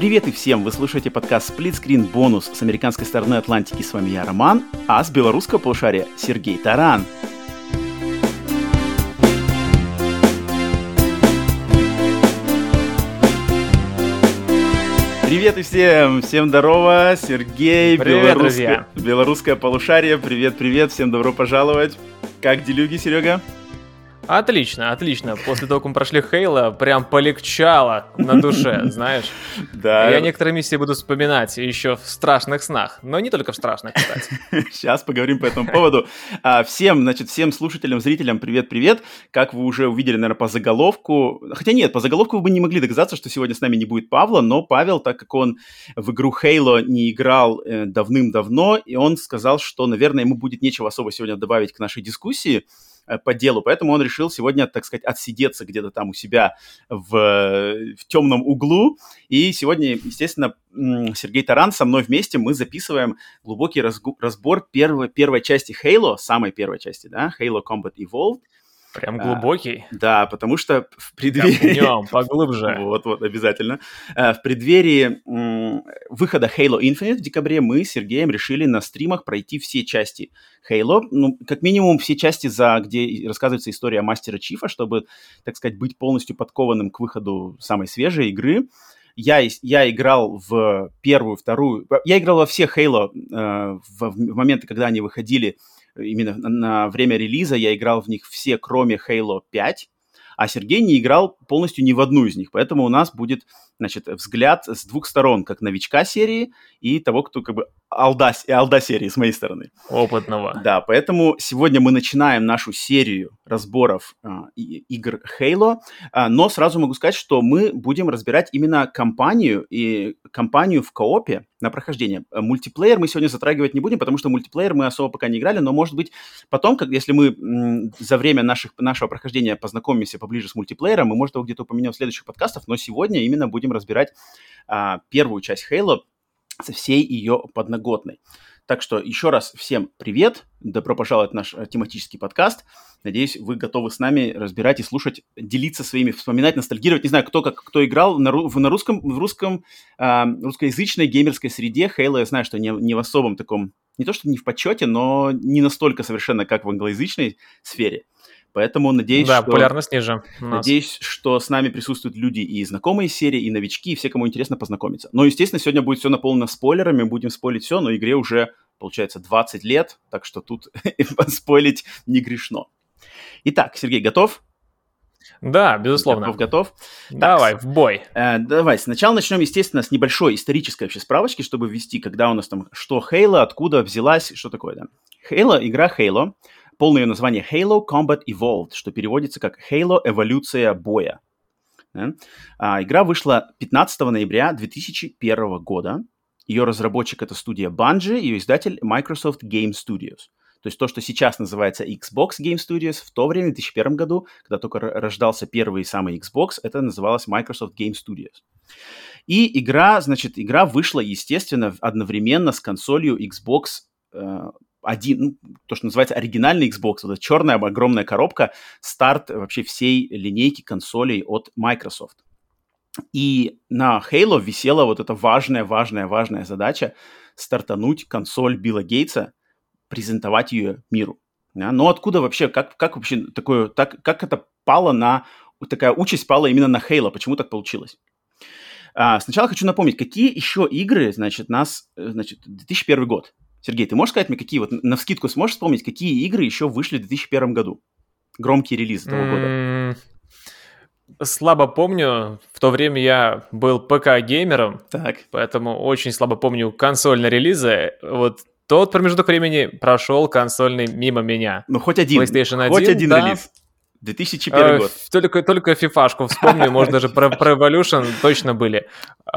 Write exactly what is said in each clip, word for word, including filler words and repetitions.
Привет и всем! Вы слушаете подкаст Split Screen Bonus с американской стороны Атлантики. С вами я, Роман, а с белорусского полушария Сергей Таран. Привет и всем! Всем здорово! Сергей, привет, белорусское, белорусское полушарие. Привет-привет! Всем добро пожаловать! Как делюги, Серега? Отлично, отлично. После того, как мы прошли Хейла, прям полегчало на душе, знаешь. Да. Я некоторые миссии буду вспоминать еще в страшных снах, но не только в страшных, кстати. Сейчас поговорим по этому поводу. Всем, значит, всем слушателям, зрителям привет-привет. Как вы уже увидели, наверное, по заголовку, хотя нет, по заголовку вы бы не могли догадаться, что сегодня с нами не будет Павла, но Павел, так как он в игру Halo не играл давным-давно, и он сказал, что, наверное, ему будет нечего особо сегодня добавить к нашей дискуссии по делу, поэтому он решил сегодня, так сказать, отсидеться где-то там у себя в, в темном углу, и сегодня, естественно, Сергей Таран со мной вместе мы записываем глубокий разгу- разбор первой, первой части Halo, самой первой части, да, Halo Combat Evolved. Прям глубокий. А, да, потому что в преддверии... Копнем поглубже. Вот-вот, обязательно. А, в преддверии м- выхода Halo Infinite в декабре мы с Сергеем решили на стримах пройти все части Halo. Ну, как минимум все части, за, где рассказывается история Мастера Чифа, чтобы, так сказать, быть полностью подкованным к выходу самой свежей игры. Я, я играл в первую, вторую... Я играл во все Halo э, в, в моменты, когда они выходили. Именно на, на время релиза я играл в них все, кроме Halo пять, а Сергей не играл полностью ни в одну из них. Поэтому у нас будет, значит, взгляд с двух сторон, как новичка серии и того, кто как бы алда, алда серии с моей стороны. Опытного. Да, поэтому сегодня мы начинаем нашу серию разборов э, игр Halo, э, но сразу могу сказать, что мы будем разбирать именно кампанию и кампанию в коопе на прохождение. Мультиплеер мы сегодня затрагивать не будем, потому что мультиплеер мы особо пока не играли, но, может быть, потом, как, если мы м, за время наших, нашего прохождения познакомимся поближе с мультиплеером, мы, может, его где-то упомянем в следующих подкастах, но сегодня именно будем разбирать э, первую часть Halo со всей ее подноготной. Так что еще раз всем привет, добро пожаловать в наш тематический подкаст. Надеюсь, вы готовы с нами разбирать и слушать, делиться своими, вспоминать, ностальгировать. Не знаю, кто как кто играл на, в, на русском, в русском, э, русскоязычной геймерской среде. Halo, я знаю, что не, не в особом таком, не то что не в почете, но не настолько совершенно, как в англоязычной сфере. Поэтому надеюсь, да, что... популярность ниже у нас. Надеюсь, что с нами присутствуют люди и знакомые серии, и новички, и все, кому интересно познакомиться. Но, естественно, сегодня будет все наполнено спойлерами, будем спойлить все, но игре уже, получается, двадцать лет, так что тут спойлить не грешно. Итак, Сергей, готов? Да, безусловно. Готов, готов? Давай, так, в бой. Э, давай, сначала начнем, естественно, с небольшой исторической вообще справочки, чтобы ввести, когда у нас там, что Halo, откуда взялась, что такое, да. Halo, игра Halo. Полное ее название Halo Combat Evolved, что переводится как Halo Эволюция боя. Да? А, игра вышла пятнадцатого ноября две тысячи первого года. Ее разработчик — это студия Bungie, ее издатель Microsoft Game Studios. То есть то, что сейчас называется Xbox Game Studios, в то время, в две тысячи первом году, когда только рождался первый самый Xbox, это называлось Microsoft Game Studios. И игра, значит, игра вышла, естественно, одновременно с консолью Xbox э, один, ну, то, что называется оригинальный Xbox, вот эта черная огромная коробка, старт вообще всей линейки консолей от Microsoft. И на Halo висела вот эта важная-важная-важная задача стартануть консоль Билла Гейтса, презентовать ее миру. Да? Но откуда вообще, как, как вообще такое, так, как это пало на, такая участь пала именно на Halo, почему так получилось? А, сначала хочу напомнить, какие еще игры, значит, нас, значит, две тысячи первый год. Сергей, ты можешь сказать мне, какие, вот навскидку сможешь вспомнить, какие игры еще вышли в две тысячи первом году? Громкие релизы того года. Слабо помню. В то время я был ПК-геймером, так. Поэтому очень слабо помню консольные релизы. Вот тот промежуток времени прошел консольный мимо меня. Ну, хоть один, PlayStation один, хоть один да. релиз. две тысячи первый э, год. Только, только фифашку вспомню, может, даже про, про Evolution точно были.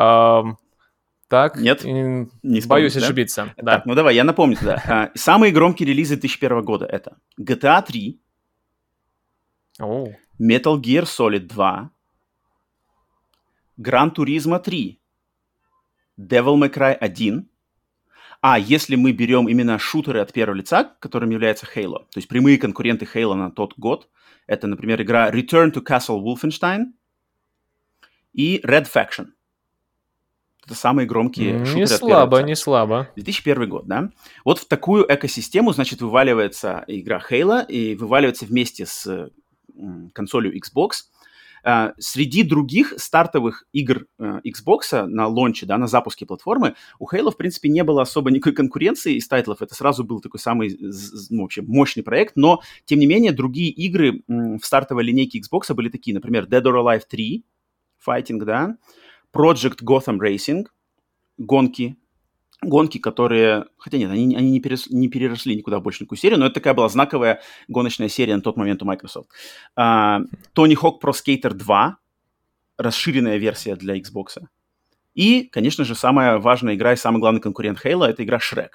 Так, Нет, не боюсь вспомнишь, да? ошибиться. Да. Так, ну давай, я напомню тогда. Самые громкие релизы две тысячи первого года это джи ти эй три, Oh. Metal Gear Solid два, Gran Turismo три, Devil May Cry один. А если мы берем именно шутеры от первого лица, которым является Halo, то есть прямые конкуренты Halo на тот год, это, например, игра Return to Castle Wolfenstein и Red Faction. Это самые громкие Не шутеры от первого слабо, лица. не слабо. две тысячи первый год, да? Вот в такую экосистему, значит, вываливается игра Halo, и вываливается вместе с м, консолью Xbox. А, среди других стартовых игр а, Xbox на лонче, да, на запуске платформы, у Halo, в принципе, не было особо никакой конкуренции из тайтлов. Это сразу был такой самый, ну, вообще мощный проект, но, тем не менее, другие игры м, в стартовой линейке Xbox были такие, например, Dead or Alive три, Fighting, да, Project Gotham Racing, гонки, гонки, которые... Хотя нет, они, они не, перес, не переросли никуда больше никакую серию, но это такая была знаковая гоночная серия на тот момент у Microsoft. Uh, Tony Hawk Pro Skater два, расширенная версия для Xbox. И, конечно же, самая важная игра и самый главный конкурент Halo — это игра Shrek.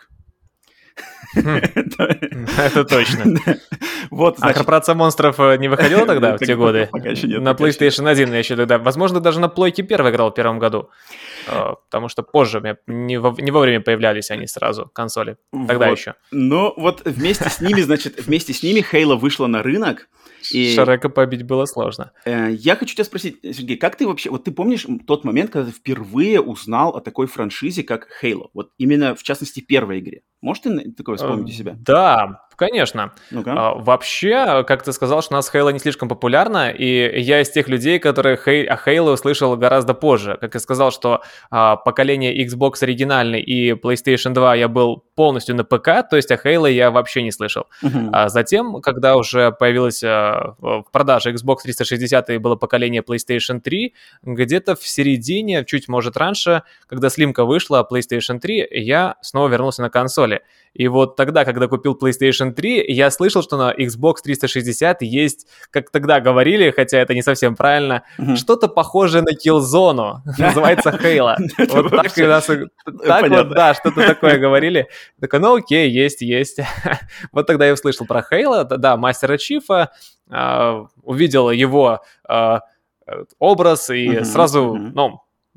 Это точно. Вот, а Корпорация монстров не выходила тогда, в те годы? Пока еще нет. На PlayStation один я еще тогда... Возможно, даже на Плойке первый играл в первом году. Потому что позже, не вовремя появлялись они сразу, консоли. Тогда еще. Ну, вот вместе с ними, значит, вместе с ними Halo вышла на рынок. И... Шрека побить было сложно. Э, я хочу тебя спросить, Сергей, как ты вообще... Вот ты помнишь тот момент, когда ты впервые узнал о такой франшизе, как Halo? Вот именно, в частности, первой игре. Можешь ты такое вспомнить у себя? Да, конечно. Ну-ка. А, вообще, как ты сказал, что у нас Halo не слишком популярна, и я из тех людей, которые хей- о Halo услышал гораздо позже. Как я сказал, что а, поколение Xbox оригинальный и PlayStation два я был полностью на ПК, то есть о Halo я вообще не слышал. Uh-huh. А затем, когда уже появилась а, в продаже Xbox триста шестьдесят и было поколение PlayStation три, где-то в середине, чуть может раньше, когда слимка вышла, PlayStation три, я снова вернулся на консоли. И вот тогда, когда купил PlayStation три, я слышал, что на Xbox триста шестьдесят есть, как тогда говорили, хотя это не совсем правильно, mm-hmm. что-то похожее на Killzone, называется Halo. Вот так вот, да, что-то такое говорили. Так, ну окей, есть, есть. Вот тогда я услышал про Halo, да, Мастера Чифа, увидел его образ и сразу, ну,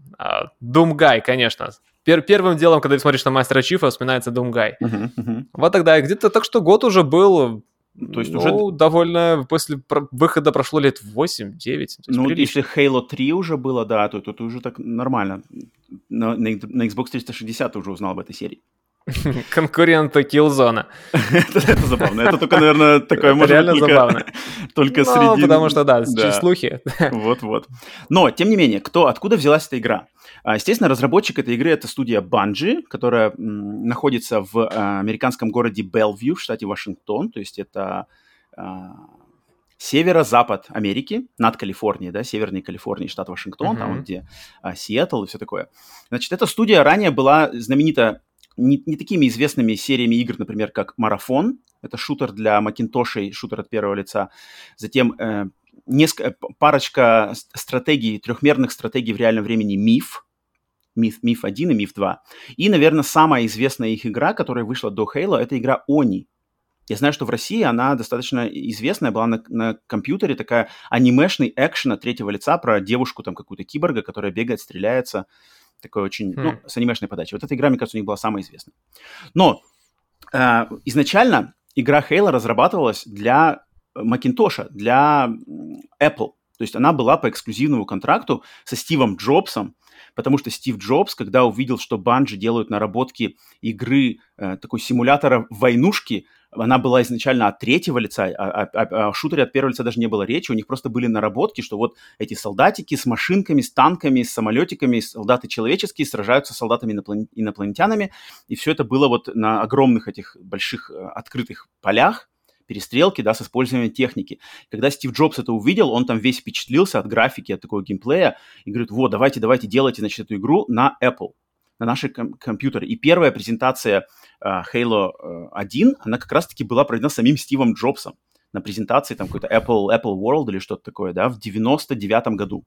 Doomguy, конечно. Пер- первым делом, когда ты смотришь на Мастера Чифа, вспоминается Doomguy. Uh-huh, uh-huh. Вот тогда где-то так что год уже был, то есть ну, уже довольно после про- выхода прошло лет восемь-девять. Ну, если Halo три уже было, да, то это уже так нормально. На, на, на Xbox триста шестьдесят ты уже узнал об этой серии. Конкурента Killzone. Это забавно. Это только, наверное, такое может реально забавно. Только среди... потому что, да, слухи. Вот-вот. Но, тем не менее, кто, откуда взялась эта игра? Естественно, разработчик этой игры — это студия Bungie, которая м, находится в а, американском городе Белвью в штате Вашингтон, то есть это а, северо-запад Америки, над Калифорнией, да, северной Калифорнии, штат Вашингтон, uh-huh. там, где а, Сиэтл и все такое. Значит, эта студия ранее была знаменита не, не такими известными сериями игр, например, как «Марафон», это шутер для макинтошей, шутер от первого лица, затем... Э, Несколько, парочка стратегий, трехмерных стратегий в реальном времени «Миф», «Миф», «Миф один» и «Миф два». И, наверное, самая известная их игра, которая вышла до Halo, это игра «Они». Я знаю, что в России она достаточно известная, была на, на компьютере, такая анимешный экшен от третьего лица про девушку, там, какую-то киборга, которая бегает, стреляется, такой очень, mm. ну, с анимешной подачей. Вот эта игра, мне кажется, у них была самая известная. Но э, изначально игра Halo разрабатывалась для Макинтоша, для Apple. То есть она была по эксклюзивному контракту со Стивом Джобсом, потому что Стив Джобс, когда увидел, что Bungie делают наработки игры, э, такой симулятора войнушки, она была изначально от третьего лица, а о шутере от первого лица даже не было речи, у них просто были наработки, что вот эти солдатики с машинками, с танками, с самолетиками, солдаты человеческие сражаются с солдатами-инопланетянами, и все это было вот на огромных этих больших открытых полях, перестрелки, да, с использованием техники. Когда Стив Джобс это увидел, он там весь впечатлился от графики, от такого геймплея, и говорит, вот, давайте, давайте, делайте, значит, эту игру на Apple, на наши ком- компьютеры. И первая презентация uh, Halo один, она как раз-таки была проведена самим Стивом Джобсом на презентации там какой-то Apple, Apple World или что-то такое, да, в девяносто девятом году.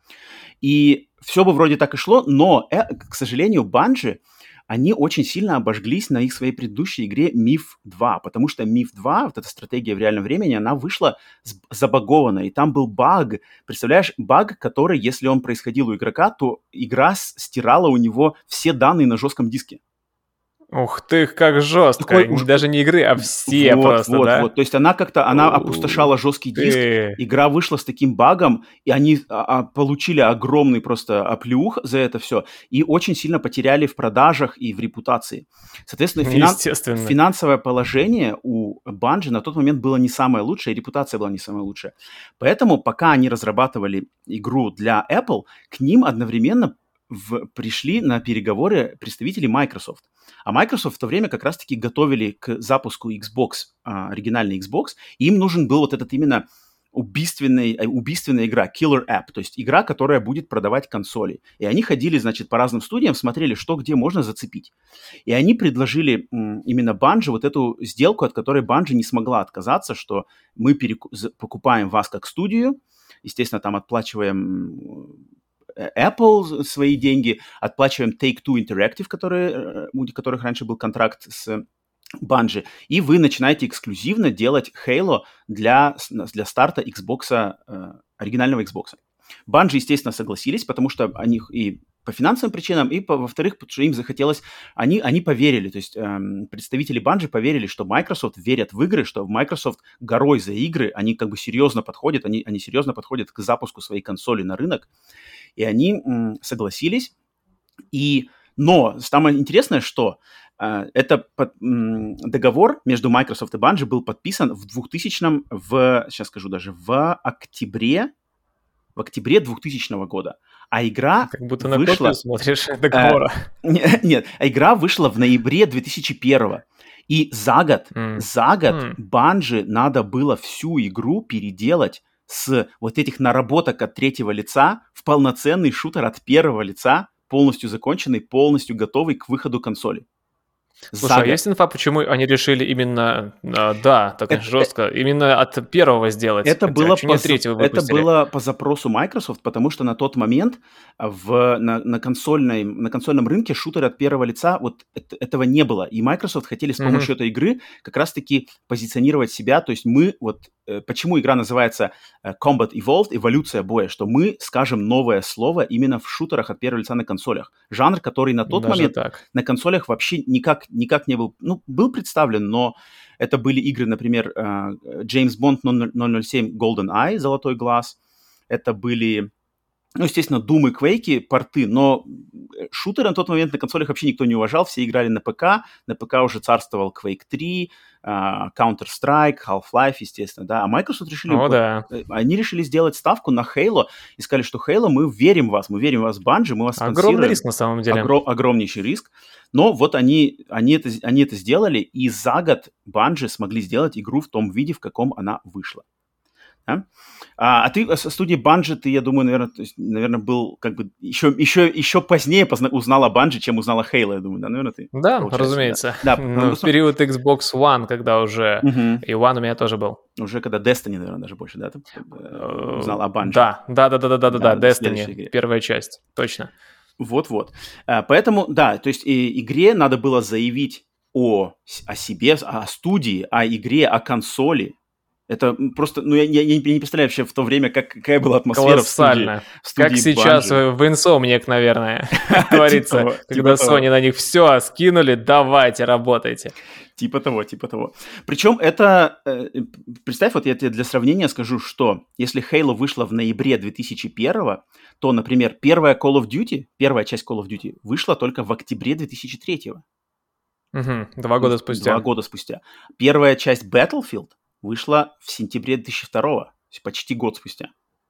И все бы вроде так и шло, но, э, к сожалению, Bungie, они очень сильно обожглись на их своей предыдущей игре Миф два, потому что Миф два, вот эта стратегия в реальном времени, она вышла забагованная, и там был баг, представляешь, баг, который, если он происходил у игрока, то игра стирала у него все данные на жестком диске. Ух ты, как жестко. Такой уж- Даже не игры, а все Вот, просто, вот, да? вот. То есть она как-то, она Ух опустошала жесткий диск, ты. игра вышла с таким багом, и они а, а, получили огромный просто оплеух за это все, и очень сильно потеряли в продажах и в репутации. Соответственно, финан- Естественно. финансовое положение у Bungie на тот момент было не самое лучшее, и репутация была не самая лучшая. Поэтому, пока они разрабатывали игру для Apple, к ним одновременно в- пришли на переговоры представители Microsoft. А Microsoft в то время как раз-таки готовили к запуску Xbox, а, оригинальный Xbox, и им нужен был вот этот именно убийственный, э, убийственная игра, killer app, то есть игра, которая будет продавать консоли. И они ходили, значит, по разным студиям, смотрели, что где можно зацепить. И они предложили м, именно Bungie вот эту сделку, от которой Bungie не смогла отказаться, что мы переку- за- покупаем вас как студию, естественно, там отплачиваем э, Apple свои деньги, отплачиваем Take-Two Interactive, которые, э, у которых раньше был контракт с Bungie, и вы начинаете эксклюзивно делать Halo для, с- для старта Xbox, э, оригинального Xbox. Bungie, естественно, согласились, потому что они и по финансовым причинам, и, по, во-вторых, потому что им захотелось, они, они поверили, то есть эм, представители Bungie поверили, что Microsoft верят в игры, что Microsoft горой за игры, они как бы серьезно подходят, они, они серьезно подходят к запуску своей консоли на рынок, и они м, согласились. И, но самое интересное, что э, это под, м, договор между Microsoft и Bungie был подписан в двухтысячном, в, сейчас скажу даже, в октябре, в октябре двухтысячного года. А игра Как будто на копию вышла... смотришь э, договора. не- Нет, а игра вышла в ноябре две тысячи первого. И за год, М. за год М. Bungie надо было всю игру переделать с вот этих наработок от третьего лица в полноценный шутер от первого лица, полностью законченный, полностью готовый к выходу консоли. Слушай, За а год. есть инфа, почему они решили именно, а, да, так Это- жестко, именно от первого сделать? Это Хотя, было, чё по, не за- третьего это выпустили? было по запросу Microsoft, потому что на тот момент а, в, на, на, консольной, на консольном рынке шутеры от первого лица вот это- этого не было. И Microsoft хотели с Мгм. помощью этой игры как раз-таки позиционировать себя. То есть мы вот... э, Почему игра называется э, Combat Evolved, эволюция боя, что мы скажем новое слово именно в шутерах от первого лица на консолях. Жанр, который на тот Даже момент так. на консолях вообще никак, никак не был... Ну, был представлен, но это были игры, например, James Bond ноль ноль семь Golden Eye, Золотой глаз. Это были, ну, естественно, Doom и Quake, порты, но шутеры на тот момент на консолях вообще никто не уважал, все играли на ПК, на ПК уже царствовал Quake три, а, Counter-Strike, Half-Life, естественно, да, а Microsoft решили, О, вот, да. э, они решили сделать ставку на Halo и сказали, что Halo, мы верим в вас, мы верим в вас, Bungie, мы вас Огромный спонсируем. риск на самом деле. Огро- огромнейший риск. Но вот они, они, это, они это сделали, и за год Bungie смогли сделать игру в том виде, в каком она вышла. Да? А, а ты со студии Bungie, ты, я думаю, наверное, то есть, наверное, был как бы еще, еще, еще позднее позна- узнал о Bungie, чем узнала Halo, я думаю, да, наверное, ты? Да, Получается, разумеется. Да, да Ну, потому в что период Xbox One, когда уже... мгм. И One у меня тоже был. уже когда Destiny, наверное, даже больше, да, ты э, узнал о Bungie. Да, да, да, да, да, да, да, Да, да, следующей Destiny, игре. первая часть, точно. Вот-вот. А, Поэтому, да, то есть и, игре надо было заявить о, с- о себе, о студии, о игре, о консоли. Это м, просто, ну, я, я- я не представляю вообще в то время, как, какая была атмосфера в студии, Колоссально. в студии Как сейчас Bungie. в Insomniac, наверное, Типа творится, того, когда типа того. Sony на них все скинули, давайте, работайте. Типа того, типа того. Причем это, э, представь, вот я тебе для сравнения скажу, что если Halo вышла в ноябре две тысячи первого, то, например, первая Call of Duty, первая часть Call of Duty вышла только в октябре две тысячи третьего. Мгм, Два То года есть Два спустя. года спустя. Первая часть Battlefield вышла в сентябре две тысячи второго, то есть почти год спустя.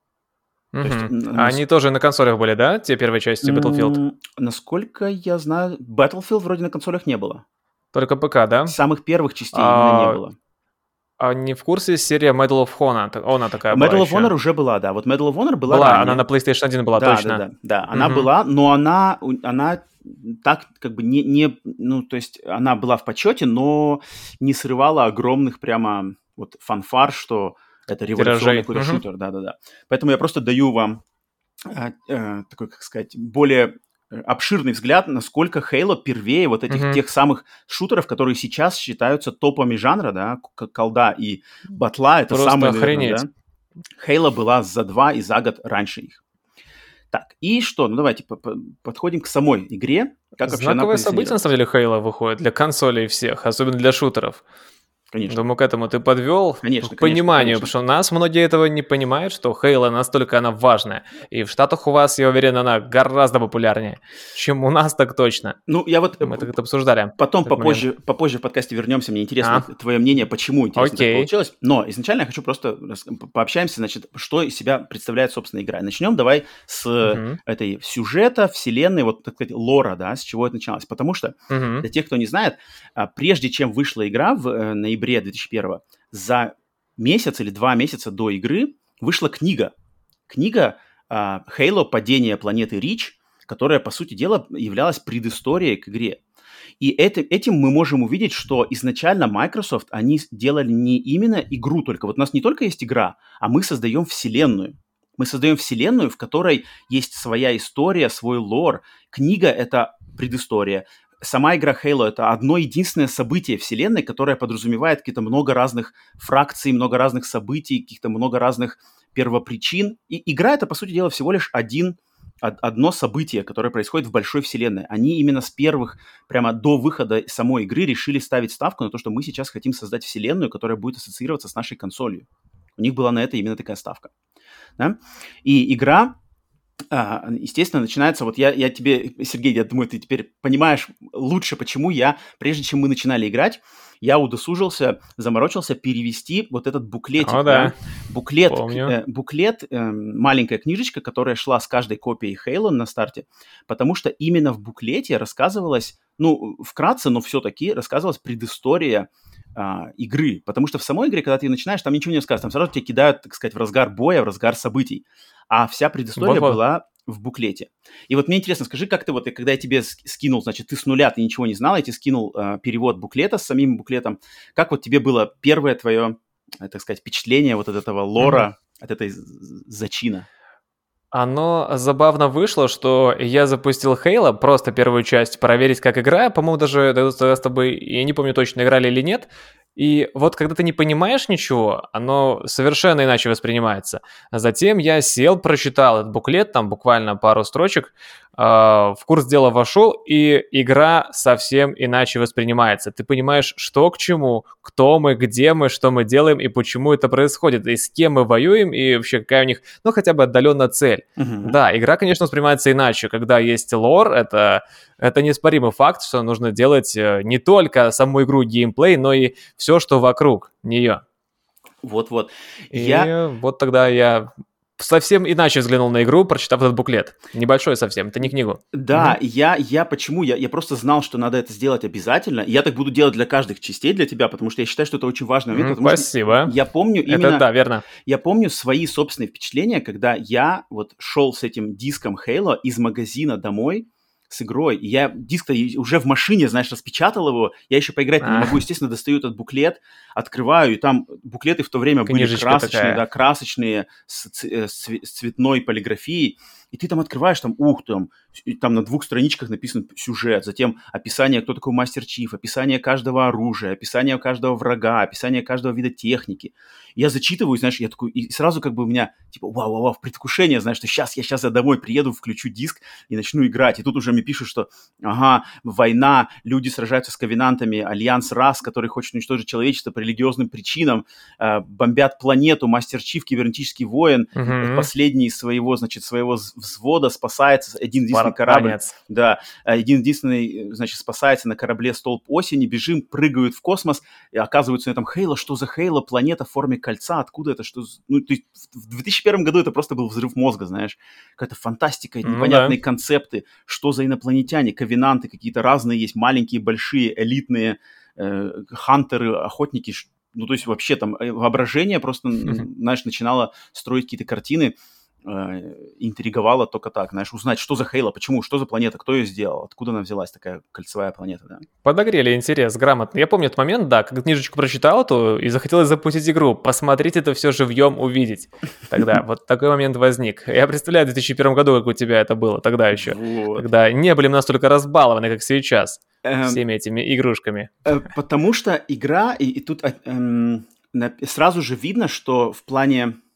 То есть, Мгм. н- А нас- они тоже на консолях были, да, те первые части Battlefield? м, насколько я знаю, Battlefield вроде на консолях не было. Только ПК, да? Самых первых частей именно не А, было. а не в курсе серия Medal of Honor? Так- Она такая была Medal of еще. Honor уже была, да. Вот Medal of Honor была Была, ранее. она на PlayStation один была, Да, точно. да, да, да. Она Мгм. была, но она, у- она так как бы не, не, ну, то есть она была в почете, но не срывала огромных прямо вот фанфар, что это революционный Тиражей. какой-то Мгм. шутер, да-да-да. Поэтому я просто даю вам а, э, такой, как сказать, более э, обширный взгляд, насколько Halo первее вот этих Мгм. тех самых шутеров, которые сейчас считаются топами жанра, да, как колда и батла, это Просто самые, наверное, охренеть. да. Halo была за два и за год раньше их. Так, и что? Ну, давайте подходим к самой игре. Как Знаковое событие, на самом деле, Halo выходит для консолей всех, особенно для шутеров. Конечно. Думаю, к этому ты подвел конечно, к пониманию, конечно. потому что у нас многие этого не понимают, что Halo настолько она важная. И в Штатах у вас, я уверен, она гораздо популярнее, чем у нас, так точно. Ну, я вот... Мы так это обсуждали. Потом попозже, попозже в подкасте вернемся, мне интересно а? твое мнение, почему интересно так получилось. Но изначально я хочу просто пообщаемся, значит, что из себя представляет, собственно, игра. Начнем давай с uh-huh. этой сюжета, вселенной, вот, так сказать, лора, да, с чего это начиналось. Потому что, uh-huh. для тех, кто не знает, прежде чем вышла игра в ноябре две тысячи первого, за месяц или два месяца до игры вышла книга. Книга Halo «Падение планеты Рич», которая, по сути дела, являлась предысторией к игре. И это, этим мы можем увидеть, что изначально Microsoft, они делали не именно игру только. Вот у нас не только есть игра, а мы создаем вселенную. Мы создаем вселенную, в которой есть своя история, свой лор. Книга — это предыстория. Сама игра Halo — это одно единственное событие вселенной, которое подразумевает какие-то много разных фракций, много разных событий, каких-то много разных первопричин. И игра — это, по сути дела, всего лишь один, одно событие, которое происходит в большой вселенной. Они именно с первых, прямо до выхода самой игры решили ставить ставку на то, что мы сейчас хотим создать вселенную, которая будет ассоциироваться с нашей консолью. У них была на это именно такая ставка. Да? И игра... А, естественно, начинается, вот я, я тебе, Сергей, я думаю, ты теперь понимаешь лучше, почему я, прежде чем мы начинали играть, я удосужился, заморочился перевести вот этот буклетик. О, да. Да? Буклет, э, буклет э, маленькая книжечка, которая шла с каждой копией Halo на старте, потому что именно в буклете рассказывалась, ну, вкратце, но все-таки рассказывалась предыстория а, игры, потому что в самой игре, когда ты начинаешь, там ничего не рассказывают, там сразу тебя кидают, так сказать, в разгар боя, в разгар событий. А вся предыстория вот-вот. была в буклете. И вот мне интересно, скажи, как ты вот, когда я тебе скинул, значит, ты с нуля, ты ничего не знал, я тебе скинул э, перевод буклета с самим буклетом, как вот тебе было первое твое, э, так сказать, впечатление вот от этого лора, mm-hmm. от этой зачина? Оно забавно вышло, что я запустил Halo, просто первую часть, проверить, как игра, по-моему, даже с тобой, я не помню точно, играли или нет. И вот когда ты не понимаешь ничего, оно совершенно иначе воспринимается. Затем я сел, прочитал этот буклет, там буквально пару строчек, э, в курс дела вошел, и игра совсем иначе воспринимается. Ты понимаешь, что к чему, кто мы, где мы, что мы делаем и почему это происходит, и с кем мы воюем, и вообще какая у них, ну, хотя бы отдаленно цель. Uh-huh. Да, игра, конечно, воспринимается иначе. Когда есть лор, это... Это неоспоримый факт, что нужно делать не только саму игру, геймплей, но и все, что вокруг нее. Вот-вот. И я... вот тогда я совсем иначе взглянул на игру, прочитав этот буклет. Небольшой совсем, это не книгу. Да, mm-hmm. я, я почему? Я, я просто знал, что надо это сделать обязательно. И я так буду делать для каждых частей для тебя, потому что я считаю, что это очень важный момент. Mm, спасибо. Я помню именно... Это да, верно. Я помню свои собственные впечатления, когда я вот шел с этим диском Halo из магазина домой, с игрой. И я диск уже в машине, знаешь, распечатал его. Я еще поиграть не могу. Естественно, достаю этот буклет, открываю, и там буклеты в то время Книжечка были красочные, такая. да, красочные, с, с, с цветной полиграфией. И ты там открываешь, там, ух, там, там на двух страничках написан сюжет, затем описание, кто такой Мастер Чиф, описание каждого оружия, описание каждого врага, описание каждого вида техники. И я зачитываю, знаешь, я такой, и сразу как бы у меня, типа, вау-вау-вау, в предвкушение, знаешь, что сейчас я сейчас я домой приеду, включу диск и начну играть. И тут уже мне пишут, что, ага, война, люди сражаются с ковенантами, альянс рас, который хочет уничтожить человечество по религиозным причинам, э, бомбят планету, Мастер Чиф, кибернетический воин, mm-hmm. последний своего, значит, своего взвода спасается, один-единственный корабль, да, один-единственный, значит, спасается на корабле Столб Осени, бежим, прыгают в космос, и оказываются на этом Halo, что за Halo, планета в форме кольца, откуда это, что... Ну, то есть в две тысячи первом году это просто был взрыв мозга, знаешь, какая-то фантастика, непонятные mm-hmm. концепты, что за инопланетяне, ковенанты какие-то разные есть, маленькие, большие, элитные, э, хантеры, охотники, ну, то есть вообще там воображение просто, mm-hmm. знаешь, начинало строить какие-то картины, интриговало только так, знаешь, узнать, что за Halo, почему, что за планета, кто ее сделал, откуда она взялась, такая кольцевая планета, да. Подогрели интерес, грамотно. Я помню этот момент, да, когда книжечку прочитал эту и захотелось запустить игру, посмотреть это все живьем, увидеть. Тогда вот такой момент возник. Я представляю, в две тысячи первом году, как у тебя это было, тогда еще, вот. Когда не были настолько разбалованы, как сейчас, всеми этими игрушками. Потому что игра, и, и тут эм, сразу же видно, что в плане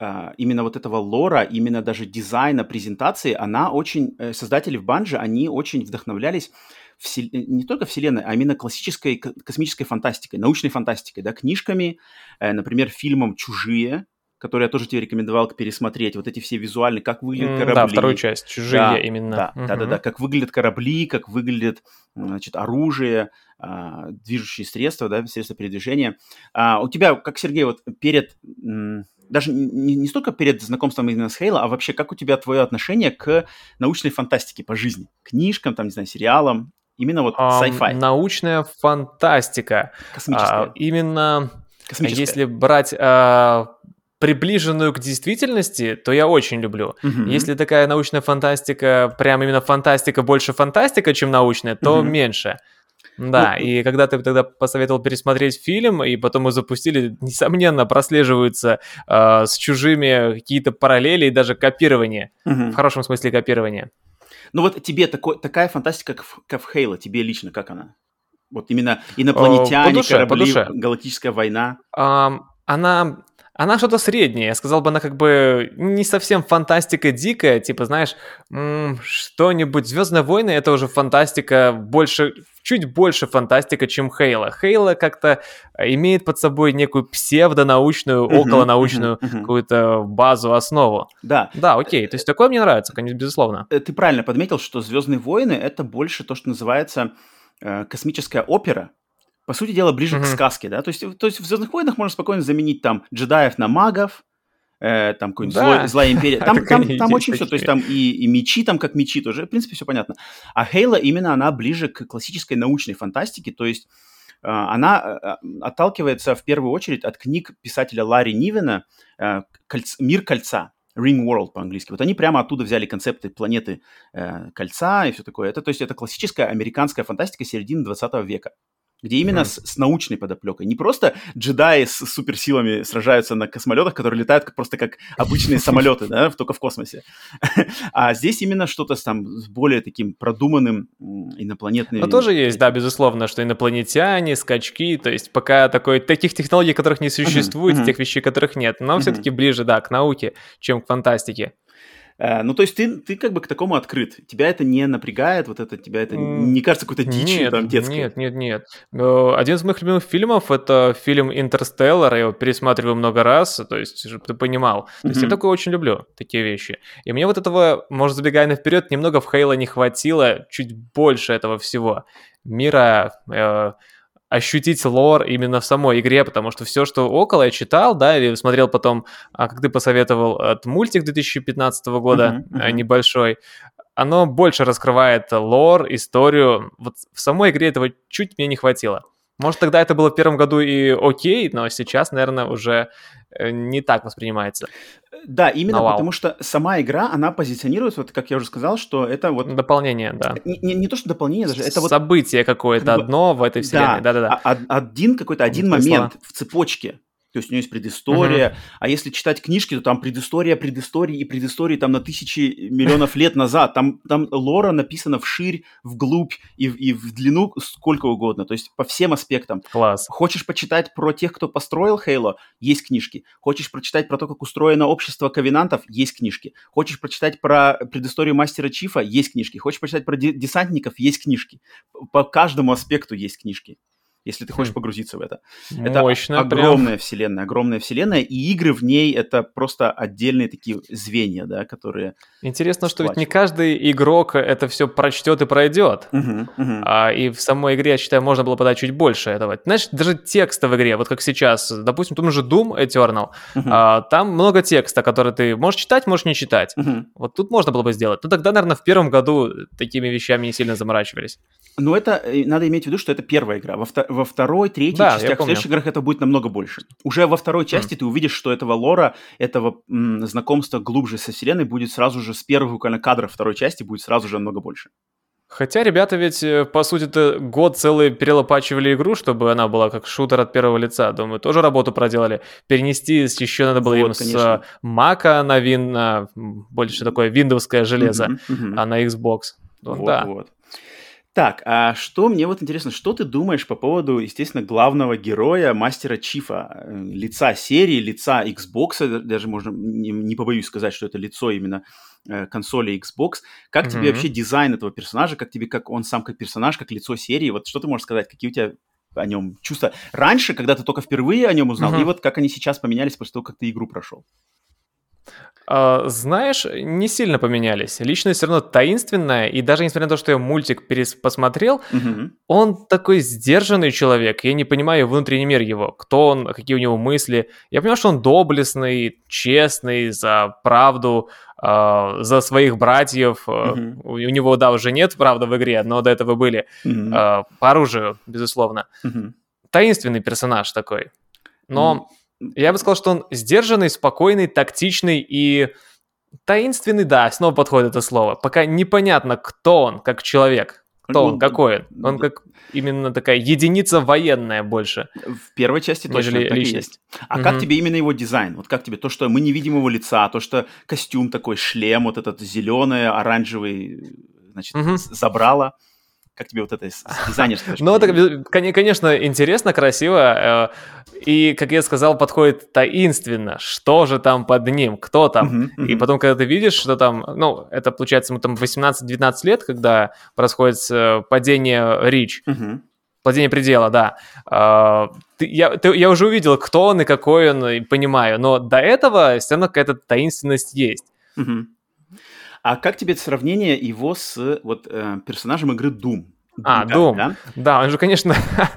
а, именно вот этого лора, именно даже дизайна, презентации, она очень... э, Создатели в Bungie, они очень вдохновлялись всел- э, не только вселенной, а именно классической ко- космической фантастикой, научной фантастикой, да, книжками, э, например, фильмом «Чужие», который я тоже тебе рекомендовал пересмотреть. Вот эти все визуальные, как выглядят М, Да, вторую корабли. часть, «Чужие» Да, именно. да, да, да, да, Мгм. как выглядят корабли, как выглядит, м, значит, оружие, а, движущие средства, да, средства передвижения. А, у тебя, как Сергей, вот перед, м, даже не, не столько перед знакомством именно с Хейла, а вообще, как у тебя твое отношение к научной фантастике по жизни? Книжкам, там, не знаю, сериалам, именно вот Ам, sci-fi, научная фантастика. А, космическая, именно космическая. если брать а, приближенную к действительности, то я очень люблю. Мгм, Если такая научная фантастика, прям именно фантастика, больше фантастика, чем научная, то мгм. меньше. Ну, Да, и когда ты тогда посоветовал пересмотреть фильм, и потом мы запустили, несомненно, прослеживаются а, с чужими какие-то параллели и даже копирование. В мгм. хорошем смысле копирование. Ну вот тебе такой, такая фантастика, как в, как в Halo, тебе лично как она? Вот именно Э, По инопланетяне, душе, по корабли, душе. галактическая война. Ам, она она что-то среднее. Я сказал бы, она как бы не совсем фантастика дикая, типа, знаешь, м, что-нибудь «Звездные войны» — это уже фантастика больше, чуть больше фантастика, чем «Хейла». «Хейла» как-то э, имеет под собой некую псевдонаучную, Мгм, мгм, околонаучную мгм. какую-то базу, основу. Да, Да, окей, то есть такое мне нравится, конечно, безусловно. э, ты правильно подметил, что «Звездные войны» — это больше то, что называется э, космическая опера. По сути дела, ближе к Мгм. сказке, да? То есть, в- то есть в «Звездных войнах» можно спокойно заменить там джедаев на магов, э, там какой-нибудь злой, Да, злая империя. Там, так они там, и там есть очень все. То есть такими. там и, и мечи, там как мечи тоже. В принципе, все понятно. А Хейла именно она ближе к классической научной фантастике. То есть а, она а, отталкивается в первую очередь от книг писателя Ларри Нивена э, «Кольц- «Мир кольца». Ring World по-английски. Вот они прямо оттуда взяли концепты планеты э, кольца и все такое. Это, то есть это классическая американская фантастика середины двадцатого века, где именно Мгм. с, с научной подоплекой. Не просто джедаи с суперсилами сражаются на космолетах, которые летают как, просто как обычные самолеты, да, в- только в космосе. А здесь именно что-то с, там, с более таким продуманным м, Но инопланетными тоже есть, да, этим. безусловно, что инопланетяне, скачки, то есть пока такой, таких технологий, которых не Мгм, существует, и мгм, тех вещей, которых нет, но мгм. все-таки ближе, да, к науке, чем к фантастике. Э, Ну, то есть ты, ты как бы к такому открыт. Тебя это не напрягает, вот это, тебя это М, не кажется какой-то дичью Нет, там детской. нет, нет, нет. Э, Один из моих любимых фильмов — это фильм «Интерстеллар», я его пересматриваю много раз, то есть, чтобы ты понимал. То есть я Мгм, такое очень люблю, такие вещи. И мне вот этого, может, забегая наперед, немного в «Хейла» не хватило, чуть больше этого всего. Мира, э, ощутить лор именно в самой игре, потому что все, что около, я читал, да, или смотрел потом, а, как ты посоветовал, от мультик две тысячи пятнадцатого года, мгм, а, мгм. небольшой, оно больше раскрывает лор, историю. Вот в самой игре этого чуть мне не хватило. Может, тогда это было в первом году и окей, но сейчас, наверное, уже э, не так воспринимается. Да, именно На потому вау. что сама игра, она позиционируется, вот как я уже сказал, что это вот Дополнение, да. не, не- не то, что дополнение даже, это вот Событие как какое-то бы, одно в этой вселенной. да, Да-да-да. а- од- один какой-то, Помню один твои момент слова. в цепочке. То есть у нее есть Мгм. предыстория, а если читать книжки, то там предыстория, предыстории и предыстории там на тысячи миллионов лет назад. Там, там лора написана вширь, вглубь и, в- и в длину сколько угодно, то есть по всем аспектам. Класс. Хочешь почитать про тех, кто построил Хейло? Есть книжки. Хочешь прочитать про то, как устроено общество ковенантов? Есть книжки. Хочешь прочитать про предысторию Мастера Чифа? Есть книжки. Хочешь прочитать про де- десантников? Есть книжки. По каждому аспекту есть книжки, если ты хочешь Хм. погрузиться в это. Это о- Мощно прям. огромная вселенная, огромная вселенная, и игры в ней это просто отдельные такие звенья, да, которые Интересно, что ведь не сплачивают. каждый игрок это все прочтет и пройдет. Мгм, мгм, А, и в самой игре, я считаю, можно было подать чуть больше этого. Знаешь, даже текста в игре, вот как сейчас, допустим, в том же Doom Eternal, мгм, а, там много текста, который ты можешь читать, можешь не читать. мгм. Вот тут можно было бы сделать. Ну тогда, наверное, в первом году такими вещами не сильно заморачивались. Но это э, надо иметь в виду, что это первая игра. Во, вто- во второй, третьей Да, я частях, в помню. следующих играх это будет намного больше. Уже во второй Хм. части ты увидишь, что этого лора, этого м, знакомства глубже со вселенной будет сразу же с первых буквально кадров второй части будет сразу же намного больше. Хотя ребята ведь, э, по сути-то, год целый перелопачивали игру, чтобы она была как шутер от первого лица. Думаю, тоже работу проделали. Перенести еще надо было им Вот, с э, конечно. Мака на Win, на м, больше такое виндовское железо, Мгм, мгм. а на Xbox. Ну Вот, да. вот. Так, а что мне вот интересно, что ты думаешь по поводу, естественно, главного героя, Мастера Чифа, э, лица серии, лица Xbox, да- даже можно, не, не побоюсь сказать, что это лицо именно э, консоли Xbox. Как тебе вообще Мгм. дизайн этого персонажа, как тебе, как он сам как персонаж, как лицо серии? Вот что ты можешь сказать, какие у тебя о нем чувства? Раньше, когда ты только впервые о нем узнал, и Мгм. вот как они сейчас поменялись после того, как ты игру прошел? А, знаешь, не сильно поменялись. Личность все равно таинственная, и даже несмотря на то, что я мультик перес посмотрел, Мгм. он такой сдержанный человек. Я не понимаю внутренний мир его, кто он, какие у него мысли. Я понимаю, что он доблестный, честный, за правду, а, за своих братьев. А, Мгм. У у него, да, уже нет, правда, в игре, но до этого были. Мгм. А, По оружию, безусловно. Мгм. Таинственный персонаж такой. М, Но я бы сказал, что он сдержанный, спокойный, тактичный и таинственный, да, снова подходит это слово. Пока непонятно, кто он как человек, кто он, Вот, д- какой он. Он д- как именно такая единица военная больше, В первой части точно нежели так и личность. есть. А как Мгм. тебе именно его дизайн? Вот как тебе то, что мы не видим его лица, то, что костюм такой, шлем, вот этот зеленый, оранжевый, значит, Мгм. з- забрало. Как тебе вот это с, с дизайнерской точки Ну, это, зрения? бе- коне- конечно, интересно, красиво. э, И, как я сказал, подходит таинственно. Что же там под ним? Кто там? Мгм, И мгм, потом, когда ты видишь, что там... Ну, это, получается, ему там восемнадцать-девятнадцать лет, когда происходит э, падение Рич. мгм, Падение предела, да. А, ты- я, ты- я уже увидел, кто он и какой он, и понимаю. Но до этого все равно какая-то таинственность есть. мгм. А как тебе сравнение его с вот э, персонажем игры Doom? А, Думкай, Doom. да? Да, он же, конечно,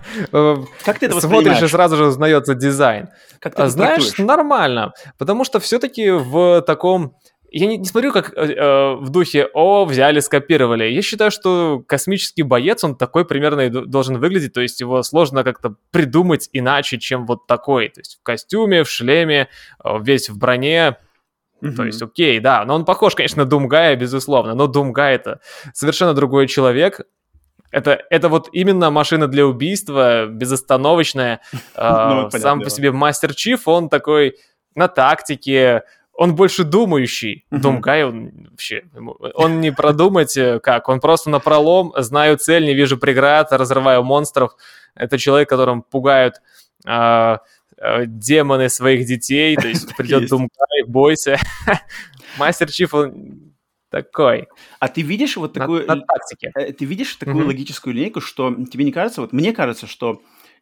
э, Как ты это смотришь и воспринимаешь? сразу же узнается дизайн. Как ты А это знаешь, трактуешь? нормально, потому что все-таки в таком... Я не, не смотрю, как э, э, в духе «О, взяли, скопировали». Я считаю, что космический боец, он такой примерно и д- должен выглядеть, то есть его сложно как-то придумать иначе, чем вот такой. То есть в костюме, в шлеме, э, весь в броне. То есть, Мгм, окей, да, но он похож, конечно, на Думгая, безусловно, но Думгай — это совершенно другой человек. Это, это вот именно машина для убийства, безостановочная. Ну, Э, это понятное сам по дело. себе Мастер Чиф, он такой на тактике, он больше думающий. Мгм. Думгай, он вообще, ему- он не продумать э, как, он просто напролом, знаю цель, не вижу преград, разрываю монстров. Это человек, которым пугают а, а, демоны своих детей, то есть Так и придет есть. Думгай, бойся. Мастер Чиф, он такой, А ты видишь вот на, такую, на л- тактике. э, ты видишь такую Мгм. логическую линейку, что тебе не кажется, вот мне кажется, что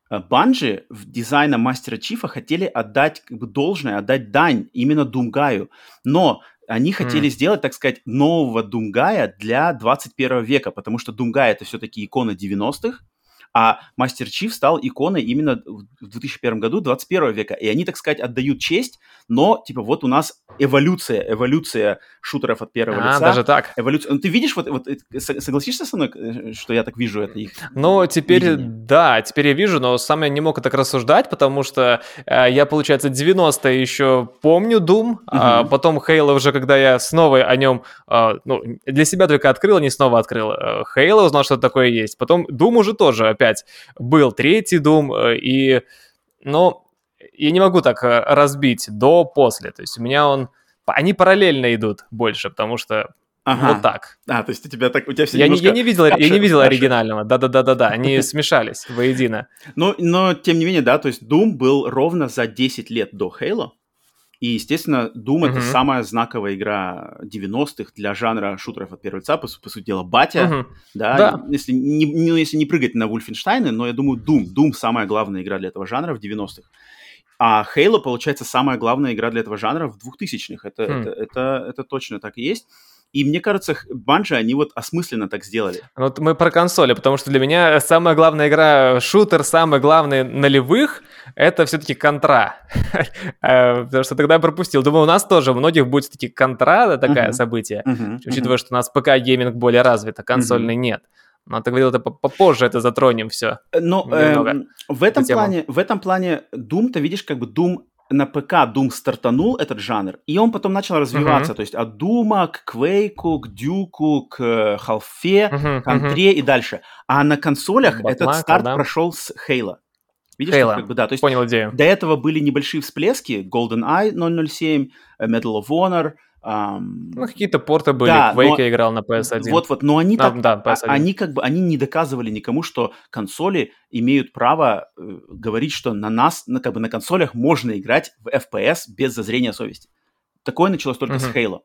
Банжи в дизайна Мастера Чифа хотели отдать как бы должное, отдать дань именно Думгаю, но они хотели М. сделать, так сказать, нового Думгая для двадцать первого века, потому что Думгай это все-таки икона девяностых, а Мастер Чиф стал иконой именно в в две тысячи первом году двадцать первого века, и они, так сказать, отдают честь, но типа вот у нас эволюция, эволюция шутеров от первого А, лица, даже так. эволюция. Ну, ты видишь вот, вот э, со- согласишься со мной, э, что я так вижу это их Ну, м, теперь, видение? да, теперь я вижу, но сам я не мог так рассуждать, потому что э, я, получается, девяностые еще помню Doom, а Мгм. потом Halo уже, когда я снова о нем, а, ну, для себя только открыл, а не снова открыл. э, Halo узнал, что такое есть. Потом Doom уже тоже опять был, третий Doom, э, и, ну, я не могу так э, разбить до-после. То есть у меня он... Они параллельно идут больше, потому что вот Ага. так. А, то есть у тебя так, у тебя все Я не, я немножко не видел, в я не каше, в видел каше. оригинального. Да-да-да-да-да. Они смешались воедино. Но, но, тем не менее, да, то есть Doom был ровно за десять лет до Halo. И, естественно, Doom — это Мгм. самая знаковая игра девяностых для жанра шутеров от первого лица. По, су- по сути дела, батя, Мгм. да, Да. если не, не- ну, если не прыгать на Wolfenstein, но я думаю, Doom. Doom — самая главная игра для этого жанра в девяностых. А Halo, получается, самая главная игра для этого жанра в двухтысячных. Это, Хм. это, это, это точно так и есть. И мне кажется, Банжи, они вот осмысленно так сделали. Вот мы про консоли, потому что для меня самая главная игра шутер, самый главный нулевых, это все-таки контра. Э, Потому что тогда я пропустил. Думаю, у нас тоже у многих будет все-таки контра, да, такое Мгм. событие. Мгм. Учитывая, что у нас ПК-гейминг более развит, а Мгм. консольный нет. Но ты говорил, это по- попозже это затронем все Э, Но немного, эм, в эту этом тему. плане, в этом плане Doom, ты видишь, как бы Doom на ПК Doom стартанул этот жанр, и он потом начал Мгм. развиваться, то есть от Дума к Квейку, к Дюку, к Халфе, Мгм. к Мгм. Антре и дальше. А на консолях этот Батлака, старт да. прошел с Хейла. Видишь, тут как Хейла. бы, да, то есть Понял идею. до этого были небольшие всплески, GoldenEye ноль ноль семь, э, Medal of Honor, Ам, Ну, какие-то порты были. да, Quake но я играл на пи эс один. вот-вот, но они А, так, да, а- пи эс один. они как бы, они не доказывали никому, что консоли имеют право э, говорить, что на нас, на, как бы на консолях можно играть в эф пи эс без зазрения совести. Такое началось только с Мгм. Halo.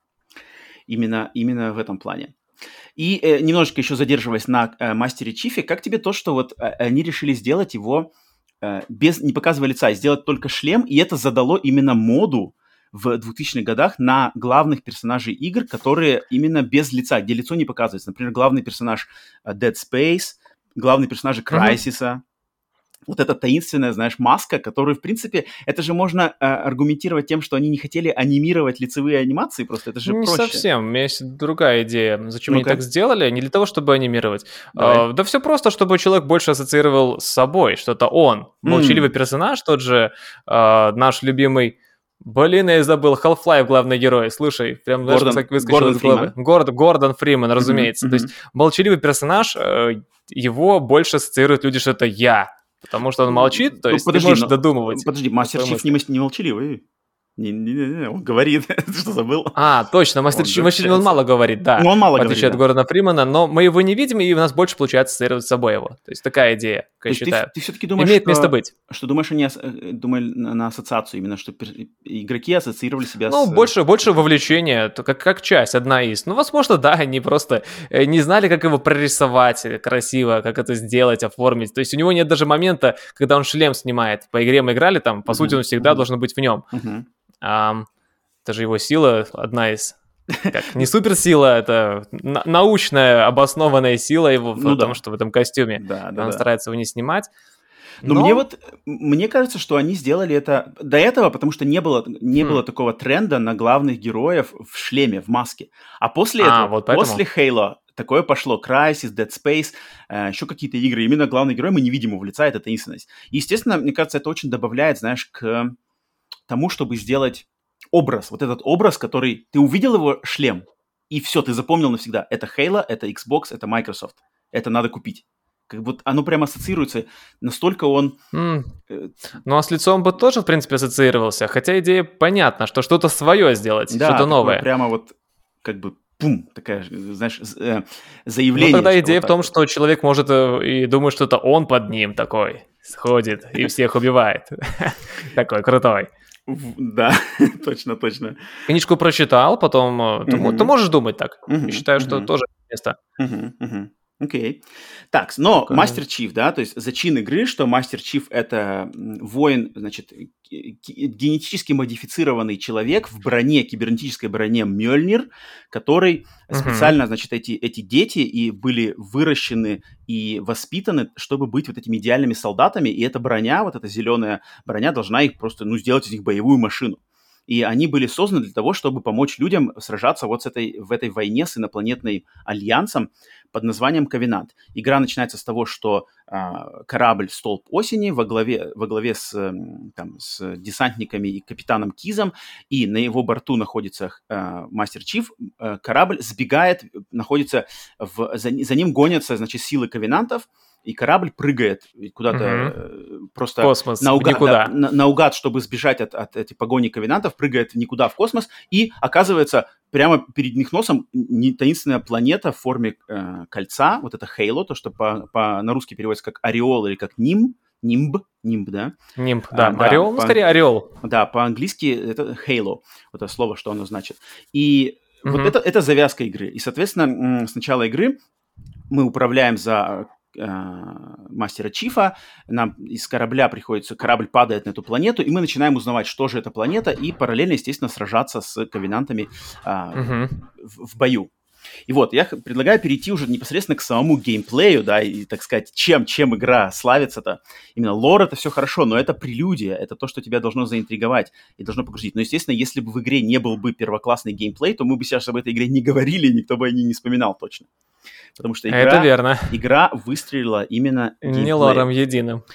Именно, именно в этом плане. И э, немножечко еще задерживаясь на э, Мастере Чифе, как тебе то, что вот э, они решили сделать его э, без, не показывая лица, и сделать только шлем, и это задало именно моду в двухтысячных годах на главных персонажей игр, которые именно без лица, где лицо не показывается. Например, главный персонаж э, Dead Space, главный персонаж Мгм. Crysis. Вот эта таинственная, знаешь, маска, которую, в принципе, это же можно э, аргументировать тем, что они не хотели анимировать лицевые анимации, просто это же Не проще. совсем. У меня есть другая идея. Зачем они Ну-ка. так сделали? Не для того, чтобы анимировать. Давай. А, да все просто, чтобы человек больше ассоциировал с собой, что это он. Молчаливый М. персонаж, тот же а, наш любимый... Блин, я и забыл. Half-Life главный герой. Слушай, прям, знаешь, Гордон- как выскочил Гордон из головы. Фриман. Горд, Гордон Фриман, Мгм, разумеется. То мгм. есть молчаливый персонаж, э, его больше ассоциируют люди, что это я. Потому что он молчит, то Ну, есть подожди, ты можешь но- додумывать. Подожди, по Мастер своей Чиф не, мысли. мос- не молчаливый. Не-не-не, он говорит. Ты что, забыл? А, точно, Мастер Он Чиф, же Мастер Чиф, он общается. мало говорит, да. Ну, он мало В отличие говорит, от да. Гордона Фримана, но мы его не видим, и у нас больше получается ассоциировать с собой его. То есть такая идея, как То я есть ты, считаю. ты все-таки думаешь, Имеет что, место быть. что думаешь, они ас- э, думали на, на ассоциацию, именно что пер- игроки ассоциировали себя Ну, с... э, больше, больше вовлечения, то как, как часть, одна из. Ну, возможно, да, они просто э, не знали, как его прорисовать э, красиво, как это сделать, оформить. То есть у него нет даже момента, когда он шлем снимает. По игре мы играли, там, по Мгм, сути, он всегда мгм. должен быть в нем. Мгм. Ам, это же его сила, одна из... Как, не суперсила, это на- научная обоснованная сила его в Ну том, да. что в этом костюме. Да, И да, он да. старается его не снимать. Но Но, мне вот, мне кажется, что они сделали это до этого, потому что не было, не Хм. было такого тренда на главных героев в шлеме, в маске. А после А, этого, вот поэтому? после Halo, такое пошло. Crysis, Dead Space, э, еще какие-то игры. Именно главный герой, мы не видим его в лица, это таинственность. И, естественно, мне кажется, это очень добавляет, знаешь, к тому, чтобы сделать образ. Вот этот образ, который... Ты увидел его шлем, и все, ты запомнил навсегда. Это Halo, это Xbox, это Microsoft. Это надо купить. Как будто оно прямо ассоциируется. Настолько он... м, э, ну а с лицом бы тоже, в принципе, ассоциировался. Хотя идея понятна, что что-то свое сделать, Да, что-то такое новое. прямо вот как бы пум, такая, знаешь, з- э, Ну заявление. тогда что идея вот в том, так вот. что человек может э, и думает, что это он под ним такой сходит и всех убивает. Такой крутой. В- Да, точно, точно. Книжку прочитал, потом э, ты мо- ты Мгм. можешь думать так. Мгм, Я считаю, что мгм. тоже место. Мгм, мгм. Окей. Так, но Такое. Мастер Чиф, да, то есть зачин игры, что Мастер Чиф это м, воин, значит, ге- ге- генетически модифицированный человек в броне, кибернетической броне Мьёльнир, который Мгм. специально, значит, эти, эти дети и были выращены и воспитаны, чтобы быть вот этими идеальными солдатами, и эта броня, вот эта зеленая броня должна их просто, ну, сделать из них боевую машину. И они были созданы для того, чтобы помочь людям сражаться вот с этой, в этой войне с инопланетным альянсом под названием Ковенант. Игра начинается с того, что а, корабль «Столб осени» во главе, во главе с, м, там, с десантниками и капитаном Кизом, и на его борту находится а, Мастер Чиф. А, корабль сбегает, находится, в, за, за ним гонятся, значит, силы Ковенантов, и корабль прыгает куда-то Мгм. э, просто Космос, в наугад, никуда. да, на- наугад, чтобы сбежать от, от этой погони ковенантов, прыгает в никуда в космос, и оказывается прямо перед них носом не таинственная планета в форме э, кольца, вот это Halo, то, что по, по- на русский переводится как ореол или как ним, нимб, нимб, да? Нимб, А, да. да, Орел, ну по- скорее орел. Да, по-английски это Halo, вот это слово, что оно значит. И вот Мгм. это, это завязка игры. И, соответственно, м, с начала игры мы управляем за э, Мастера Чифа, нам из корабля приходится, корабль падает на эту планету, и мы начинаем узнавать, что же эта планета, и параллельно, естественно, сражаться с ковенантами а, Мгм. в, в бою. И вот, я х- предлагаю перейти уже непосредственно к самому геймплею, да, и, так сказать, чем, чем игра славится-то. Именно лор — это все хорошо, но это прелюдия, это то, что тебя должно заинтриговать и должно погрузить. Но, естественно, если бы в игре не был бы первоклассный геймплей, то мы бы сейчас об этой игре не говорили, никто бы о ней не вспоминал точно. Потому что Это игра, верно. игра выстрелила именно Не лором геймплеем. единым.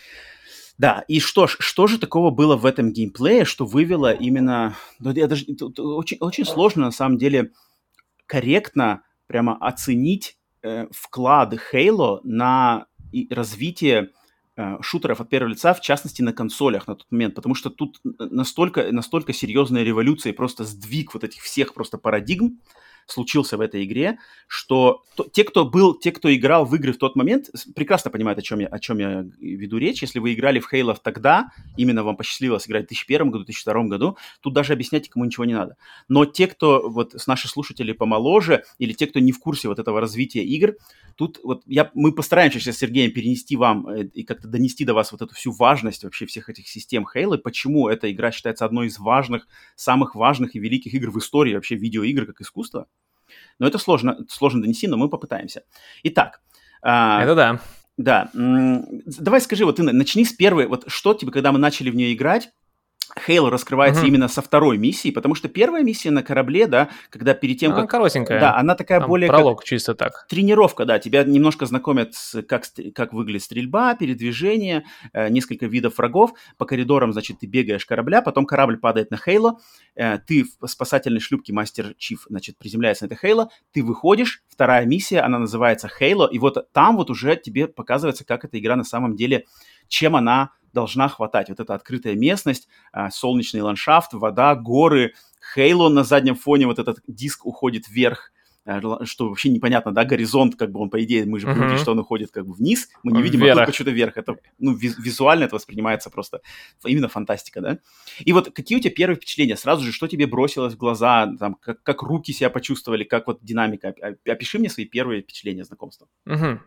Да, и что ж, что же такого было в этом геймплее, что вывело именно... ну, я даже, тут очень, очень сложно, на самом деле, корректно прямо оценить э, вклад Halo на и развитие шутеров от первого лица, в частности, на консолях на тот момент, потому что тут настолько, настолько серьезная революция и просто сдвиг вот этих всех просто парадигм случился в этой игре, что то, те, кто был, те, кто играл в игры в тот момент, прекрасно понимают, о чем я, о чем я веду речь. Если вы играли в Halo тогда, именно вам посчастливилось играть в две тысячи первом году, в две тысячи втором году, тут даже объяснять никому ничего не надо. Но те, кто, вот, с наших слушателей помоложе, или те, кто не в курсе вот этого развития игр, тут вот я, мы постараемся сейчас с Сергеем перенести вам э, и как-то донести до вас вот эту всю важность вообще всех этих систем Halo, почему эта игра считается одной из важных, самых важных и великих игр в истории вообще видеоигр как искусство. Но это сложно, сложно донести, но мы попытаемся. Итак. А, это да. Да. Давай скажи, вот ты начни с первой. Вот что тебе, когда мы начали в нее играть, Halo раскрывается uh-huh. именно со второй миссии, потому что первая миссия на корабле, да, когда перед тем, она как... коротенькая. Да, она такая там более... пролог как... чисто так. Тренировка, да, тебя немножко знакомят с как, как выглядит стрельба, передвижение, э, несколько видов врагов. По коридорам, значит, ты бегаешь корабля, потом корабль падает на Halo, э, ты в спасательной шлюпке Мастер Чиф, значит, приземляется на это Halo, ты выходишь, вторая миссия, она называется Halo, и вот там вот уже тебе показывается, как эта игра на самом деле, чем она должна хватать. Вот эта открытая местность, э, солнечный ландшафт, вода, горы, Halo на заднем фоне, вот этот диск уходит вверх, что вообще непонятно, да, горизонт, как бы он, по идее, мы же привыкли, uh-huh. что он уходит как бы вниз, мы не видим, вверх. А тут почему-то вверх. Это, ну, визуально это воспринимается просто именно фантастика, да. И вот какие у тебя первые впечатления? Сразу же, что тебе бросилось в глаза, там, как, как руки себя почувствовали, как вот динамика? Опиши мне свои первые впечатления знакомства. Uh-huh.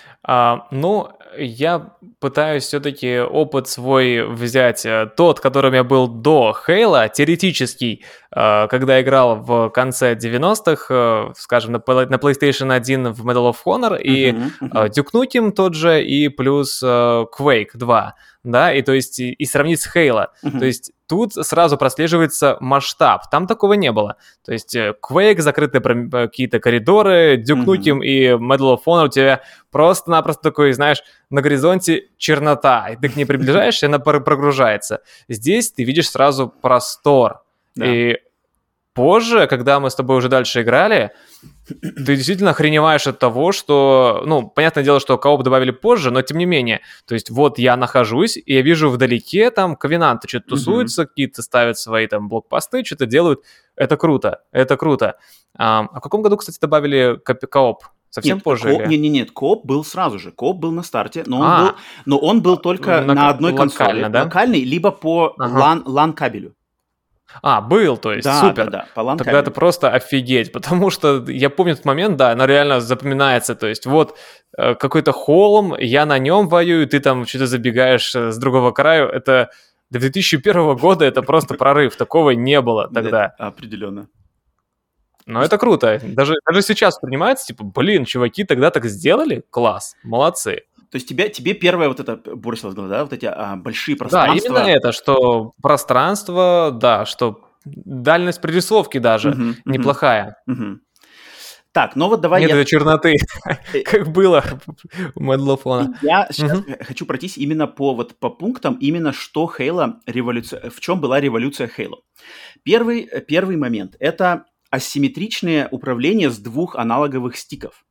А, ну, я пытаюсь все-таки опыт свой взять, тот, которым я был до Halo, теоретический, когда играл в конце девяностых, скажем, на PlayStation один в Medal of Honor, uh-huh, и uh-huh. Duke Nukem тот же, и плюс Quake два, да, и то есть и, и сравнить с Halo, uh-huh. то есть тут сразу прослеживается масштаб, там такого не было, то есть Quake, закрытые какие-то коридоры, Duke Nukem uh-huh. и Medal of Honor у тебя просто-напросто такой, знаешь, на горизонте чернота, и ты к ней приближаешься, и она прогружается. Здесь ты видишь сразу простор. Да. И позже, когда мы с тобой уже дальше играли, ты действительно охреневаешь от того, что... Ну, понятное дело, что кооп добавили позже, но тем не менее. То есть вот я нахожусь, и я вижу вдалеке там ковенанты что-то тусуются, mm-hmm. какие-то ставят свои там блокпосты, что-то делают. Это круто, это круто. А, а в каком году, кстати, добавили ко- кооп? Совсем нет, позже? Нет, нет, нет, кооп был сразу же. Кооп был на старте, но он, а, был, но он был только на, на одной консоли. Да? Локальный, либо по ага. лан-кабелю. А, был, то есть, да, супер. Да, да, по Тогда это просто офигеть, потому что я помню тот момент, да, она реально запоминается, то есть вот э, какой-то холм, я на нем воюю, ты там что-то забегаешь с другого краю, это до две тысячи первого года это просто прорыв, такого не было тогда. Да, определенно. Но это круто, даже, даже сейчас воспринимается, типа, блин, чуваки тогда так сделали, класс, молодцы. То есть тебе, тебе первое вот это бросилось в глаза, да, вот эти а, большие пространства? Да, именно это, что пространство, да, что дальность прорисовки даже uh-huh, неплохая. Uh-huh. Так, ну вот давай Нет я... этой черноты, как было у Medal of Honor. Я сейчас uh-huh. хочу пройтись именно по, вот, по пунктам, именно что Halo, революция, в чем была революция Halo. Первый, первый момент – это асимметричное управление с двух аналоговых стиков.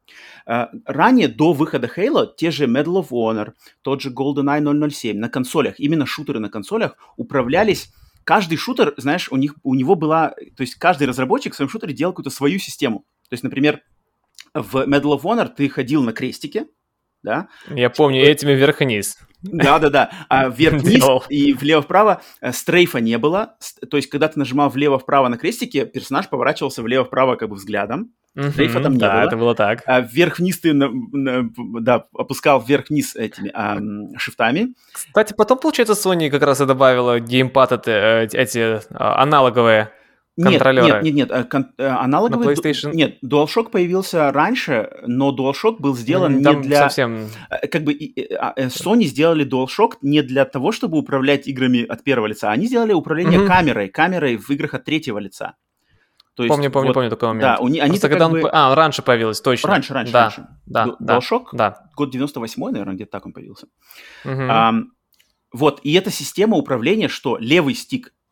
Ранее, до выхода Halo, те же Medal of Honor, тот же GoldenEye ноль ноль семь на консолях, именно шутеры на консолях управлялись... Каждый шутер, знаешь, у них, у него была... То есть каждый разработчик в своем шутере делал какую-то свою систему. То есть, например, в Medal of Honor ты ходил на крестике, да? Я помню, этими вверх-вниз. Да-да-да. А вверх-вниз и влево-вправо стрейфа не было. То есть, когда ты нажимал влево-вправо на крестике, персонаж поворачивался влево-вправо как бы взглядом. Стрейфа там не да, было. это было так. А вверх-вниз ты на, на, да, опускал вверх-вниз этими а, шифтами. Кстати, потом, получается, Sony как раз и добавила геймпад, это, эти а, аналоговые контролеры. Нет, нет, нет, нет. Кон- аналоговый... На PlayStation... Ду- нет, DualShock появился раньше, но DualShock был сделан Там не для... совсем... Как бы Sony сделали DualShock не для того, чтобы управлять играми от первого лица. Они сделали управление mm-hmm. камерой, камерой в играх от третьего лица. То есть, помню, помню, вот, помню такой момент. Да, у, они когда бы... он... А, раньше появилась, точно. Раньше, раньше, да, раньше. Да, да, DualShock, да. год девяносто восьмой, наверное, где-то так он появился. Угу. А, вот, и эта система управления, что левый стик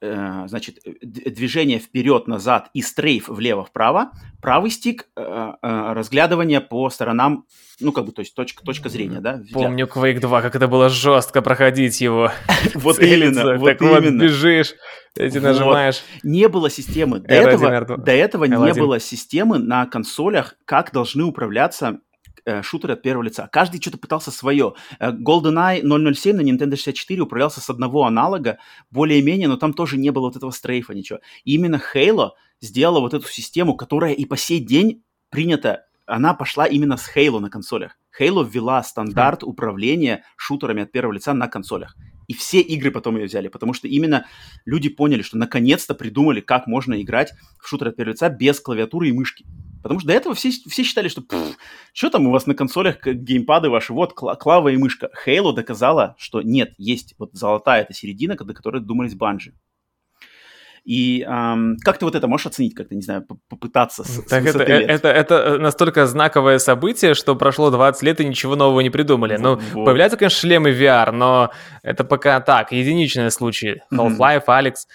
э, значит, движение вперед-назад и стрейф влево-вправо, правый стик э, э, разглядывание по сторонам, ну, как бы, то есть точка, точка зрения, да? Взгляд. Помню Quake два, как это было жестко проходить его. Вот именно, вот именно. Бежишь, эти нажимаешь. Не было системы. До этого, до этого не было системы на консолях, как должны управляться шутеры от первого лица. Каждый что-то пытался свое. GoldenEye ноль ноль семь на Nintendo шестьдесят четыре управлялся с одного аналога, более-менее, но там тоже не было вот этого стрейфа, ничего. И именно Halo сделала вот эту систему, которая и по сей день принята. Она пошла именно с Halo на консолях. Halo ввела стандарт mm. управления шутерами от первого лица на консолях. И все игры потом ее взяли, потому что именно люди поняли, что наконец-то придумали, как можно играть в шутеры от первого лица без клавиатуры и мышки. Потому что до этого все, все считали, что что там у вас на консолях геймпады ваши, вот клава и мышка. Halo доказала, что нет, есть вот золотая эта середина, до которой додумались Bungie. И эм, как ты вот это можешь оценить, как-то, не знаю, попытаться с, так с это, это, это настолько знаковое событие, что прошло двадцать лет и ничего нового не придумали. Вот, ну, вот. Появляются, конечно, шлемы ви ар, но это пока так, единичные случаи. Half-Life, mm-hmm. Alyx.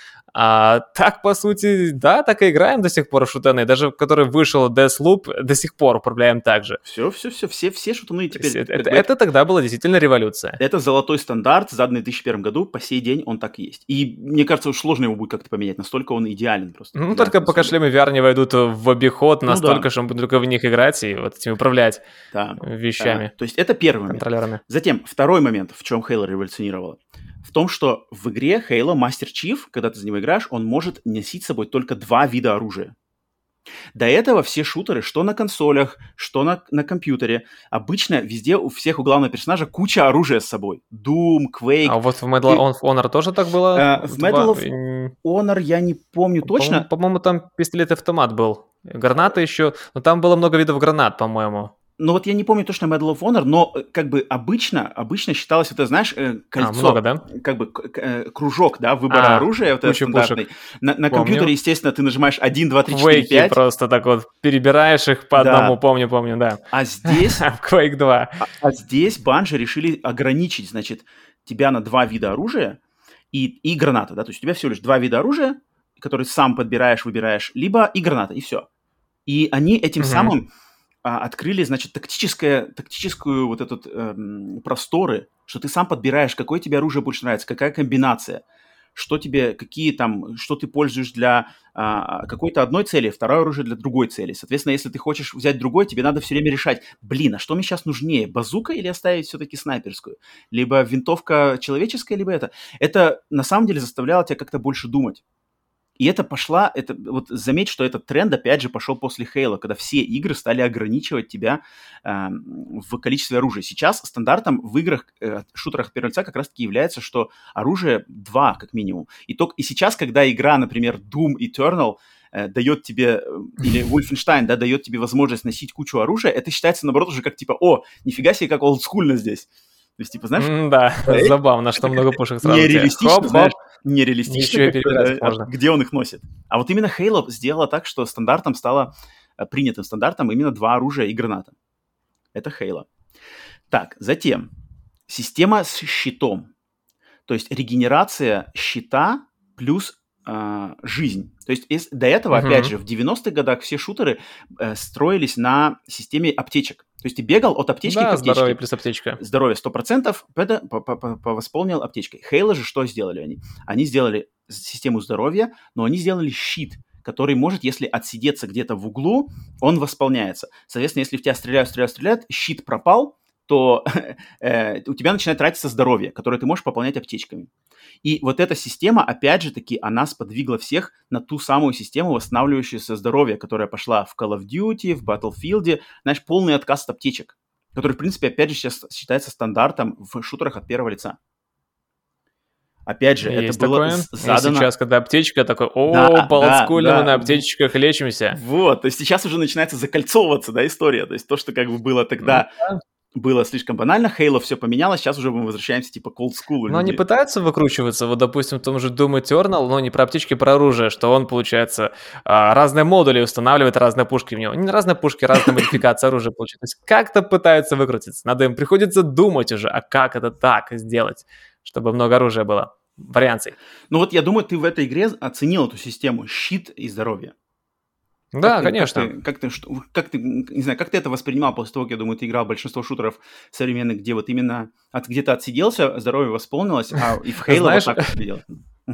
А так, по сути, да, так и играем до сих пор в шутаны. Даже в который вышел Deathloop, до сих пор управляем так же. Все, все, все, все, все шутаны теперь. Это, это, это тогда была действительно революция. Это золотой стандарт, заданный в две тысячи первом году, по сей день он так и есть. И мне кажется, уж сложно его будет как-то поменять, настолько он идеален просто. Ну, только пока шлемы ви ар не войдут в обиход настолько, ну, да. что мы будем только в них играть и вот этим управлять да. вещами. А, то есть это первый момент. Контроллерами. Затем, второй момент, в чем Halo революционировала. В том, что в игре Halo Master Chief, когда ты за него играешь, он может носить с собой только два вида оружия. До этого все шутеры, что на консолях, что на, на компьютере, обычно везде у всех у главного персонажа куча оружия с собой. Doom, Quake. А вот в Medal of Honor тоже так было? Uh, в Medal of Honor я не помню точно. По-моему, по-моему, там пистолет-автомат был. Гранаты еще, но там было много видов гранат, по-моему. Ну вот я не помню точно Medal of Honor, но как бы обычно, обычно считалось, вот, знаешь, кольцо, а, много, да? как бы кружок, да, выбора а, оружия, вот этот стандартный. На, на компьютере, естественно, ты нажимаешь один, два, три, четыре, пять. Просто так вот перебираешь их по да. одному, помню, помню, да. А здесь... Quake два. А, а здесь Bungie решили ограничить, значит, тебя на два вида оружия и, и граната, да, то есть у тебя всего лишь два вида оружия, которые сам подбираешь, выбираешь, либо и граната, и все. И они этим угу. самым... открыли, значит, тактическое, тактическую вот этот эм, просторы, что ты сам подбираешь, какое тебе оружие больше нравится, какая комбинация, что тебе, какие там, что ты пользуешь для а, какой-то одной цели, второе оружие для другой цели. Соответственно, если ты хочешь взять другой, тебе надо все время решать, блин, а что мне сейчас нужнее, базука или оставить все-таки снайперскую? Либо винтовка человеческая, либо это. Это на самом деле заставляло тебя как-то больше думать. И это пошла, это, вот заметь, что этот тренд опять же пошел после Halo, когда все игры стали ограничивать тебя э, в количестве оружия. Сейчас стандартом в играх, э, шутерах первого лица как раз-таки является, что оружие два как минимум. И, только, и сейчас, когда игра, например, Doom Eternal э, дает тебе, или Wolfenstein, да, дает тебе возможность носить кучу оружия, это считается, наоборот, уже как типа, о, нифига себе, как олдскульно здесь. То есть, типа, знаешь... Mm, да, э, забавно, что много пушек сразу. Нереалистично, хоп, знаешь, нереалистично, Еще перебирать можно. Где он их носит. А вот именно Halo сделала так, что стандартом стало, принятым стандартом именно два оружия и граната. Это Halo. Так, затем, система с щитом. То есть регенерация щита плюс э, жизнь. То есть из, до этого, uh-huh. опять же, в девяностых годах все шутеры э, строились на системе аптечек. То есть ты бегал от аптечки да, к аптечке. Здоровье плюс аптечка. Здоровье сто процентов восполнил аптечкой. Halo же что сделали они? Они сделали систему здоровья, но они сделали щит, который может, если отсидеться где-то в углу, он восполняется. Соответственно, если в тебя стреляют, стреляют, стреляют, щит пропал, то э, у тебя начинает тратиться здоровье, которое ты можешь пополнять аптечками. И вот эта система, опять же таки, она сподвигла всех на ту самую систему, восстанавливающуюся здоровье, которая пошла в Call of Duty, в Battlefield, знаешь, полный отказ от аптечек, который, в принципе, опять же, сейчас считается стандартом в шутерах от первого лица. Опять же, есть это было такое. задано... И сейчас, когда аптечка, такой, о, да, полдскульно, да, мы да. на аптечках лечимся. Вот, то есть сейчас уже начинается закольцовываться, да, история. То есть то, что как бы было тогда... Ну, было слишком банально, Halo все поменялось, сейчас уже мы возвращаемся типа к олдскулу. Но они пытаются выкручиваться, вот, допустим, в том же Doom Eternal, но не про аптечки, про оружие, что он, получается, разные модули устанавливает, разные пушки в него. Не разные пушки, разные модификации оружия получают. То есть как-то пытаются выкрутиться. Надо им приходится думать уже, а как это так сделать, чтобы много оружия было. вариаций. Ну вот я думаю, ты в этой игре оценил эту систему щит и здоровье. Да, Как ты, конечно. Как ты, как, ты, что, как ты, не знаю, как ты это воспринимал после того, как, я думаю, ты играл в большинство шутеров современных, где вот именно от, где-то отсиделся, здоровье восполнилось, а и в Halo вот так вот тебе делать.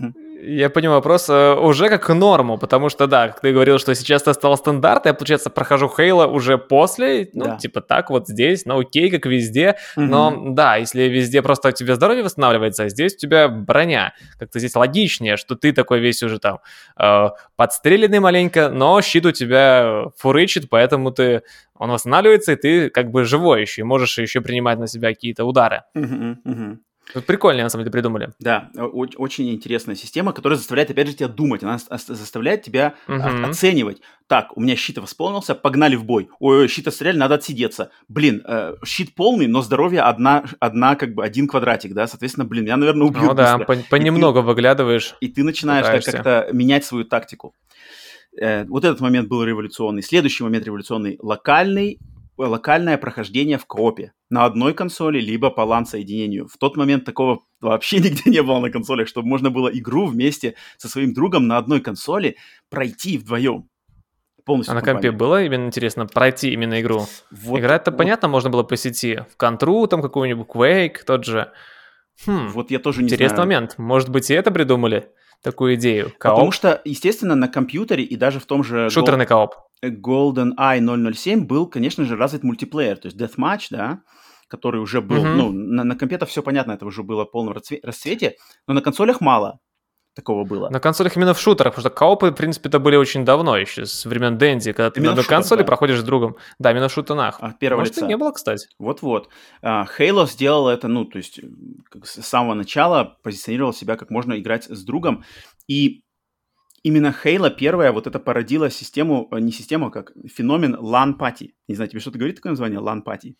Я понимаю вопрос э, уже как норму, потому что, да, как ты говорил, что сейчас это стало стандарт, я, получается, прохожу Halo уже после, ну, Да. типа так вот здесь, ну, окей, как везде, Мгм. но, да, если везде просто у тебя здоровье восстанавливается, а здесь у тебя броня, как-то здесь логичнее, что ты такой весь уже там э, подстреленный маленько, но щит у тебя фурычит, поэтому ты, он восстанавливается, и ты как бы живой еще, и можешь еще принимать на себя какие-то удары. Мгм, мгм. Вот прикольно, на самом деле, придумали. Да, о- очень интересная система, которая заставляет, опять же, тебя думать. Она ос- заставляет тебя о- Мгм. оценивать. Так, у меня щит восполнился, погнали в бой. Ой, щит отстреляли, надо отсидеться. Блин, э, щит полный, но здоровье одна, одна, как бы, один квадратик, да, соответственно, блин, меня, наверное, убьют Ну да, быстро. по- И ты- понемногу выглядываешь, И ты начинаешь так пытаешься. как-то менять свою тактику. Э, вот этот момент был революционный. Следующий момент революционный. Локальный, локальное прохождение в коопе. На одной консоли, либо по лан-соединению. В тот момент такого вообще нигде не было на консолях, чтобы можно было игру вместе со своим другом на одной консоли пройти вдвоем. Полностью А на в компании. компе было именно интересно пройти именно игру? Вот, Играть-то вот- понятно, можно было по сети. В Контру, там какой-нибудь Quake, тот же. Хм, вот я тоже не интересный знаю. момент. Может быть, и это придумали? Такую идею. Потому Кооп? что, естественно, на компьютере и даже в том же Gol- Шутерный кооп. GoldenEye ноль ноль семь был, конечно же, развит мультиплеер, то есть Deathmatch, да, который уже был, Мгм. ну, на, на компе все понятно, это уже было в полном расцве- расцвете, но на консолях мало такого было. На консолях именно в шутерах, потому что коопы, в принципе, это были очень давно, еще с времен Дэнди, когда ты Именно на в одной шутерах, консоли да. проходишь с другом. Да, именно в шутанах. От первого Может, лица. и не было, кстати. Вот-вот. А, Halo сделал это, ну, то есть м, как с самого начала позиционировал себя, как можно играть с другом, и именно Halo первая вот это породила систему, э, не систему, а как феномен LAN-пати. Не знаю, тебе что-то говорит такое название? LAN-пати?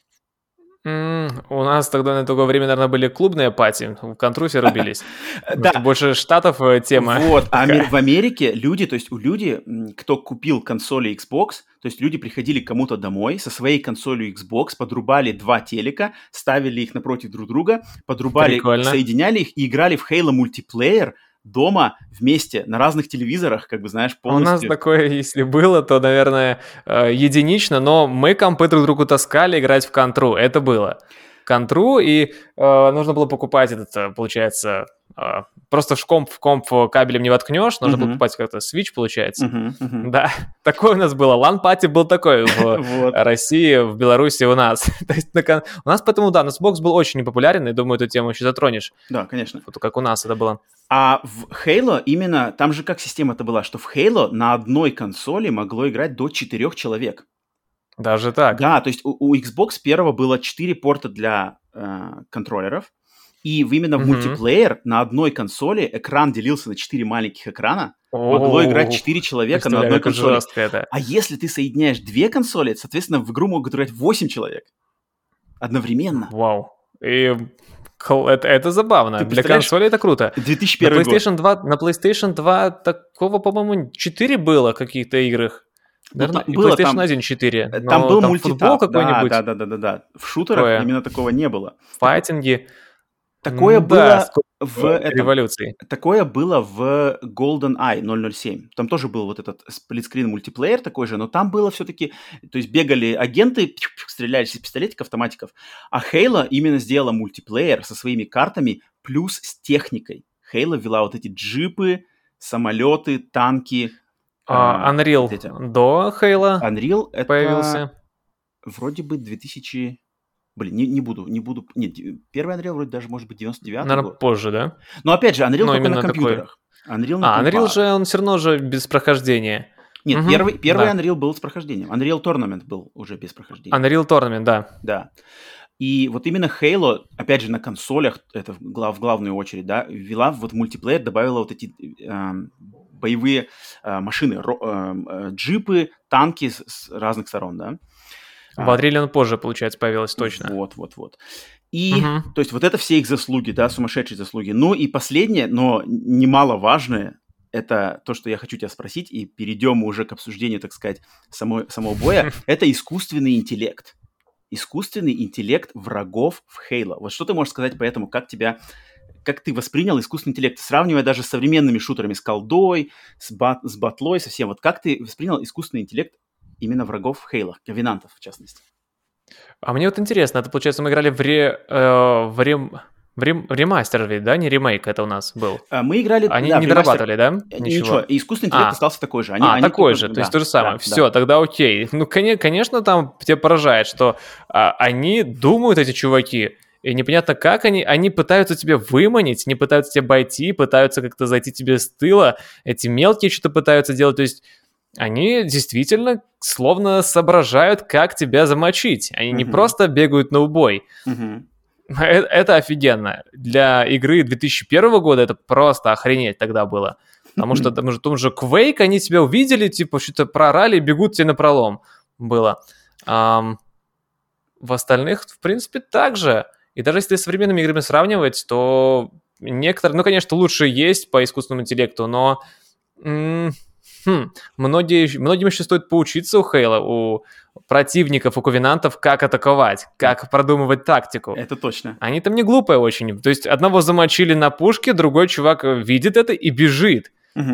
М, У нас тогда на такое время, наверное, были клубные пати, в контру все рубились. Потому что Да, больше штатов э, тема вот, а такая. Амер- в Америке люди, то есть у люди, м, кто купил консоли Xbox, то есть люди приходили к кому-то домой со своей консолью Xbox, подрубали два телека, ставили их напротив друг друга, подрубали, Прикольно. соединяли их и играли в Halo мультиплеер дома вместе на разных телевизорах, как бы, знаешь, У нас полностью. такое, если было, то, наверное, э, единично, но мы компы друг другу таскали играть в контру, это было. Контру, и э, нужно было покупать этот, э, получается, э, просто в комп, в комп кабелем не воткнешь, нужно было Мгм. покупать как-то свич, получается. Мгм, мгм. Да, такой у нас было. Лан-пати был такой в Вот. России, в Беларуси у нас. То есть на кон- у нас поэтому, да, Xbox был очень непопулярен, и думаю, эту тему еще затронешь. Да, конечно. Вот как у нас это было. А в Halo именно, там же как система-то была, что в Halo на одной консоли могло играть до четырех человек. Даже так. Да, то есть у, у Xbox первого было четыре порта для э, контроллеров, и в- именно в Мгм. мультиплеер на одной консоли экран делился на четыре маленьких экрана, могло играть О, четыре человека на представляю, одной как консоли. жестко это. А если ты соединяешь две консоли, соответственно, в игру могут играть восемь человек одновременно. Вау. И кл- это, это забавно. Ты Для представляешь, консоли это круто. две тысячи На первый год. PlayStation два, на PlayStation два такого, по-моему, четыре было в каких-то играх. Ну, Наверное, там и было, PlayStation там, один четыре. э, там Но был там футбол мультитап, да, какой-нибудь, да, да, да, да, да. В шутерах такое, именно такого не было. файтинги. Такое М, Да, было сколько в этом, революций. такое было в GoldenEye ноль ноль семь. Там тоже был вот этот сплитскрин мультиплеер такой же, но там было все-таки, то есть бегали агенты, пих-пих, стреляли из пистолетиков, автоматиков, а Halo именно сделала мультиплеер со своими картами плюс с техникой. Halo ввела вот эти джипы, самолеты, танки. А, а, Unreal вот эти. до Halo Unreal это появился. вроде бы две тысячи... Блин, не, не буду, не буду... Нет, ди- первый Unreal вроде даже может быть девяносто девятый Наверное, год. позже, да? Но опять же, Unreal Но только на именно такой. компьютерах. Unreal на А, Unreal компах. же, он все равно же без прохождения. Нет, Мгм, первый, первый да. Unreal был с прохождением. Unreal Tournament был уже без прохождения. Unreal Tournament, да. Да. И вот именно Halo, опять же, на консолях, это в, глав- в главную очередь, да, ввела вот в мультиплеер, добавила вот эти эм, боевые э, машины, ро- эм, э, джипы, танки с, с разных сторон, да. В А, Unreal он позже, получается, появилась точно. Вот, вот, вот. И, Мгм. то есть, вот это все их заслуги, да, сумасшедшие заслуги. Ну и последнее, но немаловажное, это то, что я хочу тебя спросить, и перейдем мы уже к обсуждению, так сказать, самой, самого боя, это искусственный интеллект. Искусственный интеллект врагов в Halo. Вот что ты можешь сказать по этому, как тебя, как ты воспринял искусственный интеллект, сравнивая даже с современными шутерами, с колдой, с, бат, с батлой, со всем. Вот как ты воспринял искусственный интеллект именно врагов Хейла, ковенантов в частности? А мне вот интересно, это, получается, мы играли в, ре, э, в, рем, в рем, ремастер ведь, да? Не ремейк это у нас был. Мы играли... Они да, не ремастер... дорабатывали, да? Ничего. Ничего. И искусственный интеллект а. остался такой же. Они, а, они такой только... же, то да, есть то же самое. Да, Все, да. тогда окей. Ну, конечно, там тебя поражает, что а, они думают, эти чуваки, и непонятно как они, они пытаются тебя выманить, не пытаются тебя обойти, пытаются как-то зайти тебе с тыла, эти мелкие что-то пытаются делать, то есть они действительно словно соображают, как тебя замочить. Они mm-hmm. не просто бегают на убой. Mm-hmm. Это, это офигенно. Для игры две тысячи первого года это просто охренеть тогда было. Потому что там же, том же Quake, они тебя увидели, типа что-то проорали и бегут тебе напролом. Было. Um, в остальных, в принципе, так же. И даже если с современными играми сравнивать, то некоторые, ну, конечно, лучше есть по искусственному интеллекту, но м- хм, многие, многим еще стоит поучиться у Хейла, у противников, у ковенантов, как атаковать, как продумывать тактику. Это точно. Они там не глупые очень. То есть одного замочили на пушке, другой чувак видит это и бежит.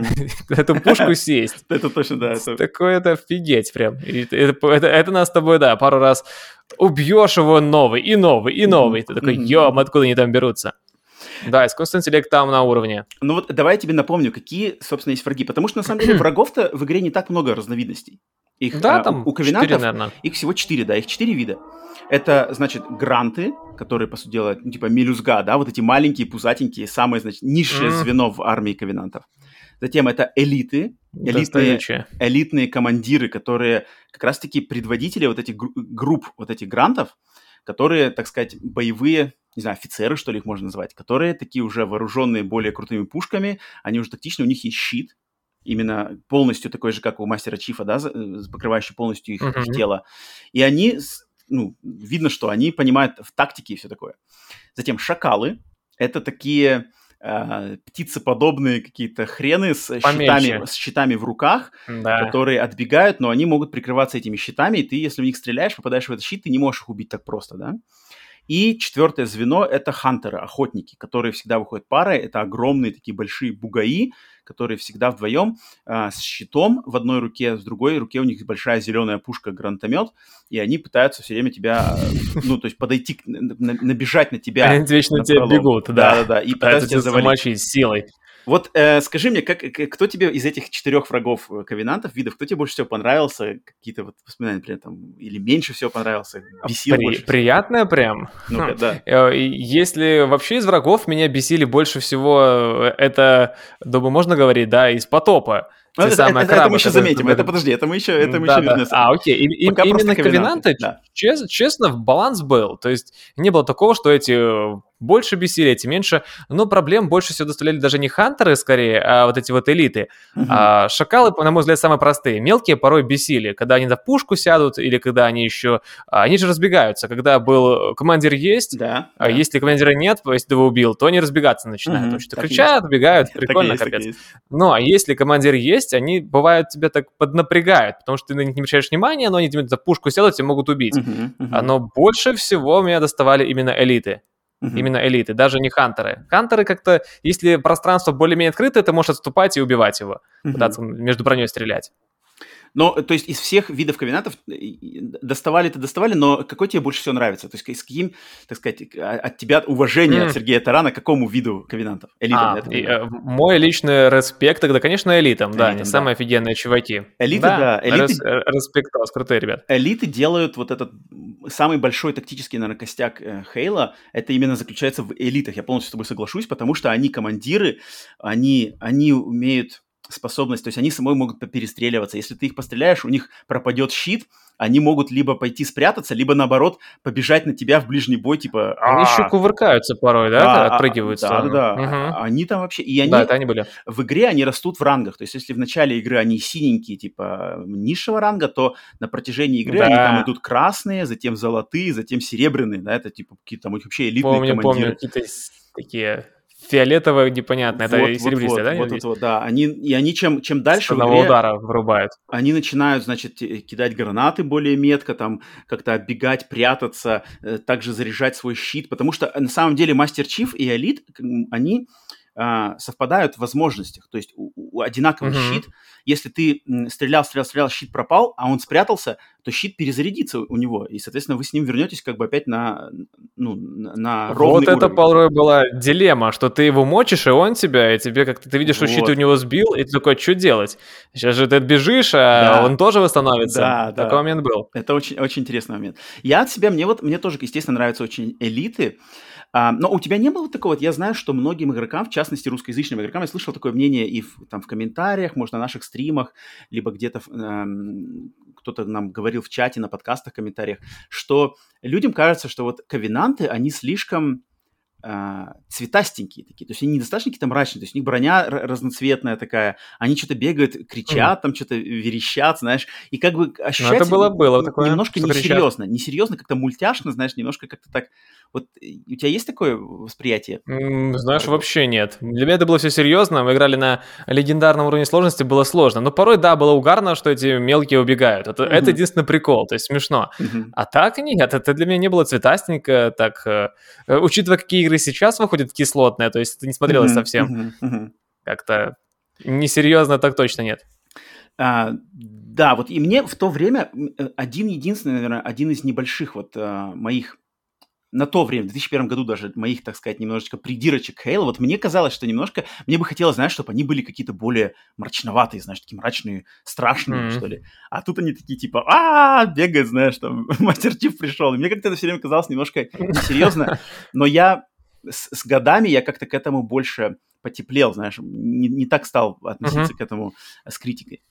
Эту пушку сесть. Это точно, да. Такое это офигеть прям. Это нас с тобой, да, пару раз убьешь его новый, и новый, и новый. Ты такой, ём, откуда они там берутся? Да, искусственный интеллект там на уровне. Ну вот давай я тебе напомню, какие, собственно, есть враги. Потому что, на самом деле, врагов-то в игре не так много разновидностей. Их, да, а, там у ковенантов, четыре, наверное. Их всего четыре, да, их четыре вида. Это, значит, гранты, которые, по сути дела, ну, типа мелюзга, да, вот эти маленькие, пузатенькие, самое, значит, низшее mm. звено в армии ковенантов. Затем это элиты, элитные, элитные командиры, которые как раз-таки предводители вот этих групп, вот этих грантов, которые, так сказать, боевые, не знаю, офицеры, что ли, их можно назвать, которые такие уже вооруженные более крутыми пушками, они уже тактичны, у них есть щит, именно полностью такой же, как у мастера Чифа, да, покрывающий полностью их, uh-huh. их тело. И они, ну, видно, что они понимают в тактике и все такое. Затем шакалы, это такие... птицеподобные какие-то хрены с щитами, с щитами в руках, да. которые отбегают, но они могут прикрываться этими щитами, и ты, если в них стреляешь, попадаешь в этот щит, ты не можешь их убить так просто, да? И четвертое звено — это хантеры, охотники, которые всегда выходят парой. Это огромные такие большие бугаи, которые всегда вдвоем а, с щитом в одной руке, с другой руке у них большая зеленая пушка-гранатомет, и они пытаются все время тебя, ну, то есть подойти, набежать на тебя. Они вечно на тебя бегут, да. Да-да-да, и пытаются тебя замочить силой. Вот э, скажи мне, как, кто тебе из этих четырех врагов ковенантов, видов, кто тебе больше всего понравился? Какие-то вот воспоминания, например, там, или меньше всего понравился? Бесил При, больше? Приятное прям? Ну-ка, да. Если вообще из врагов меня бесили больше всего, это, думаю, можно говорить, да, из потопа. Ну, это, это, крабы, это мы еще заметим, это подожди, это мы еще, это мы да, еще да. вернемся. А, окей, и, Пока именно ковенанты, ковенанты да. честно, честно, баланс был, то есть не было такого, что эти больше бесили, эти меньше, но проблем больше всего доставляли даже не хантеры, скорее, а вот эти вот элиты. Uh-huh. А, шакалы, на мой взгляд, самые простые. Мелкие порой бесили, когда они на пушку сядут, или когда они еще... Они же разбегаются, когда был командир есть, да, а да. если командира нет, если ты его убил, то они разбегаться начинают, uh-huh. потому что кричат, бегают, прикольно, капец. Ну, а если командир есть, они бывают тебя так поднапрягают, потому что ты на них не обращаешь внимания, но они тебе за пушку сядут, тебя могут убить. Uh-huh, uh-huh. Но больше всего меня доставали именно элиты. Uh-huh. Именно элиты, даже не хантеры. Хантеры как-то, если пространство более-менее открыто, ты можешь отступать и убивать его, uh-huh. пытаться между броней стрелять. Но, то есть, из всех видов ковенантов доставали-то доставали, но какой тебе больше всего нравится? То есть, с каким, так сказать, от тебя уважение mm. от Сергея Тарана к какому виду ковенантов? Элитам? А, и, э, мой личный респект тогда, конечно, элитам, элитам да, они да. самые офигенные чуваки. Элиты, да. да. Элиты, респект, крутые ребят. Элиты делают вот этот самый большой тактический, наверное, костяк э, Хейла, это именно заключается в элитах. Я полностью с тобой соглашусь, потому что они командиры, они, они умеют... способность, то есть они самой могут перестреливаться. Если ты их постреляешь, у них пропадет щит, они могут либо пойти спрятаться, либо, наоборот, побежать на тебя в ближний бой, типа... Они еще кувыркаются порой, да, да отпрыгивают. Да, да, да. Угу. Они там вообще... И они... Да, это они были. В игре они растут в рангах. То есть если в начале игры они синенькие, типа низшего ранга, то на протяжении игры да. они там идут красные, затем золотые, затем серебряные, да, это типа какие-то там вообще элитные помню, командиры. Помню, какие-то такие... фиолетовое непонятно, Вот, это вот, серебристое, вот, да? вот, вот, вот, да. Они, и они чем, чем С дальше в одного игре, удара вырубают. они начинают, значит, те- кидать гранаты более метко, там, как-то оббегать, прятаться, э, также заряжать свой щит, потому что э, на самом деле Мастер Чиф и Элит, к- м, они а, совпадают в возможностях, то есть у, у- одинаковый Мгм. щит. Если ты м, стрелял, стрелял, стрелял, щит пропал, а он спрятался, то щит перезарядится у у него, и, соответственно, вы с ним вернетесь как бы опять на, ну, на на ровный Вот это уровень. порой была дилемма, что ты его мочишь, и он тебя, и тебе как-то, ты видишь, что щит у Вот, него сбил, и ты такой, что делать? Сейчас же ты отбежишь, а да. он тоже восстановится. Да, Такой да. момент был. Это очень, очень интересный момент. Я от себя, мне вот, мне тоже, естественно, нравятся очень элиты. А, но у тебя не было такого? Вот я знаю, что многим игрокам, в частности русскоязычным игрокам, я слышал такое мнение и в, там в комментариях, может, на наших стримах, либо где-то в, эм, кто-то нам говорил в чате, на подкастах, комментариях, что людям кажется, что вот ковенанты, они слишком а, цветастенькие такие, то есть они недостаточно какие-то мрачные, то есть у них броня р- разноцветная такая, они что-то бегают, М. кричат, там что-то верещат, знаешь, и как бы Ну, это ощущается было, н- было н- такое, немножко что кричат. несерьезно, несерьезно, как-то мультяшно, знаешь, немножко как-то так, вот э, у тебя есть такое восприятие М, Знаешь, врагов? вообще нет. Для меня это было все серьезно. Мы играли на легендарном уровне сложности, было сложно. Но порой, да, было угарно, что эти мелкие убегают. Это, это Мгм. единственный прикол, то есть смешно. Мгм. А так нет, это для меня не было цветастенько. Так, э, э, учитывая, какие игры сейчас выходят кислотные, то есть это не смотрелось Мгм. совсем Мгм. Мгм. как-то несерьезно, так точно нет. А, да, вот и мне в то время м, э, один единственный, наверное, один из небольших вот а, моих на то время, в две тысячи первом году даже моих, так сказать, немножечко придирочек к Halo, вот мне казалось, что немножко, мне бы хотелось, знаешь, чтобы они были какие-то более мрачноватые, знаешь, такие мрачные, страшные, М. что ли. А тут они такие, типа, а бегают, знаешь, там, Мастер Чиф пришел. И мне как-то это все время казалось немножко несерьезно, но я с, с годами, я как-то к этому больше потеплел, знаешь, не, не так стал относиться Мгм. к этому с критикой.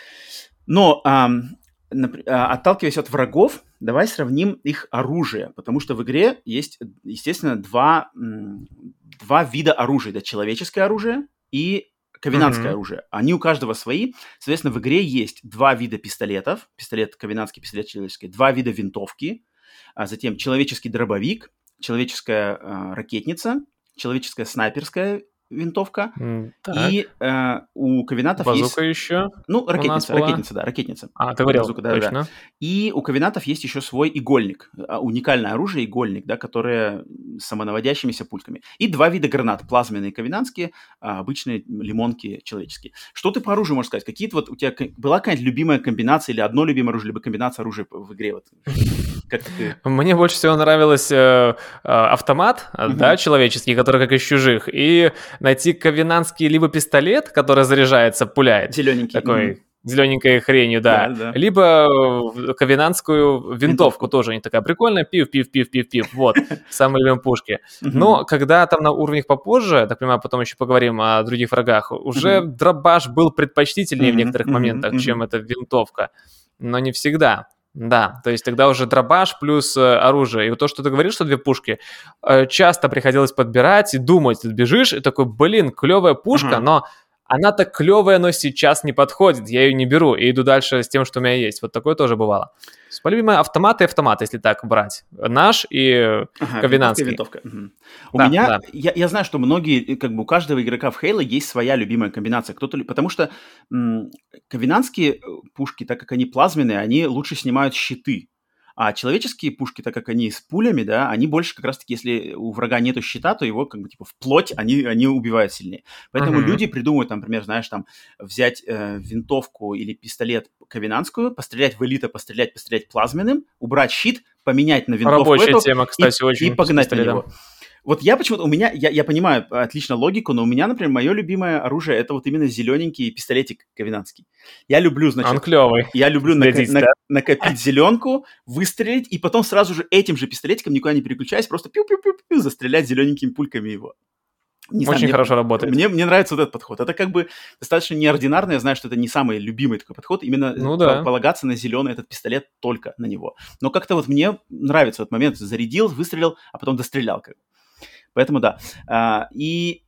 Но, ам, напр- а, отталкиваясь от врагов, давай сравним их оружие, потому что в игре есть, э, естественно, два, м, два вида оружия. Это человеческое оружие и ковенантское Мгм. оружие. Они у каждого свои. Соответственно, в игре есть два вида пистолетов. Пистолет ковенантский, пистолет человеческий. Два вида винтовки. А затем человеческий дробовик, человеческая а, ракетница, человеческая снайперская винтовка. М, Так, И э, у ковенантов базука есть еще ну, у нас ракетница, была. ракетница, да, ракетница. А, ты Не говорил, базука, да-да-да. точно. И у ковенантов есть еще свой игольник, а, уникальное оружие игольник, да, которое с самонаводящимися пульками. И два вида гранат, плазменные ковенантские, а обычные лимонки человеческие. Что ты по оружию можешь сказать? Какие-то вот у тебя ка- была какая-нибудь любимая комбинация или одно любимое оружие, либо комбинация оружия п- в игре? Вот, что- как ты... Мне больше всего нравилось э, э, автомат, э, да, Мгм. человеческий, который как из чужих, и найти ковенантский либо пистолет, который заряжается, пуляет, Зелененький. Мгм. такой зелененькой хренью, да, Да-да-да. либо э, ковенантскую винтовку, Винтовку. тоже не такая прикольная, пив-пив-пив-пив-пив, вот, самые любимые пушки. Мгм. Но когда там на уровнях попозже, так понимаю, потом еще поговорим о других врагах, уже Мгм. дробаш был предпочтительнее в Мгм. некоторых Мгм. моментах, чем Мгм. эта винтовка, но не всегда. Да, то есть тогда уже дробаш плюс э, оружие. И вот то, что ты говоришь, что две пушки, э, часто приходилось подбирать и думать. Ты бежишь и такой, блин, клевая пушка, Ага. но она так клевая, но сейчас не подходит, я ее не беру и иду дальше с тем, что у меня есть. Вот такое тоже бывало. Полюбимые автоматы и автомат, если так брать. Наш и э, Ага, винтовка и ковенантский. винтовка. Мгм. У Да, меня, да. я, я знаю, что многие, э, как бы у каждого игрока в Halo есть своя любимая комбинация. Кто-то, ли- потому что м, ковенантские э, пушки, так как они плазменные, они лучше снимают щиты. А человеческие пушки, так как они с пулями, да, они больше как раз-таки, если у врага нету щита, то его как бы типа в плоть они, они убивают сильнее. Поэтому Мгм. люди придумывают, там, например, знаешь, там взять э, винтовку или пистолет ковенантскую, пострелять в элита, пострелять, пострелять плазменным, убрать щит, поменять на винтовку Рабочая эту тема, и, кстати, и очень с погнать на пистолетом. него. Вот я почему-то, у меня, я, я понимаю э, отлично логику, но у меня, например, мое любимое оружие это вот именно зелененький пистолетик ковенантский. Я люблю, Он значит, клевый. я люблю нако- Зарядить, да? на- накопить зеленку, выстрелить, и потом сразу же этим же пистолетиком, никуда не переключаясь, просто пиу-пиу-пиу-пиу, застрелять зелененькими пульками его. Не знаю, Очень мне, хорошо работает. мне, мне нравится вот этот подход. Это как бы достаточно неординарно. Я знаю, что это не самый любимый такой подход. Именно э, Ну по- да. полагаться на зеленый этот пистолет только на него. Но как-то вот мне нравится этот момент. Зарядил, выстрелил, а потом дострелял. Как бы. Поэтому да. А, и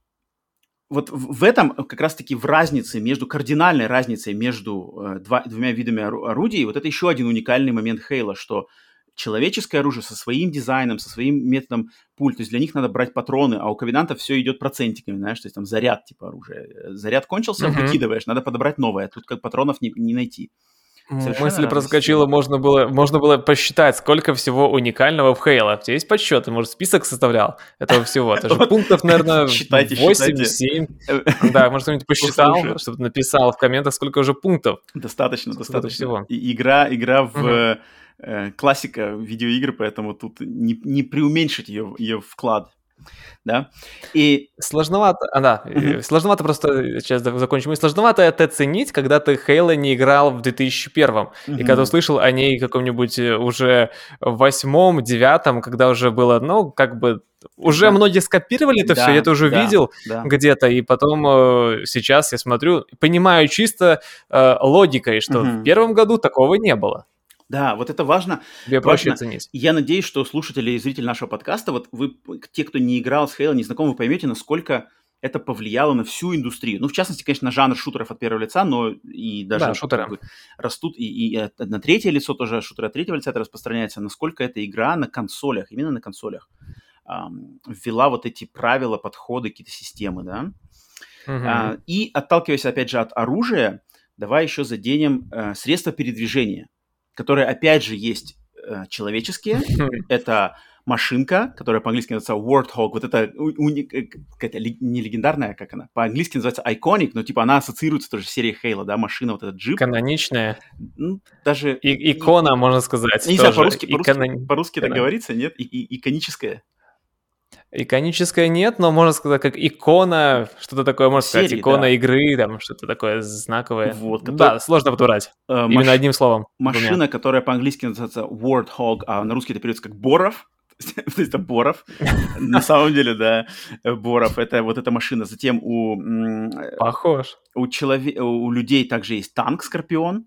вот в в этом как раз-таки в разнице между, кардинальной разницей между э, два- двумя видами ору- орудий, вот это еще один уникальный момент Хейла, что человеческое оружие со своим дизайном, со своим методом пуль. То есть для них надо брать патроны, а у ковенантов все идет процентиками, знаешь, то есть там заряд типа оружия. Заряд кончился, Мгм. выкидываешь, надо подобрать новое. Тут как патронов не, не найти. Совершенно Мысль разная проскочила, система. можно было, можно было посчитать, сколько всего уникального в Halo. У тебя есть подсчет? Ты, может, список составлял этого всего? Это же Вот. пунктов, наверное, Считайте, восемь, считайте. семь. Да, может, кто-нибудь посчитал, Слушай, чтобы написал в комментах, сколько уже пунктов. достаточно, Сколько достаточно. всего. И игра, игра в Мгм. э, классика видеоигр, поэтому тут не, не преуменьшить ее, ее вклад, да. И Сложновато, а, да, Мгм. э, сложновато просто, э, сейчас за- закончим. И сложновато это ценить, когда ты Halo не играл в две тысячи первом, и когда Мгм. услышал о ней каком-нибудь э, уже в восьмом, девятом, когда уже было, ну, как бы, уже Когда- многие скопировали это все, я Да, это уже да, видел да. где-то, и потом э, сейчас я смотрю, понимаю чисто э, логикой, что в Мгм. первом году такого не было. Да, вот это важно. Тебе проще Важно. оценить. Я надеюсь, что слушатели и зрители нашего подкаста, вот вы, те, кто не играл с Halo, не знаком, вы поймете, насколько это повлияло на всю индустрию. Ну, в частности, конечно, на жанр шутеров от первого лица, но и даже Да, шутеры. как бы растут, и, и от- на третье лицо тоже шутеры от третьего лица это распространяется, насколько эта игра на консолях, именно на консолях, ам, ввела вот эти правила, подходы, какие-то системы, да. Мгм. А, и отталкиваясь, опять же, от оружия, давай еще заденем э, средства передвижения, которые, опять же, есть э, человеческие. Это машинка, которая по-английски называется Warthog. Вот это у- уни- э, какая-то ле- не легендарная, как она, по-английски называется Iconic, но типа она ассоциируется тоже с серией Halo, да, машина, вот этот джип. Каноничная. Ну, даже... И, икона, можно сказать, Не знаю, тоже. по-русски, по-русски, Икона- по-русски так икона. говорится, нет? И, и- иконическое. Иконическая нет, но можно сказать, как икона, что-то такое, можно сказать, Серии, икона да. игры, там, что-то такое знаковое. Вот, Да, который- сложно подобрать. Э, Именно маш- одним словом. Машина, двумя. которая по-английски называется Warthog, а на русский это переводится как Боров. То есть это Боров. На самом деле, да, э, Боров. Это вот эта машина. Затем у, м, э, Похож. у, челове- у людей также есть танк Скорпион.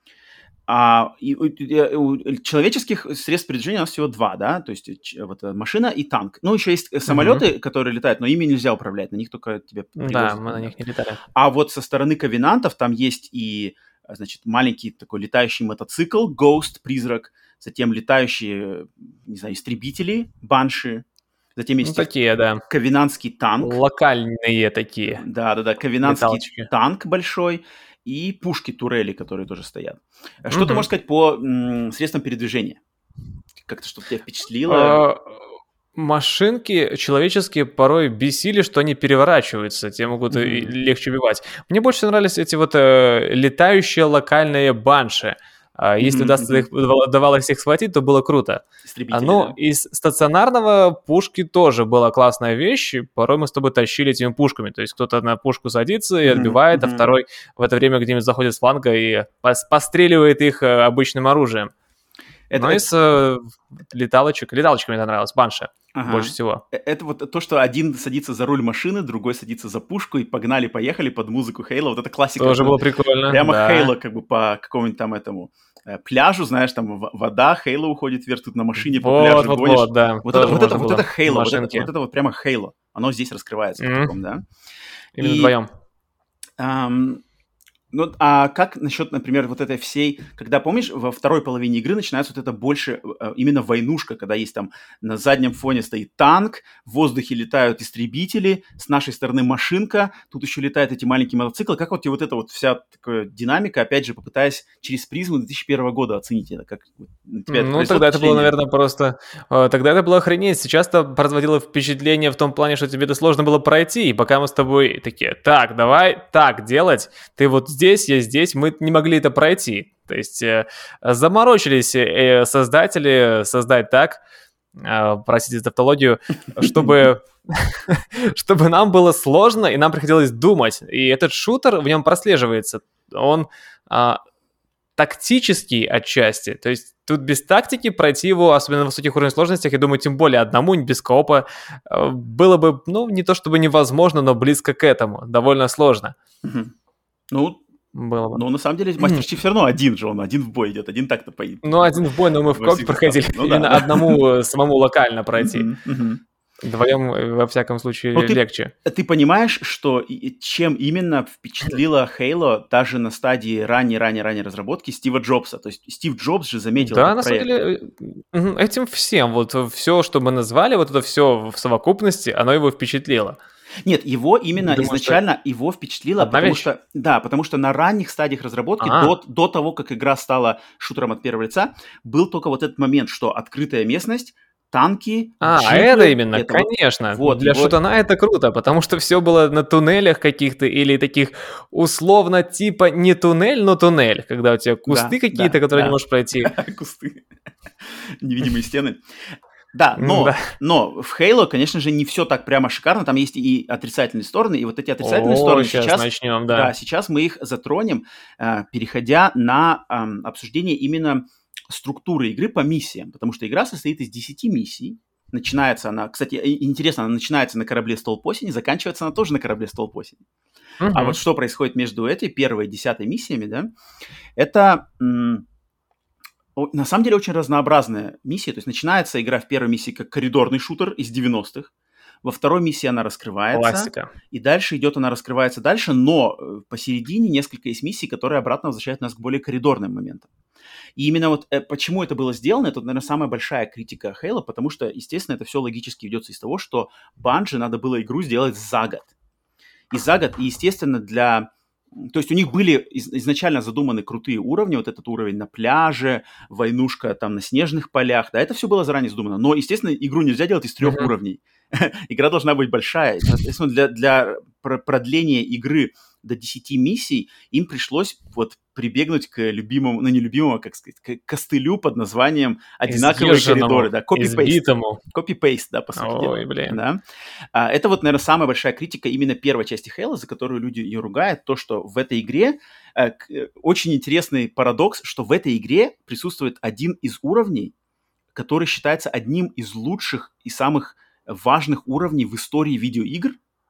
А и у, э, у человеческих средств передвижения у нас всего два, да, то есть э, ч- вот э, машина и танк. Ну, еще есть э, самолеты, которые летают, но ими нельзя управлять, на них только тебе Да, привозят. мы на них не летали. А вот со стороны ковенантов там есть и, э, значит, маленький такой летающий мотоцикл, Ghost, призрак, затем летающие, не знаю, истребители, банши, затем Ну, есть их такие, да. ковенантский танк, Локальные такие. да-да-да, ковенантский Леталочки. танк большой и пушки-турели, которые тоже стоят. А Что ты Мгм. можешь сказать по м, средствам передвижения? Как-то что-то тебя впечатлило? А, Машинки человеческие порой бесили, что они переворачиваются, те могут и Мгм. легче убивать. Мне больше нравились эти вот э, летающие локальные банши. А, Если Мгм, удастся мгм. их, удавалось их схватить, то было круто. А, Истребители, Ну, да? из стационарного пушки тоже была классная вещь. и Порой мы с тобой тащили этими пушками. То есть кто-то на пушку садится и Мгм, отбивает, а мгм. второй в это время где-нибудь заходит с фланга и пос- постреливает их э, обычным оружием. Это, Но это- из э, леталочек, леталочка мне нравилась, банша ага. больше всего. Э, Это вот то, что один садится за руль машины, другой садится за пушку, и погнали-поехали под музыку Хейла. Вот это классика. Тоже это было прикольно. Прямо да. Хейла, как бы по какому-нибудь там этому э, пляжу, знаешь, там в- вода, Хейла уходит вверх, тут на машине по Вот, пляжу вот, гонишь. вот, да. Вот тоже это, вот можно это, вот было. это Хейла, вот это, Машинки. вот это вот прямо Хейла. Оно здесь раскрывается в Мгм. таком, да. Именно И- вдвоем. Ам, ну, а как насчет, например, вот этой всей, когда, помнишь, во второй половине игры начинается вот это больше э, именно войнушка, когда есть там на заднем фоне стоит танк, в воздухе летают истребители, с нашей стороны машинка, тут еще летают эти маленькие мотоциклы. Как вот тебе вот эта вот вся такая динамика, опять же, попытаясь через призму две тысячи первого года оценить это, как вот на тебя это Ну, производит тогда это было, впечатление? наверное, просто... э, Тогда это было охренеть. Сейчас-то производило впечатление в том плане, что тебе это сложно было пройти. И пока мы с тобой такие, так, давай так делать. Ты вот здесь, я здесь. Мы не могли это пройти. То есть э, заморочились э, создатели создать так, э, простите за тавтологию, чтобы... чтобы нам было сложно, и нам приходилось думать. И этот шутер, в нем прослеживается. Он... а, тактический отчасти. То есть тут без тактики пройти его, особенно на высоких уровнях сложностях, я думаю, тем более одному, без коопа, э, было бы, ну, не то чтобы невозможно, но близко к этому. Довольно сложно Мгм. Ну, было бы. ну, на самом деле, Мастер Чиф все равно один же, он один в бой идет, один так-то поедет. Ну, один в бой, но мы в Во коопе всех проходили. местах. Ну да, Именно да. одному э, самому локально пройти. Мгм, мгм. Вдвоем, во всяком случае, Ну, ты, легче. ты понимаешь, что и- чем именно впечатлила Halo даже на стадии ранней-ранней-ранней разработки Стива Джобса? То есть Стив Джобс же заметил Да, этот на самом проект. деле, э, мгм, этим всем, вот все, что мы назвали, вот это все в совокупности, оно его впечатлило. Нет, его именно Думаю, что изначально его впечатлило, одна потому вещь? что, да, потому что на ранних стадиях разработки, А, до, до того, как игра стала шутером от первого лица, был только вот этот момент, что открытая местность, танки, а, это джипы, именно, это вот, конечно. вот Для его, шутана это круто, потому что все было на туннелях каких-то или таких условно типа не туннель, но туннель, когда у тебя кусты да, какие-то, да, которые не да, можешь пройти. кусты, невидимые стены. Да, Да. но, но в Halo, конечно же, не все так прямо шикарно, там есть и отрицательные стороны, и вот эти отрицательные О, стороны сейчас сейчас, начнем, да, да. сейчас мы их затронем, э, переходя на эм, обсуждение именно структуры игры по миссиям, потому что игра состоит из десяти миссий, начинается она, кстати, и- интересно, она начинается на корабле «Столб осени», заканчивается она тоже на корабле «Столб осени». А вот Мгм. что происходит между этой первой и десятой миссиями, да, это... м, о- на самом деле очень разнообразная миссия. То есть начинается игра в первой миссии как коридорный шутер из девяностых. Во второй миссии она раскрывается. Классика. И дальше идет, она раскрывается дальше. Но э, посередине несколько есть миссий, которые обратно возвращают нас к более коридорным моментам. И именно вот э, почему это было сделано, это, наверное, самая большая критика Halo, потому что, естественно, это все логически ведется из того, что Bungie надо было игру сделать за год. И за год, и, естественно, для... То есть у них были из- изначально задуманы крутые уровни, вот этот уровень на пляже, войнушка там на снежных полях, да, это все было заранее задумано. Но, естественно, игру нельзя делать из трех Мгм. уровней. Игра должна быть большая. Соответственно, для, для про- продления игры до десяти миссий им пришлось вот прибегнуть к любимому, ну не любимому, а, как сказать, к костылю под названием «Одинаковые коридоры», Изъезженному, да, copy-paste. избитому. Copy-paste, да, по сути дела. Ой, блин. Да. А, это вот, наверное, самая большая критика именно первой части Halo, за которую люди ее ругают, то, что в этой игре э, к- э, очень интересный парадокс, что в этой игре присутствует один из уровней, который считается одним из лучших и самых важных уровней в истории видеоигр.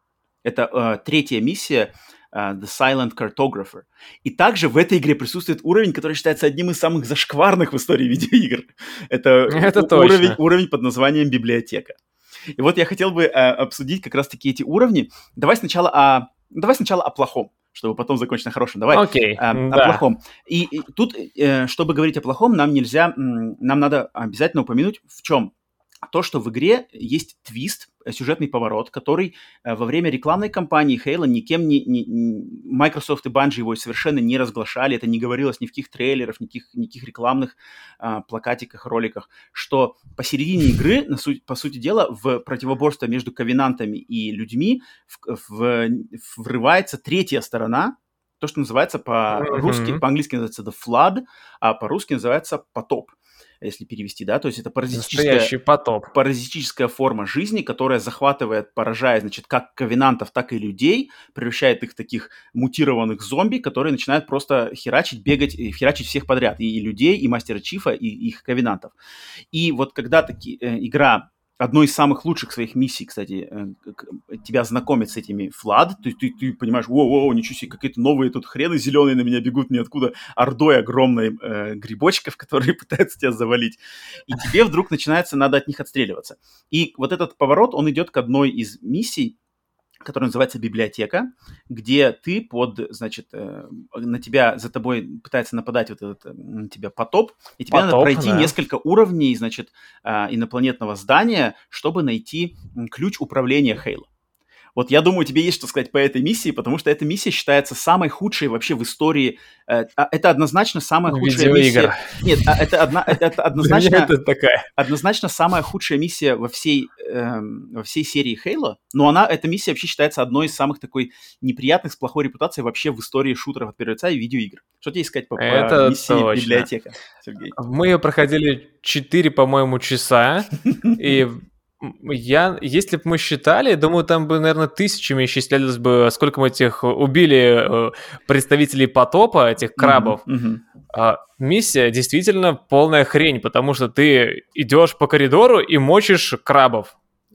Это э, третья миссия э, The Silent Cartographer. И также в этой игре присутствует уровень, который считается одним из самых зашкварных в истории видеоигр. Это, Это у- уровень, точно. уровень под названием «Библиотека». И вот я хотел бы э, обсудить как раз-таки эти уровни. Давай сначала о, давай сначала о плохом, чтобы потом закончить на хорошем. Давай Окей, э, о да. плохом. И, и тут, э, чтобы говорить о плохом, нам нельзя, м, нам надо обязательно упомянуть в чем. То, что в игре есть твист, э, сюжетный поворот, который э, во время рекламной кампании Halo никем не, не- не- Microsoft и Bungie его совершенно не разглашали, это не говорилось ни в каких трейлерах, ни в каких, никаких рекламных а, плакатиках, роликах, что посередине игры, на суть- по сути дела, в противоборство между ковенантами и людьми в- в- врывается третья сторона, то, что называется по-русски, Мгм. по-английски называется The Flood, а по-русски называется потоп, если перевести, да, то есть это паразитическая, Настоящий потоп. паразитическая форма жизни, которая захватывает, поражает, значит, как ковенантов, так и людей, превращает их в таких мутированных зомби, которые начинают просто херачить, бегать, и херачить всех подряд, и, и людей, и Мастера Чифа, и их ковенантов. И вот когда таки, э, игра одной из самых лучших своих миссий, кстати, э, к- тебя знакомит с этими Флад, ты, ты, ты понимаешь, воу-воу, ничего себе, какие-то новые тут хрены зеленые на меня бегут ниоткуда, ордой огромной э, грибочков, которые пытаются тебя завалить. И тебе вдруг начинается, надо от них отстреливаться. И вот этот поворот, он идет к одной из миссий, которая называется «Библиотека», где ты под, значит, э, на тебя, за тобой пытается нападать вот этот э, на тебя потоп, и тебе надо Потоп, пройти да. несколько уровней, значит, э, инопланетного здания, чтобы найти м, ключ управления Halo. Вот я думаю, тебе есть что сказать по этой миссии, потому что эта миссия считается самой худшей вообще в истории. Э, а Это однозначно самая худшая Видеоигр. миссия. Нет, а это, одна, это, это Для меня однозначно это такая. однозначно самая худшая миссия во всей, эм, во всей серии Halo, но она, эта миссия вообще считается одной из самых такой неприятных, с плохой репутацией вообще в истории шутеров от первого лица и видеоигр. Что тебе сказать по, по Это миссии точно. «Библиотека», Сергей? Мы ее проходили четыре, по-моему, часа, и м, я, если бы мы считали, думаю, там бы, наверное, тысячами исчислялись бы, сколько мы этих убили э, представителей потопа, этих крабов. Мгм, мгм. А, миссия действительно полная хрень, потому что ты идешь по коридору и мочишь крабов.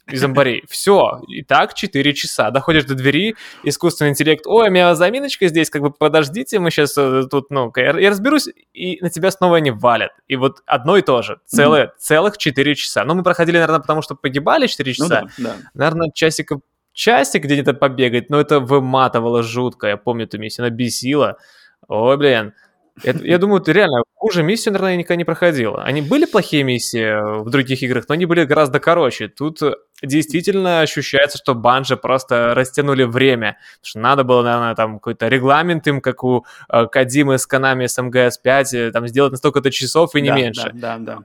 из зомбарей. Все, и так четыре часа. Доходишь до двери, искусственный интеллект, ой, у меня заминочка здесь, как бы подождите, мы сейчас тут, ну, я разберусь, и на тебя снова не валят. И вот одно и то же, целое, mm-hmm. целых четыре часа. Ну, мы проходили, наверное, потому что погибали четыре часа. Ну, да, да. Наверное, часиков часик где-то побегать, но это выматывало жутко. Я помню эту миссию, она бесила. Ой, блин. Это, я думаю, ты реально хуже миссию, наверное, я никогда не проходила. Они были плохие миссии в других играх, но они были гораздо короче. Тут действительно ощущается, что Bungie просто растянули время. Потому что надо было, наверное, там какой-то регламент им, как у э, Кодзимы с Konami с эм джи эс пять, там сделать на столько-то часов и не да, меньше. Да, да,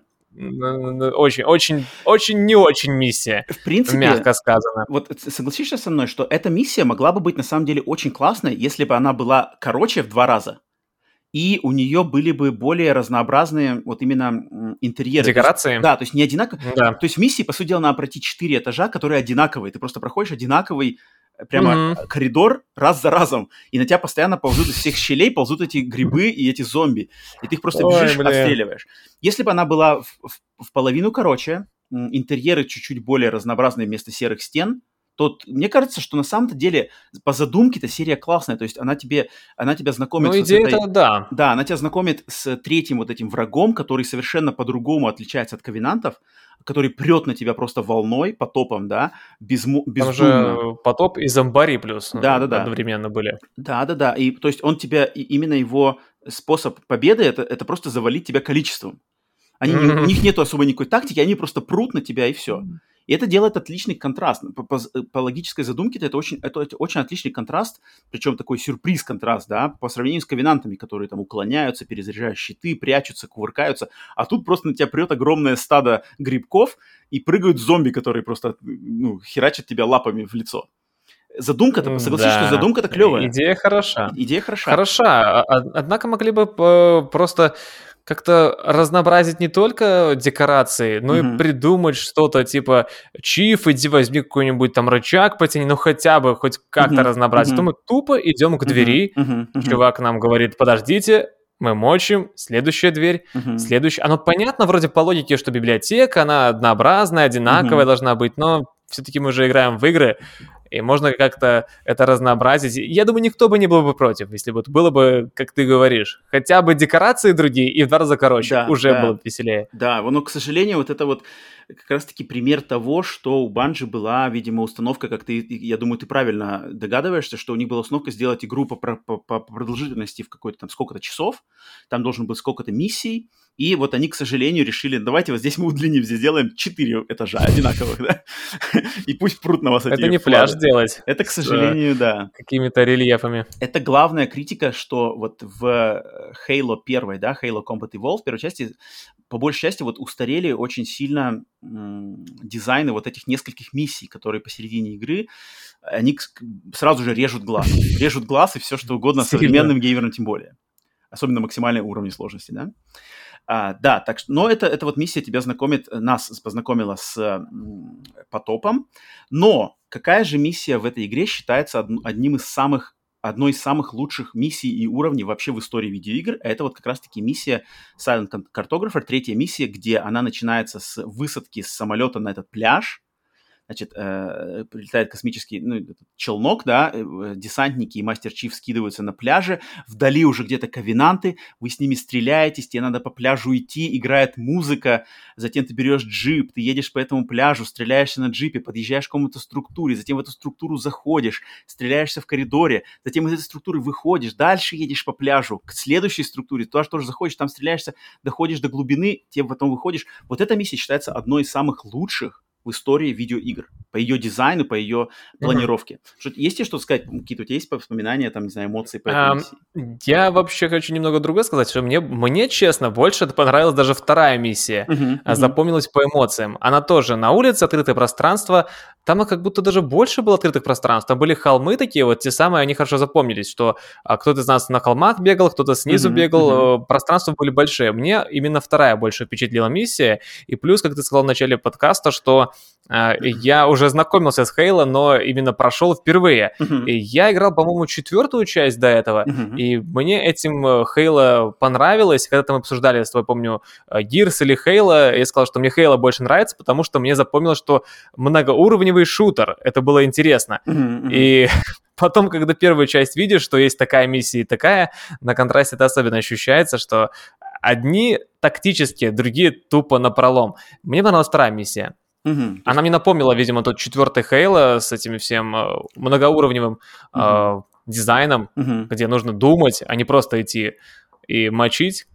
да. Очень, очень, очень не очень миссия, в принципе, мягко сказано. Вот согласишься со мной, что эта миссия могла бы быть на самом деле очень классной, если бы она была короче в два раза. И у нее были бы более разнообразные вот именно интерьеры. Декорации? То есть, да, то есть не одинаковые. Да. То есть в миссии, по сути дела, надо пройти четыре этажа, которые одинаковые. Ты просто проходишь одинаковый прямо mm-hmm. коридор раз за разом, и на тебя постоянно ползут из всех щелей, ползут эти грибы и эти зомби. И ты их просто Ой, бежишь, блин. отстреливаешь. Если бы она была в, в, в половину короче, интерьеры чуть-чуть более разнообразные вместо серых стен, то мне кажется, что на самом-то деле по задумке-то серия классная, то есть она тебе, она тебя знакомит ну, с идея этой... это да. Да, она тебя знакомит с третьим вот этим врагом, который совершенно по-другому отличается от ковенантов, который прет на тебя просто волной, потопом, да, безму... бездумно. Там же потоп и зомбари плюс да, да, да. одновременно были. Да, да, да, и то есть он тебя, и именно его способ победы, это, это просто завалить тебя количеством. Они, mm-hmm. У них нету особой никакой тактики, они просто прут на тебя и все. И это делает отличный контраст. По, по, по логической задумке это очень, это очень отличный контраст, причем такой сюрприз-контраст, да, по сравнению с ковенантами, которые там уклоняются, перезаряжают щиты, прячутся, кувыркаются, а тут просто на тебя прет огромное стадо грибков и прыгают зомби, которые просто, ну, херачат тебя лапами в лицо. Задумка-то, согласись, да. что задумка-то клевая. Идея хороша. Идея хороша. Хороша, однако могли бы просто... как-то разнообразить не только декорации, но mm-hmm. и придумать что-то типа «Чиф, иди возьми какой-нибудь там рычаг, потяни», ну хотя бы хоть как-то mm-hmm. разнообразить. Mm-hmm. То мы тупо идем к двери, mm-hmm. Mm-hmm. чувак нам говорит «Подождите», мы мочим, следующая дверь, mm-hmm. следующая. Оно понятно вроде по логике, что библиотека, она однообразная, одинаковая mm-hmm. должна быть, но все-таки мы же играем в игры, и можно как-то это разнообразить. Я думаю, никто бы не был бы против, если бы было бы, как ты говоришь, хотя бы декорации другие и в два раза короче, да, уже да. было бы веселее. Да, но, к сожалению, вот это вот как раз-таки пример того, что у Bungie была, видимо, установка, как ты, я думаю, ты правильно догадываешься, что у них была установка сделать игру по, по, по продолжительности в какой-то там сколько-то часов, там должен быть сколько-то миссий, и вот они, к сожалению, решили, давайте вот здесь мы удлиним, здесь сделаем четыре этажа одинаковых, да, и пусть прут на вас эти Это не пляж делать. Это, к сожалению, да. Какими-то рельефами. Это главная критика, что вот в Halo первой, да, Halo Combat Evolved, в первой части, по большей части, вот устарели очень сильно м- дизайны вот этих нескольких миссий, которые посередине игры, они сразу же режут глаз. Режут глаз и все, что угодно, современным геймерам тем более. Особенно максимальной уровне сложности, да. А, да, так что, но это, это вот миссия тебя знакомит, нас познакомила с м, потопом, но какая же миссия в этой игре считается од, одним из самых, одной из самых лучших миссий и уровней вообще в истории видеоигр? Это вот как раз-таки миссия Silent Cartographer, третья миссия, где она начинается с высадки с самолета на этот пляж. Значит, э, прилетает космический ну, челнок, да, э, десантники и Мастер Чиф скидываются на пляже, вдали уже где-то ковенанты, вы с ними стреляетесь, тебе надо по пляжу идти, играет музыка, затем ты берешь джип, ты едешь по этому пляжу, стреляешься на джипе, подъезжаешь к какому-то структуре, затем в эту структуру заходишь, стреляешься в коридоре, затем из этой структуры выходишь, дальше едешь по пляжу к следующей структуре, туда же тоже заходишь, там стреляешься, доходишь до глубины, тебе потом выходишь. Вот эта миссия считается одной из самых лучших в истории видеоигр, по ее дизайну, по ее планировке. Uh-huh. Что, есть тебе что сказать, какие-то у тебя есть воспоминания, там, не знаю, эмоции по этой um, миссии? Я вообще хочу немного другое сказать, что мне, мне честно, больше это понравилась даже вторая миссия, uh-huh, uh-huh. запомнилась по эмоциям. Она тоже на улице, открытое пространство, там как будто даже больше было открытых пространств, там были холмы такие, вот те самые, они хорошо запомнились, что а, кто-то из нас на холмах бегал, кто-то снизу uh-huh, бегал, uh-huh. пространства были большие. Мне именно вторая больше впечатлила миссия, и плюс, как ты сказал в начале подкаста, что Uh, я уже знакомился с Halo, но именно прошел впервые. Uh-huh. И я играл, по-моему, четвертую часть до этого, uh-huh. и мне этим Halo понравилось. Когда-то мы обсуждали, с тобой помню, Gears или Halo, я сказал, что мне Halo больше нравится, потому что мне запомнилось, что многоуровневый шутер. Это было интересно. Uh-huh. И потом, когда первую часть видишь, что есть такая миссия и такая, на контрасте это особенно ощущается, что одни тактические, другие тупо напролом. Мне понравилась вторая миссия. Uh-huh. Она мне напомнила, видимо, тот четвертый Halo с этим всем э, многоуровневым э, uh-huh. дизайном, uh-huh. где нужно думать, а не просто идти и мочить.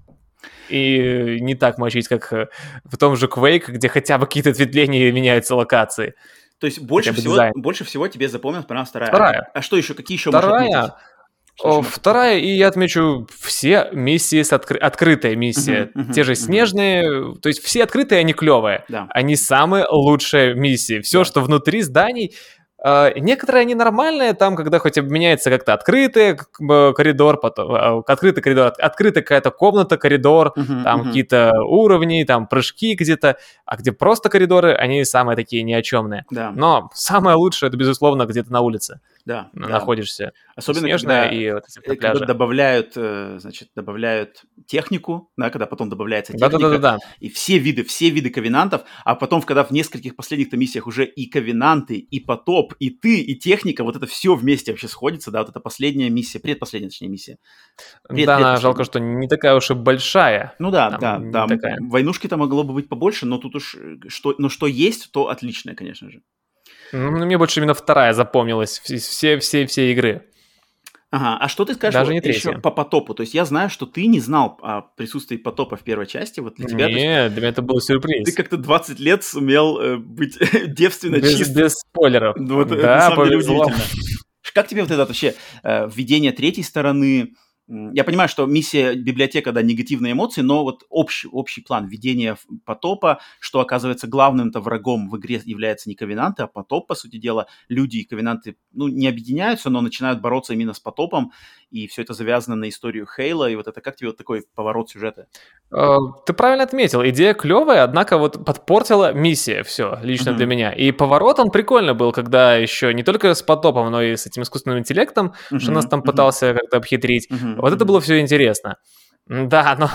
И не так мочить, как в том же Quake, где хотя бы какие-то ответвления меняются локации. То есть больше всего, больше всего тебе запомнилась, понравилась вторая. Вторая. А, а что еще? Какие еще вторая... можешь отметить? О, вторая, и я отмечу все миссии, с откры... открытая миссия, uh-huh, uh-huh, те же снежные, uh-huh. то есть все открытые, они клевые, да. Они самые лучшие миссии, все, да. Что внутри зданий, э, некоторые они нормальные, там, когда хоть меняется как-то открытый коридор, потом, открытый коридор, открытая какая-то комната, коридор, uh-huh, там uh-huh. какие-то уровни, там прыжки где-то, а где просто коридоры, они самые такие ни о чёмные. Да. Но самое лучшее, это, безусловно, где-то на улице. Да, находишься. Да. Особенно, снежная когда, и вот эти когда добавляют, значит, добавляют технику, да, когда потом добавляется техника, Да-да-да-да. и все виды, все виды ковенантов, а потом, когда в нескольких последних миссиях уже и ковенанты, и потоп, и ты, и техника, вот это все вместе вообще сходится, да, вот это последняя миссия, предпоследняя, точнее, миссия. Пред, да, она жалко, что не такая уж и большая. Ну да, да, да, такая. Войнушки-то могло бы быть побольше, но тут уж, что, но что есть, то отличное, конечно же. Ну, мне больше именно вторая запомнилась, все, все, все игры. Ага, а что ты скажешь Даже вот, не еще по потопу? То есть я знаю, что ты не знал о присутствии потопа в первой части. Вот для тебя, Нет, есть, для меня это был сюрприз. Ты как-то двадцать лет сумел э, быть девственно без, чист. Без спойлеров. Вот, да, это, на самом повезло. деле удивительно. Как тебе вот это вообще э, введение третьей стороны? Я понимаю, что миссия библиотека, да, негативные эмоции, но вот общий, общий план введения потопа, что, оказывается, главным-то врагом в игре является не ковенанты, а потоп, по сути дела. Люди и ковенанты, ну, не объединяются, но начинают бороться именно с потопом, и все это завязано на историю Хейла, и вот это как тебе вот такой поворот сюжета? Ты правильно отметил, идея клевая, однако вот подпортила миссия все, лично uh-huh. для меня. И поворот он прикольно был, когда еще не только с потопом, но и с этим искусственным интеллектом, uh-huh. что нас там uh-huh. пытался как-то обхитрить. Uh-huh. Вот uh-huh. это было все интересно. Да, но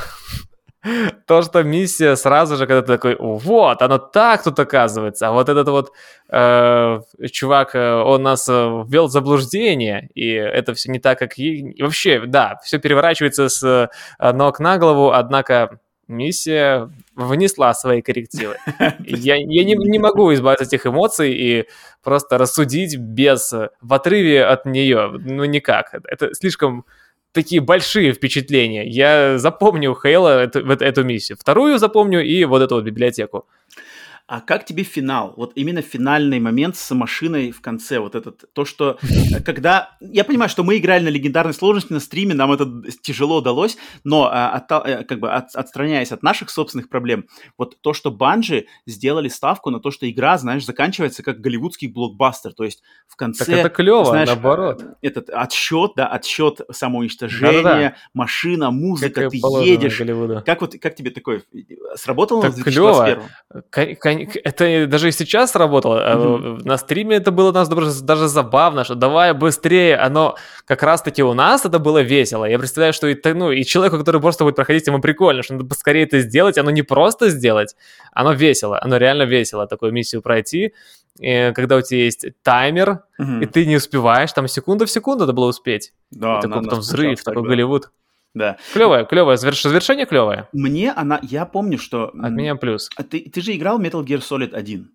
то, что миссия сразу же, когда ты такой, вот, оно так тут оказывается, а вот этот вот э, чувак, он нас ввел в заблуждение, и это все не так, как... И вообще, да, все переворачивается с ног на голову, однако миссия внесла свои коррективы. Я, я не, не могу избавиться от этих эмоций и просто рассудить без... в отрыве от нее, ну никак. Это слишком... такие большие впечатления. Я запомню Хейла, эту, эту миссию. Вторую запомню и вот эту вот библиотеку. А как тебе финал? Вот именно финальный момент с машиной в конце. Вот этот, то, что когда... Я понимаю, что мы играли на легендарной сложности на стриме, нам это тяжело удалось, но от, как бы от, отстраняясь от наших собственных проблем, вот то, что Bungie сделали ставку на то, что игра, знаешь, заканчивается как голливудский блокбастер. То есть в конце... Так это клево, знаешь, наоборот. Этот отсчет, да, отсчет самоуничтожения, Да-да-да. машина, музыка, как ты едешь. Как, вот, как тебе такое? Сработало так в две тысячи двадцать первом? Клево. Это даже и сейчас работало. Mm-hmm. На стриме это было у нас даже забавно, что давай быстрее. Оно как раз-таки у нас это было весело. Я представляю, что и, ну, и человеку, который просто будет проходить, ему прикольно, что надо поскорее это сделать. Оно не просто сделать, оно весело. Оно реально весело, такую миссию пройти. И когда у тебя есть таймер, mm-hmm. и ты не успеваешь, там секунда в секунду надо было успеть. Да, и такой потом взрыв, такой да. Голливуд. Да. Клевое, клевое, завершение клевое. Мне она, я помню, что... От меня плюс. Ты, ты же играл Metal Gear Solid один?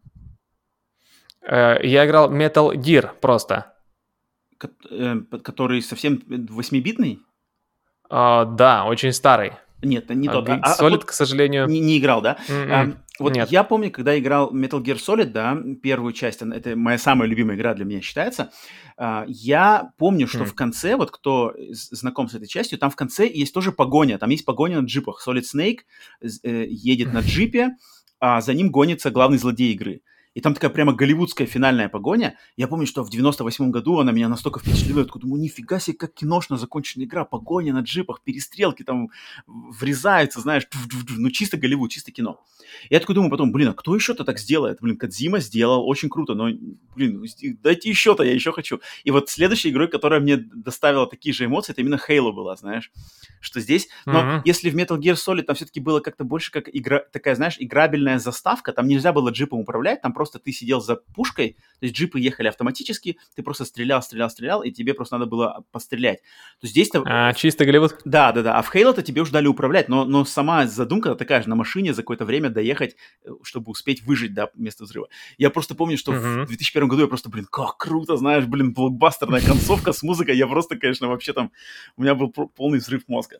Э, я играл Metal Gear просто. Ко- э, который совсем восьмибитный? Uh, да, очень старый. Нет, не тот. А, а, Solid, а, к сожалению... Не, не играл, да? Mm-mm. А, вот Нет. Я помню, когда играл Metal Gear Solid, да, первую часть, это моя самая любимая игра для меня считается, а, я помню, что mm. в конце, вот кто знаком с этой частью, там в конце есть тоже погоня, там есть погоня на джипах. Solid Snake э, едет на джипе, а за ним гонится главный злодей игры. и там такая прямо голливудская финальная погоня. Я помню, что в девяносто восьмом году она меня настолько впечатлила, я такой думаю, нифига себе, как киношно законченная игра, погоня на джипах, перестрелки там врезаются, знаешь, ну чисто Голливуд, чисто кино. Я такой думаю потом, блин, а кто еще-то так сделает? Блин, Кодзима сделал, очень круто, но, блин, дайте еще-то, я еще хочу. И вот следующей игрой, которая мне доставила такие же эмоции, это именно Halo была, знаешь, что здесь, но mm-hmm. если в Metal Gear Solid там все-таки было как-то больше как игра, такая, знаешь, играбельная заставка, там нельзя было джипом управлять, там просто ты сидел за пушкой, то есть джипы ехали автоматически, ты просто стрелял, стрелял, стрелял, и тебе просто надо было пострелять. То здесь-то... А, чисто Голливуд? Да, да, да, а в Halo-то тебе уже дали управлять, но, но сама задумка такая же, на машине за какое-то время доехать, чтобы успеть выжить до места взрыва. Я просто помню, что mm-hmm. в две тысячи первом году я просто, блин, как круто, знаешь, блин, блокбастерная концовка с музыкой, я просто, конечно, вообще там, у меня был полный взрыв мозга.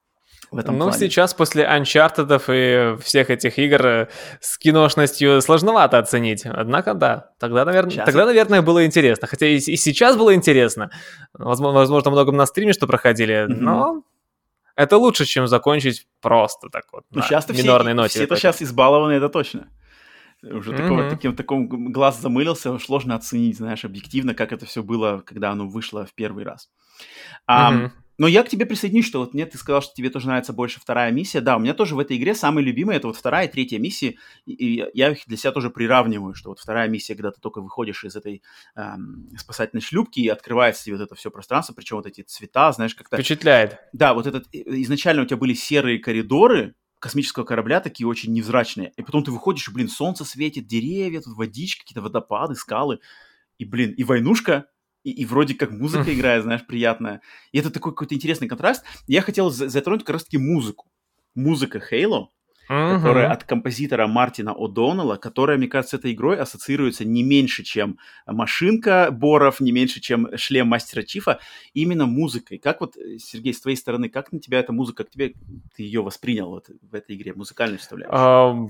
В этом ну, плане. Сейчас после Uncharted и всех этих игр с киношностью сложновато оценить. Однако, да, тогда, наверное, тогда, наверное, было интересно. Хотя и, и сейчас было интересно. Возможно, возможно, много на стриме что проходили, mm-hmm. но это лучше, чем закончить просто так вот ну, на сейчас минорной все, ноте. Все-то сейчас избалованы, это точно. Уже mm-hmm. такого, таким, таком глаз замылился, сложно оценить, знаешь, объективно, как это все было, когда оно вышло в первый раз. А, mm-hmm. Но я к тебе присоединюсь, что вот мне ты сказал, что тебе тоже нравится больше вторая миссия. Да, у меня тоже в этой игре самые любимые это вот вторая и третья миссии, и, и я их для себя тоже приравниваю, что вот вторая миссия, когда ты только выходишь из этой эм, спасательной шлюпки и открывается тебе вот это все пространство, причем вот эти цвета, знаешь, как-то... Впечатляет. Да, вот этот... Изначально у тебя были серые коридоры космического корабля, такие очень невзрачные, и потом ты выходишь, и, блин, солнце светит, деревья, тут водичка, какие-то водопады, скалы, и, блин, и войнушка, И, и вроде как музыка играет, знаешь, приятная. И это такой какой-то интересный контраст. Я хотел затронуть как раз-таки музыку. Музыка Halo, uh-huh. которая от композитора Мартина О'Доннелла, которая, мне кажется, этой игрой ассоциируется не меньше, чем машинка Боров, не меньше, чем шлем Мастера Чифа. Именно музыкой. Как вот, Сергей, с твоей стороны, как на тебя эта музыка, как тебе ты ее воспринял вот в этой игре, музыкальную составляющую? Um,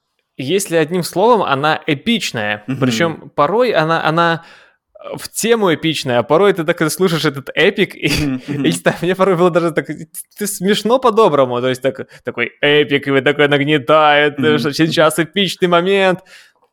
если одним словом, она эпичная. Uh-huh. Причем порой она... она... в тему эпичная, а порой ты так и слушаешь этот эпик, и, mm-hmm. и, и мне порой было даже так, ты смешно по-доброму, то есть так, такой эпик, и такой нагнетает, mm-hmm. что сейчас эпичный момент.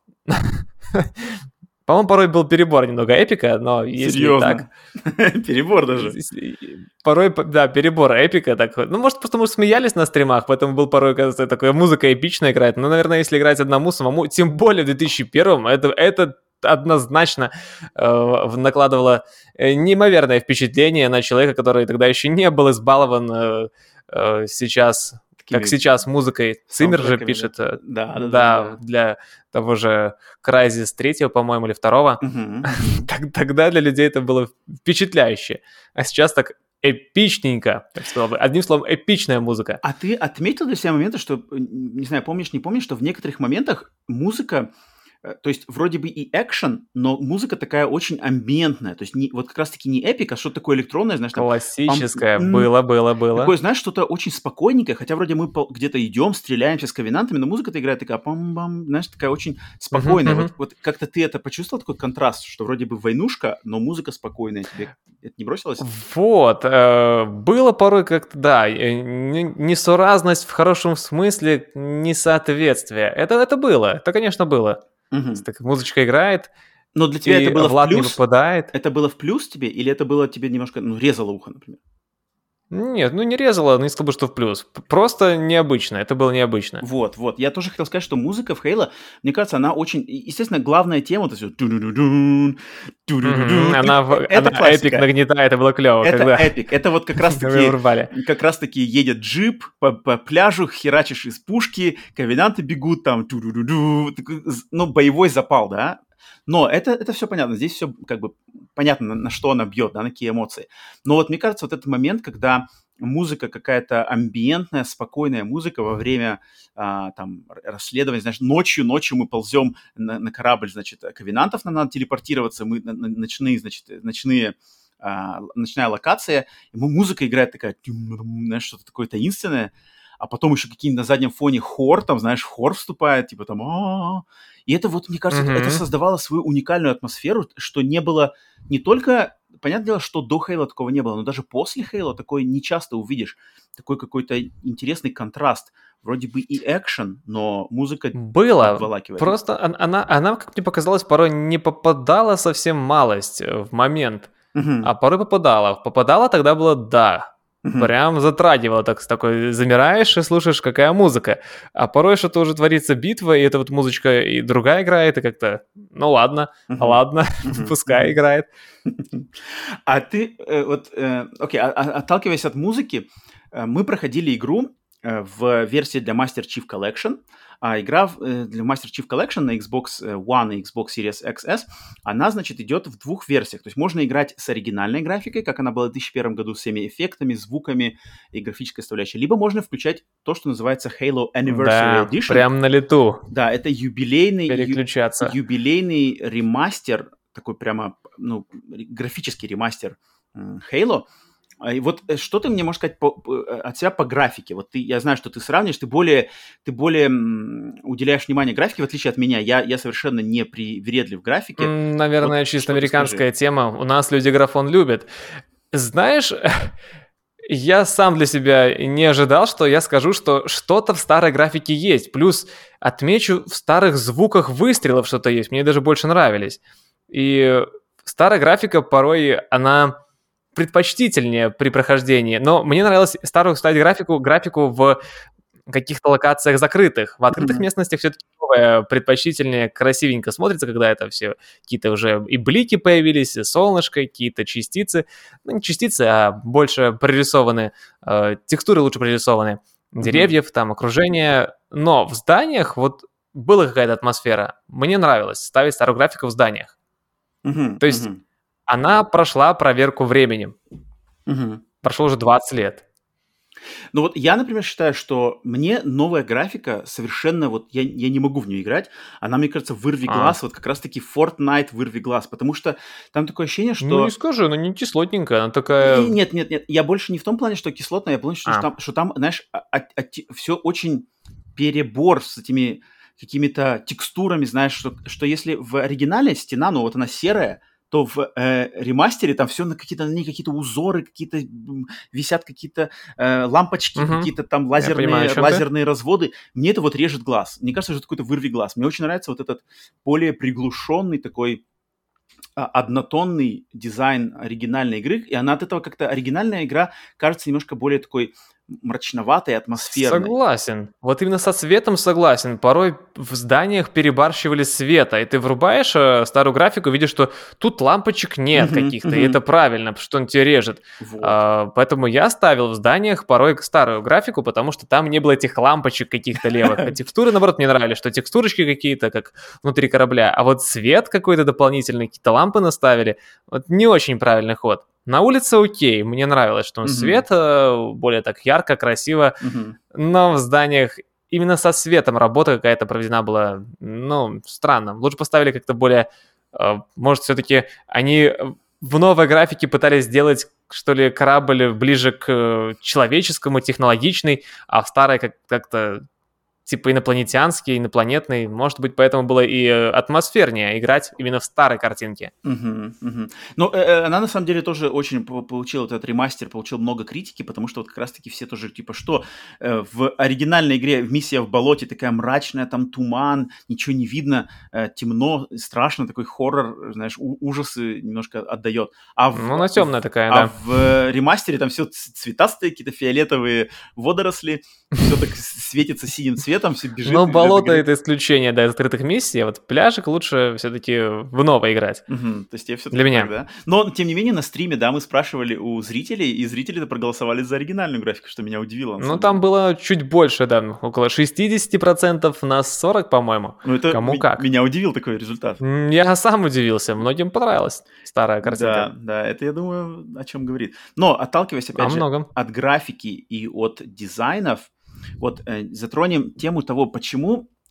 По-моему, порой был перебор немного эпика, но если Серьезно? так... Перебор даже? Порой, да, перебор эпика. Так, ну, может, просто мы смеялись на стримах, поэтому был порой, кажется, такая музыка эпичная играет. Но, наверное, если играть одному самому, тем более в две тысячи первом, это... это однозначно э, накладывало неимоверное впечатление на человека, который тогда еще не был избалован э, э, сейчас, Такими как сейчас, музыкой. Циммер же пишет да. Да, да, да, да, для того же Crysis третьего, по-моему, или второго. Uh-huh, uh-huh. Тогда для людей это было впечатляюще. А сейчас так эпичненько, так сказал бы. Одним словом, эпичная музыка. А ты отметил для себя моменты, что, не знаю, помнишь, не помнишь, что в некоторых моментах музыка, то есть вроде бы и экшен, но музыка такая очень амбиентная. То есть не, вот как раз-таки не эпик, а что-то такое электронное, знаешь. Классическое. Там, было, было, было. Такое, знаешь, что-то очень спокойненькое, хотя вроде мы где-то идем, стреляемся с ковенантами, но музыка-то играет такая пам-бам, знаешь, такая очень спокойная. Uh-huh, uh-huh. Вот, вот как-то ты это почувствовал, такой контраст, что вроде бы войнушка, но музыка спокойная. Тебе это не бросилось? Вот. Э, было порой как-то, да, несуразность в хорошем смысле, несоответствие. Это, это было, это, конечно, было. Угу. Так музычка играет, но для тебя это было Влад в плюс? Не попадает. Это было в плюс тебе, или это было тебе немножко, ну, резало ухо, например? Нет, ну не резало, не сказал бы, что в плюс. Просто необычно, это было необычно. Вот, вот. Я тоже хотел сказать, что музыка в Halo, мне кажется, она очень... Естественно, главная тема, то есть... Она, она эпик нагнетает, это было клево. Это когда... эпик. Это вот как раз-таки... как раз-таки едет джип по, по пляжу, херачишь из пушки, ковенанты бегут там... Ну, боевой запал, да? Но это, это все понятно. Здесь все как бы понятно, на, на что она бьет, да, на какие эмоции. Но вот мне кажется, вот этот момент, когда музыка какая-то амбиентная, спокойная музыка во время а, там расследования, знаешь, ночью, ночью мы ползем на, на корабль, значит, ковенантов, нам надо телепортироваться, мы на, на, ночные, значит, ночные, а, ночная локация, и музыка играет такая, знаешь, что-то такое таинственное. а потом еще какие-нибудь на заднем фоне хор, там, знаешь, хор вступает, типа там а И это вот, мне кажется, mm-hmm. это создавало свою уникальную атмосферу, что не было не только... Понятное дело, что до Halo такого не было, но даже после Halo такое не часто увидишь. Такой какой-то интересный контраст. Вроде бы и экшен, но музыка было. обволакивает. Просто она, она, как мне показалось, порой не попадала совсем малость в момент, uh-huh. а порой попадала. Попадала тогда было да. Uh-huh. Прям затрагивало, так, такой замираешь и слушаешь, какая музыка. А порой что-то уже творится битва, и эта вот музычка и другая играет, и как-то, ну ладно, uh-huh. ладно, uh-huh. пускай uh-huh. играет. А ты, э, вот, э, окей, а, а, отталкиваясь от музыки, э, мы проходили игру э, в версии для Master Chief Collection, а игра э, для Master Chief Collection на Xbox One и Xbox Series икс эс, она, значит, идет в двух версиях. То есть можно играть с оригинальной графикой, как она была в две тысячи первом году, с всеми эффектами, звуками и графической составляющей, либо можно включать то, что называется Halo Anniversary да, Edition. Прям на лету. Да, это юбилейный, Переключаться. Ю, юбилейный ремастер, такой прямо, ну, графический ремастер Halo. И вот что ты мне можешь сказать по, по, от себя по графике? Вот ты, я знаю, что ты сравнишь, ты более, ты более м, уделяешь внимание графике, в отличие от меня. Я, я совершенно не привередлив в графике. Наверное, вот, чисто американская тема. У нас люди графон любят. Знаешь, я сам для себя не ожидал, что я скажу, что что-то в старой графике есть. Плюс отмечу, в старых звуках выстрелов что-то есть. Мне даже больше нравились. И старая графика порой, она предпочтительнее при прохождении, но мне нравилось старую ставить графику, графику в каких-то локациях закрытых. В открытых mm-hmm. местностях все-таки новое, предпочтительнее, красивенько смотрится, когда это все какие-то уже и блики появились, и солнышко, какие-то частицы. Ну, не частицы, а больше прорисованные, э, текстуры лучше прорисованы, mm-hmm. деревьев, там, окружение. Но в зданиях вот была какая-то атмосфера. Мне нравилось ставить старую графику в зданиях. Mm-hmm. То есть mm-hmm. она прошла проверку временем. Mm-hmm. Прошло уже двадцать лет. Ну вот я, например, считаю, что мне новая графика совершенно вот, я, я не могу в нее играть, она, мне кажется, вырви глаз, а. вот как раз-таки Fortnite вырви глаз, потому что там такое ощущение, что... Ну не скажи, она не кислотненькая, она такая... И, нет, нет, нет, я больше не в том плане, что кислотная, я помню, что, а. что, там, что там, знаешь, а, а, а, все очень перебор с этими какими-то текстурами, знаешь, что, что если в оригинале стена, ну вот она серая, то в э, ремастере там все на какие-то, на ней какие-то узоры, какие-то висят какие-то э, лампочки, угу. какие-то там лазерные, понимаю, лазерные разводы. Мне это вот режет глаз. Мне кажется, что это какой-то вырви глаз. Мне очень нравится вот этот более приглушенный такой а, однотонный дизайн оригинальной игры, и она от этого как-то, оригинальная игра кажется немножко более такой мрачноватой, атмосферной. Согласен. Вот именно со светом согласен. Порой в зданиях перебарщивали света, и ты врубаешь э, старую графику, видишь, что тут лампочек нет uh-huh, каких-то, uh-huh. и это правильно, потому что он тебе режет. Вот. А, поэтому я ставил в зданиях порой старую графику, потому что там не было этих лампочек каких-то левых. А текстуры, наоборот, мне нравились, что текстурочки какие-то, как внутри корабля, а вот свет какой-то дополнительный, какие-то лампы наставили, вот не очень правильный ход. На улице окей, мне нравилось, что он uh-huh. свет, более так ярко, красиво, uh-huh. но в зданиях именно со светом работа какая-то проведена была, ну, странно. Лучше поставили как-то более, может, все-таки они в новой графике пытались сделать, что ли, корабль ближе к человеческому, технологичный, а в старой как- как-то... типа инопланетянский, инопланетный. Может быть, поэтому было и атмосфернее играть именно в старой картинке. Uh-huh, uh-huh. Но э, она, на самом деле, тоже очень получила этот ремастер, получил много критики, потому что вот как раз-таки все тоже, типа, что э, в оригинальной игре миссия в болоте такая мрачная, там туман, ничего не видно, э, темно, страшно, такой хоррор, знаешь, у- ужасы немножко отдает. А в, ну, она темная такая, а да. в э, ремастере там все цветастые, какие-то фиолетовые водоросли, все так светится синим цветом, там все бежит. Но болото — это исключение, да, из открытых миссий, а вот пляжик лучше все-таки в новой играть. Угу, то есть я все-таки для меня. Так, да? Но, тем не менее, на стриме, да, мы спрашивали у зрителей, и зрители-то проголосовали за оригинальную графику, что меня удивило. Ну, там было чуть больше, да, около шестьдесят процентов на сорок, по-моему. Ну, это кому м- как. Меня удивил такой результат. Я сам удивился, многим понравилась старая картинка. Да, да, это, я думаю, о чем говорит. Но, отталкиваясь, опять о же, многом. от графики и от дизайнов, вот э, затронем тему того, почему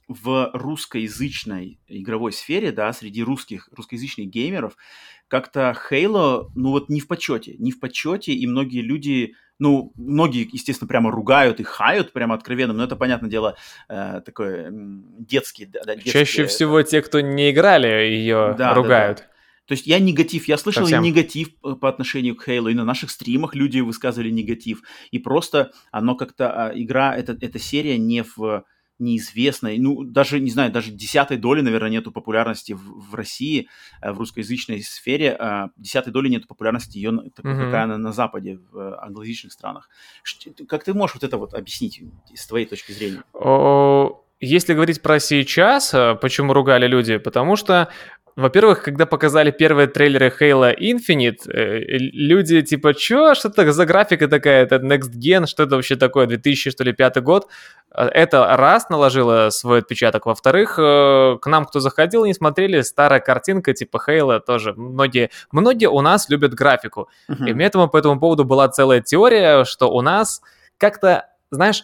в русскоязычной игровой сфере, да, среди русских, русскоязычных геймеров, как-то Halo, ну вот не в почете, не в почете, и многие люди, ну, многие, естественно, прямо ругают и хают прямо откровенно, но это, понятное дело, э, такое детский, да, детские... Чаще всего те, кто не играли, ее да, ругают. Да, да. То есть я негатив, я слышал Совсем. негатив по отношению к Halo, и на наших стримах люди высказывали негатив, и просто оно как-то, игра, это, эта серия не в неизвестной, ну, даже, не знаю, даже десятой доли, наверное, нету популярности в, в России, в русскоязычной сфере, десятой доли нету популярности ее, такой, mm-hmm. какая она на Западе, в англоязычных странах. Как ты можешь вот это вот объяснить с твоей точки зрения? О, если говорить про сейчас, почему ругали люди, потому что во-первых, когда показали первые трейлеры Halo Infinite, люди типа, чё, что это за графика такая, это Next Gen, что это вообще такое, две тысячи, что ли, пятый год. Это раз наложило свой отпечаток. Во-вторых, к нам кто заходил и не смотрели, старая картинка типа Halo тоже. Многие, многие у нас любят графику. Uh-huh. И у меня этому, по этому поводу была целая теория, что у нас как-то, знаешь,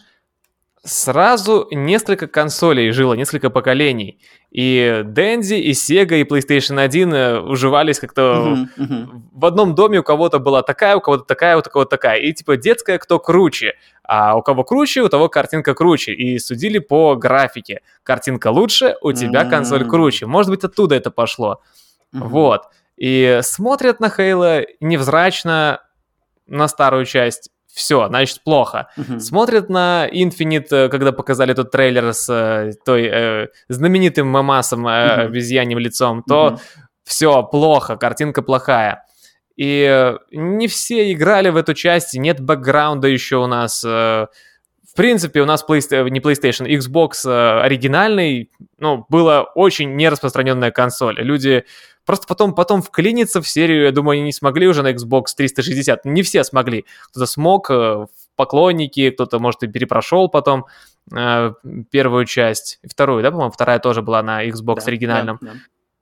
сразу несколько консолей жило, несколько поколений. И Dendy, и Sega, и PlayStation один уживались как-то uh-huh, uh-huh. в одном доме. У кого-то была такая, у кого-то такая, у кого-то такая. И типа детская кто круче. А у кого круче, у того картинка круче. И судили по графике. Картинка лучше, у тебя uh-huh. консоль круче. Может быть, оттуда это пошло. Uh-huh. Вот. И смотрят на Halo невзрачно, на старую часть. Все, значит, плохо. Uh-huh. Смотрят на Infinite, когда показали тот трейлер с э, той э, знаменитым мемасом, э, uh-huh. обезьяньим лицом, то uh-huh. все, плохо, картинка плохая. И э, не все играли в эту часть, нет бэкграунда еще у нас. Э, в принципе, у нас Play, не PlayStation, Xbox э, оригинальный, ну, была очень нераспространенная консоль. Люди... Просто потом, потом вклиниться в серию, я думаю, они не смогли уже на Xbox триста шестьдесят. Не все смогли. Кто-то смог, поклонники, кто-то, может, и перепрошел потом э, первую часть. И вторую, да, по-моему? Вторая тоже была на Xbox да, оригинальном. Да, да.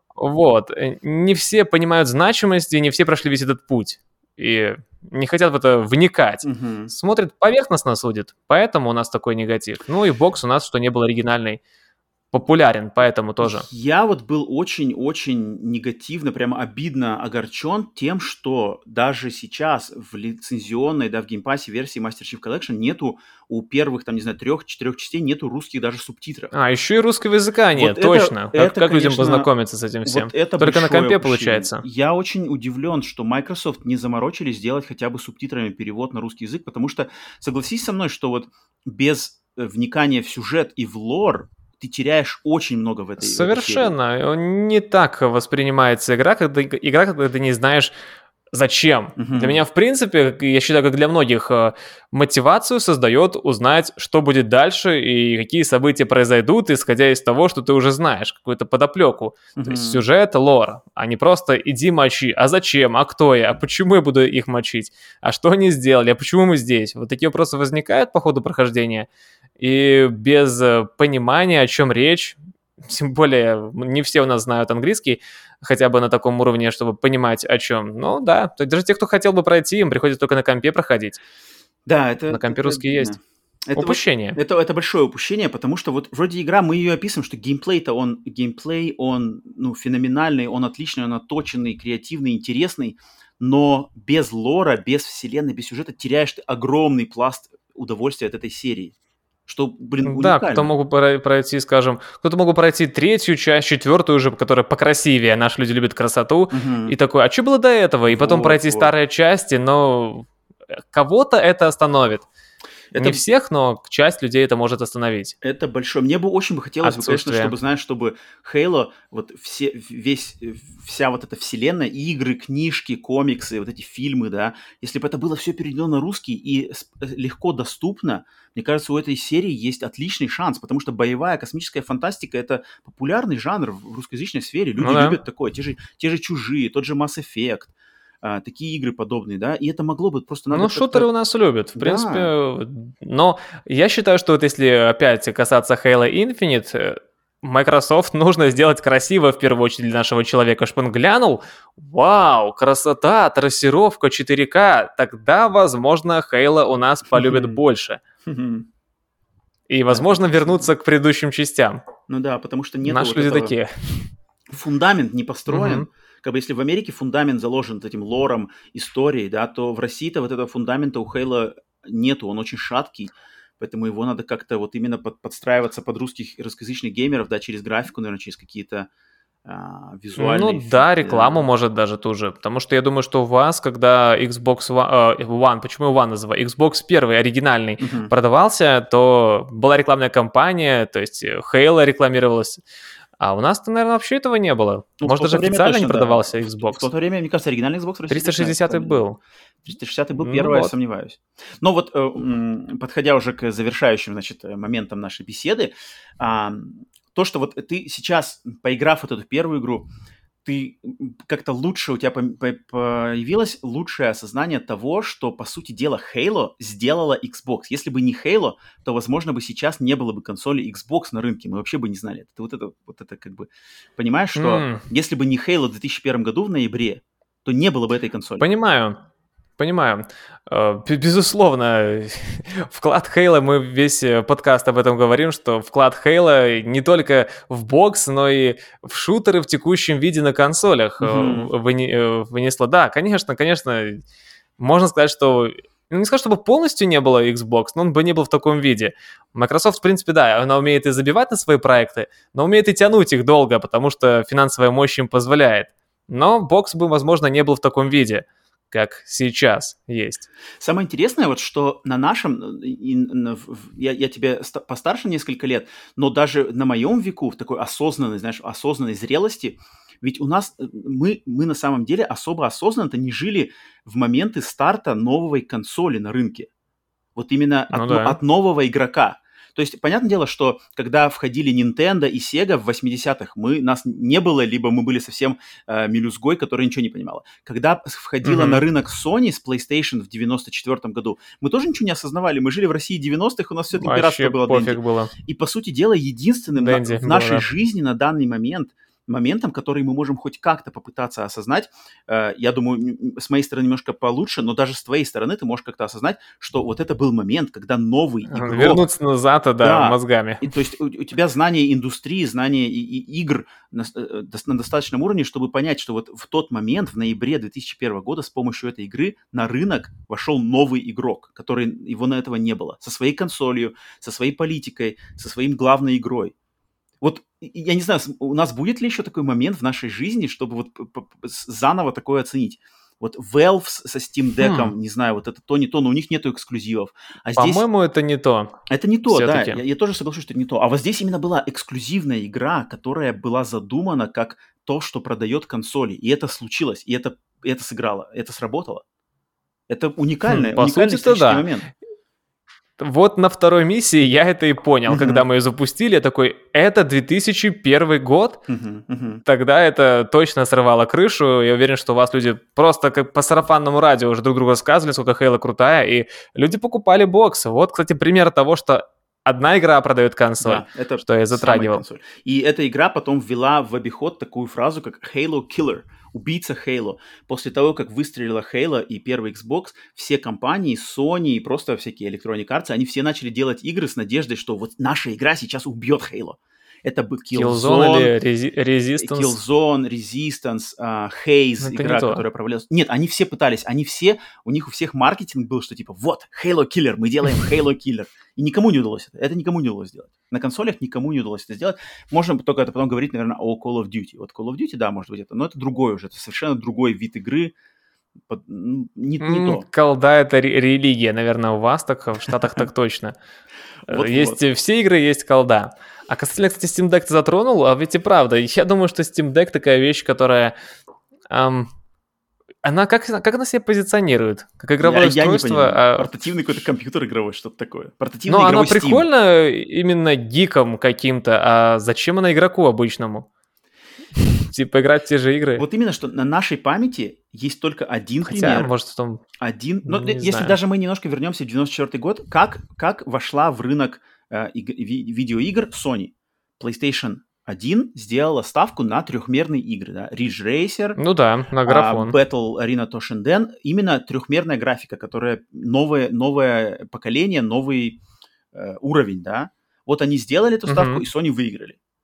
Вот. Не все понимают значимость, и не все прошли весь этот путь. И не хотят в это вникать. Угу. Смотрят, поверхностно судят. Поэтому у нас такой негатив. Ну и бокс у нас, что не был оригинальный, популярен, поэтому тоже. Я вот был очень-очень негативно, прямо обидно огорчен тем, что даже сейчас в лицензионной, да, в геймпассе версии Master Chief Collection нету у первых, там, не знаю, трех-четырех частей нету русских даже субтитров. А, еще и русского языка нет, вот точно. Это, как это, как конечно, людям познакомиться с этим всем? Вот это только на компе опущение. Получается. Я очень удивлен, что Microsoft не заморочились сделать хотя бы субтитрами перевод на русский язык, потому что, согласись со мной, что вот без вникания в сюжет и в лор ты теряешь очень много в этой Совершенно. В этой серии. Не так воспринимается игра, когда, игра, когда ты не знаешь, зачем. Uh-huh. Для меня, в принципе, я считаю, как для многих, мотивацию создает узнать, что будет дальше и какие события произойдут, исходя из того, что ты уже знаешь, какую-то подоплеку. Uh-huh. То есть сюжет, лор, а не просто иди мочи. А зачем? А кто я? А почему я буду их мочить? А что они сделали? А почему мы здесь? Вот такие вопросы возникают по ходу прохождения. И без понимания, о чем речь, тем более не все у нас знают английский, хотя бы на таком уровне, чтобы понимать, о чем. Ну да, даже те, кто хотел бы пройти, им приходится только на компе проходить. Да, это... На компе это, русский это, есть. Это упущение. Это, это большое упущение, потому что вот вроде игра, мы ее описываем, что геймплей-то он, геймплей, он, ну, феноменальный, он отличный, он отточенный, креативный, интересный, но без лора, без вселенной, без сюжета теряешь ты огромный пласт удовольствия от этой серии. Что, блин, уникально. Да, кто мог бы пройти, скажем, кто-то мог бы пройти третью часть, четвертую уже, которая покрасивее, наши люди любят красоту, угу. И такой, а что было до этого? И потом вот, пройти вот. Старые части, но кого-то это остановит. Это... Не всех, но часть людей это может остановить. Это большое. Мне бы очень бы хотелось, бы, конечно, чтобы, знаешь, чтобы Halo, вот все, весь, вся вот эта вселенная, игры, книжки, комиксы, вот эти фильмы, да, если бы это было все переведено на русский и легко доступно, мне кажется, у этой серии есть отличный шанс, потому что боевая космическая фантастика — это популярный жанр в русскоязычной сфере. Люди ну, да. любят такое. Те же, те же «Чужие», тот же Mass Effect. А, такие игры подобные, да, и это могло бы просто... Надо ну, шутеры у нас любят, в да. принципе, но я считаю, что вот если опять касаться Halo Infinite, Microsoft нужно сделать красиво, в первую очередь, для нашего человека, чтобы он глянул, вау, красота, трассировка, четыре ка, тогда, возможно, Halo у нас полюбят больше. И, возможно, вернуться к предыдущим частям. Ну да, потому что нету Наши вот люди этого... такие. Фундамент не построен. Мгм. Как бы если в Америке фундамент заложен вот этим лором, историей, да, то в России-то вот этого фундамента у Хейла нету, он очень шаткий, поэтому его надо как-то вот именно под, подстраиваться под русских русскоязычных геймеров, да, через графику, наверное, через какие-то а, визуальные Ну да, эффекты, рекламу да. может даже ту же, потому что я думаю, что у вас, когда Xbox One, э, One, почему я One называю, Xbox первый, оригинальный, Мгм. продавался, то была рекламная кампания, то есть э, Halo рекламировалась, а у нас-то, наверное, вообще этого не было. Ну, в Может, даже то время официально не точно, да. продавался В, Xbox. в то время, мне кажется, оригинальный Xbox в России триста точно шестидесятый официально не был. был. триста шестидесятый был Ну первый, я вот. сомневаюсь. Но вот, э, м, подходя уже к завершающим, значит, э, моментам нашей беседы, а, то, что вот ты сейчас, поиграв вот эту первую игру, ты м, как-то лучше, у тебя пом- по- появилось лучшее осознание того, что, по сути дела, Halo сделала Xbox. Если бы не Halo, то, возможно, бы сейчас не было бы консоли Xbox на рынке, мы вообще бы не знали. Ты вот это, вот это как бы понимаешь, что М, если бы не Halo в две тысячи первом году в ноябре, то не было бы этой консоли. Понимаю. Понимаю. Э, бе- Безусловно, вклад Хейла, мы весь э, подкаст об этом говорим, что вклад Хейла не только в бокс, но и в шутеры в текущем виде на консолях э, Мгм. выне- э, вынесло. Да, конечно, конечно, можно сказать, что... Ну, не сказать, чтобы полностью не было Xbox, но он бы не был в таком виде. Microsoft, в принципе, да, она умеет и забивать на свои проекты, но умеет и тянуть их долго, потому что финансовая мощь им позволяет. Но бокс бы, возможно, не был в таком виде, как сейчас есть. Самое интересное, вот что на нашем, э, и на- в- в- я, я тебе ста- постарше несколько лет, но даже на моем веку, в такой осознанной, знаешь, осознанной зрелости, ведь у нас, э, мы, мы на самом деле особо осознанно-то не жили в моменты старта новой консоли на рынке. Вот именно Ну от, но- да. от нового игрока. То есть, понятное дело, что когда входили Nintendo и Sega в восьмидесятых, мы, нас не было, либо мы были совсем э, мелюзгой, которая ничего не понимала. Когда входила на Мгм. рынок Sony с PlayStation в девяносто четвёртом году, мы тоже ничего не осознавали. Мы жили в России девяностых, у нас все это пиратство Вообще было денди. пофиг было. И, по сути дела, единственным на- Дэнди в было, нашей да. жизни на данный момент моментом, который мы можем хоть как-то попытаться осознать, э, я думаю, м, с моей стороны немножко получше, но даже с твоей стороны ты можешь как-то осознать, что вот это был момент, когда новый игрок, Вернуться назад, а, да, да, мозгами. и, то есть у, у тебя знание индустрии, знание и, и игр на, с- э, дос- на достаточном уровне, чтобы понять, что вот в тот момент, в ноябре две тысячи первого года, с помощью этой игры на рынок вошел новый игрок, который его на этого не было, со своей консолью, со своей политикой, со своим главной игрой. Вот и- и я не знаю, с- у нас будет ли еще такой момент в нашей жизни, чтобы вот п- п- п- с- заново такое оценить. Вот Valve с- со Steam Deck'ом, Хм, не знаю, вот это то, не то, но у них нету эксклюзивов. А здесь По-моему, это не то это не то, да, все-таки. я, я тоже соглашусь, что это не то. А вот здесь именно была эксклюзивная игра, которая была задумана как то, что продает консоли. И это случилось, и это, и это сыграло, это сработало. Это уникальный, По уникальный сути-то исторический да. момент. Вот на второй миссии я это и понял. Когда Мгм, мы ее запустили, я такой, это две тысячи первый год? мгм, мгм. Тогда это точно срывало крышу. Я уверен, что у вас люди просто как по сарафанному радио уже друг другу рассказывали, сколько Хейла крутая, и люди покупали бокс. Вот, кстати, пример того, что одна игра продает консоль, Да, это что я самая затрагивал. консоль. И эта игра потом ввела в обиход такую фразу, как Halo Killer, убийца Halo. После того, как выстрелила Halo и первый Xbox, все компании, Sony и просто всякие Electronic Arts, они все начали делать игры с надеждой, что вот наша игра сейчас убьет Halo. Это был Killzone Killzone, или Resi- Resistance? Killzone, Resistance, а, Haze, Это не игра, то. которая провалилась. Нет, они все пытались, они все, у них у всех маркетинг был, что типа, вот, Halo Killer, мы делаем Halo Killer. И никому не удалось это, это никому не удалось сделать. На консолях никому не удалось это сделать. Можно только это потом говорить, наверное, о Call of Duty. Вот Call of Duty, да, может быть это, но это другой уже, это совершенно другой вид игры, под- м, не, не М, то. Колда — это ре- религия, наверное, у вас так, а в Штатах так точно. Э, Вот-вот. Есть э, все игры, есть колда. А касательно, кстати, Steam Deck ты затронул, а ведь и правда. Я думаю, что Steam Deck такая вещь, которая... ам, она как, как она себя позиционирует? Как Я, игровое я не устройство? понимаю. а Портативный какой-то компьютер игровой, что-то такое. Портативный Но она игровой Steam. прикольна именно гиком каким-то, а зачем она игроку обычному? Типа играть в те же игры? Вот именно, что на нашей памяти есть только один Хотя, пример. может, в том... Один, но Не если знаю. даже мы немножко вернемся в девяносто четвёртый год, как, как вошла в рынок э, иг- ви- видеоигр Sony? PlayStation один сделала ставку на трехмерные игры, да? Ridge Racer, Ну да, на а, графон. Battle Arena Toshinden, именно трехмерная графика, которая новое, новое поколение, новый э, уровень, да? Вот они сделали эту ставку, Мгм. и Sony выиграли.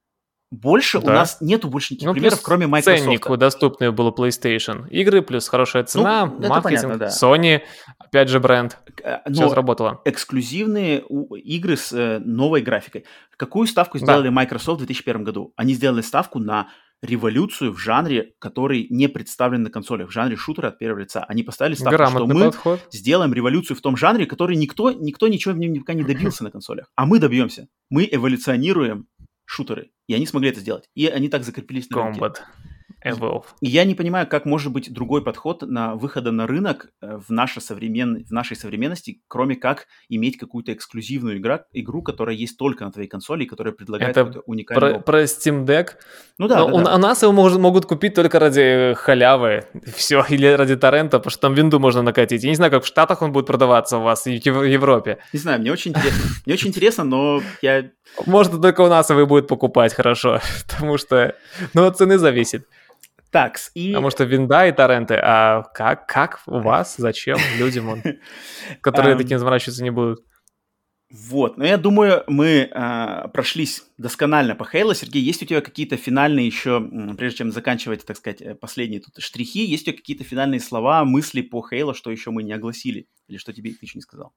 Больше Да. у нас нету больше никаких Ну, примеров, плюс кроме ценник Microsoft. доступный был у PlayStation. Игры плюс хорошая цена, Ну, это маркетинг, понятно, да. Sony, опять же бренд. Э, Все Но сработало. эксклюзивные у- игры с э, новой графикой. Какую ставку сделали Да, Microsoft в две тысячи первом году? Они сделали ставку на революцию в жанре, который не представлен на консолях, в жанре шутера от первого лица. Они поставили ставку, что грамотный мы подход. сделаем революцию в том жанре, который никто, никто ничего в нем пока не добился на консолях. А мы добьемся. Мы эволюционируем шутеры. И они смогли это сделать. И они так закрепились на рынке. Combat Evolve. И я не понимаю, как может быть другой подход на выхода на рынок э, в, наше современ... в нашей современности, кроме как иметь какую-то эксклюзивную игра... игру, которая есть только на твоей консоли, и которая предлагает Это какой-то уникальный про, опыт. про Steam Deck. Ну да, Но да, у, да. у нас его мож- могут купить только ради халявы. Все, или ради торрента, потому что там винду можно накатить. Я не знаю, как в Штатах он будет продаваться у вас и в Европе. Не знаю, мне очень интересно. Мне очень интересно, но я... Может, только у нас его и будет покупать хорошо, потому что, ну, от цены зависит. Так, и... Потому что винда и торренты, а как, как у вас, зачем людям, он, которые Ам, таким заморачиваться не будут? Вот, но я думаю, мы а, прошлись досконально по Halo. Сергей, есть у тебя какие-то финальные еще, м, прежде чем заканчивать, так сказать, э, последние тут штрихи, есть у тебя какие-то финальные слова, мысли по Halo, что еще мы не огласили? Или что тебе ты еще не сказал?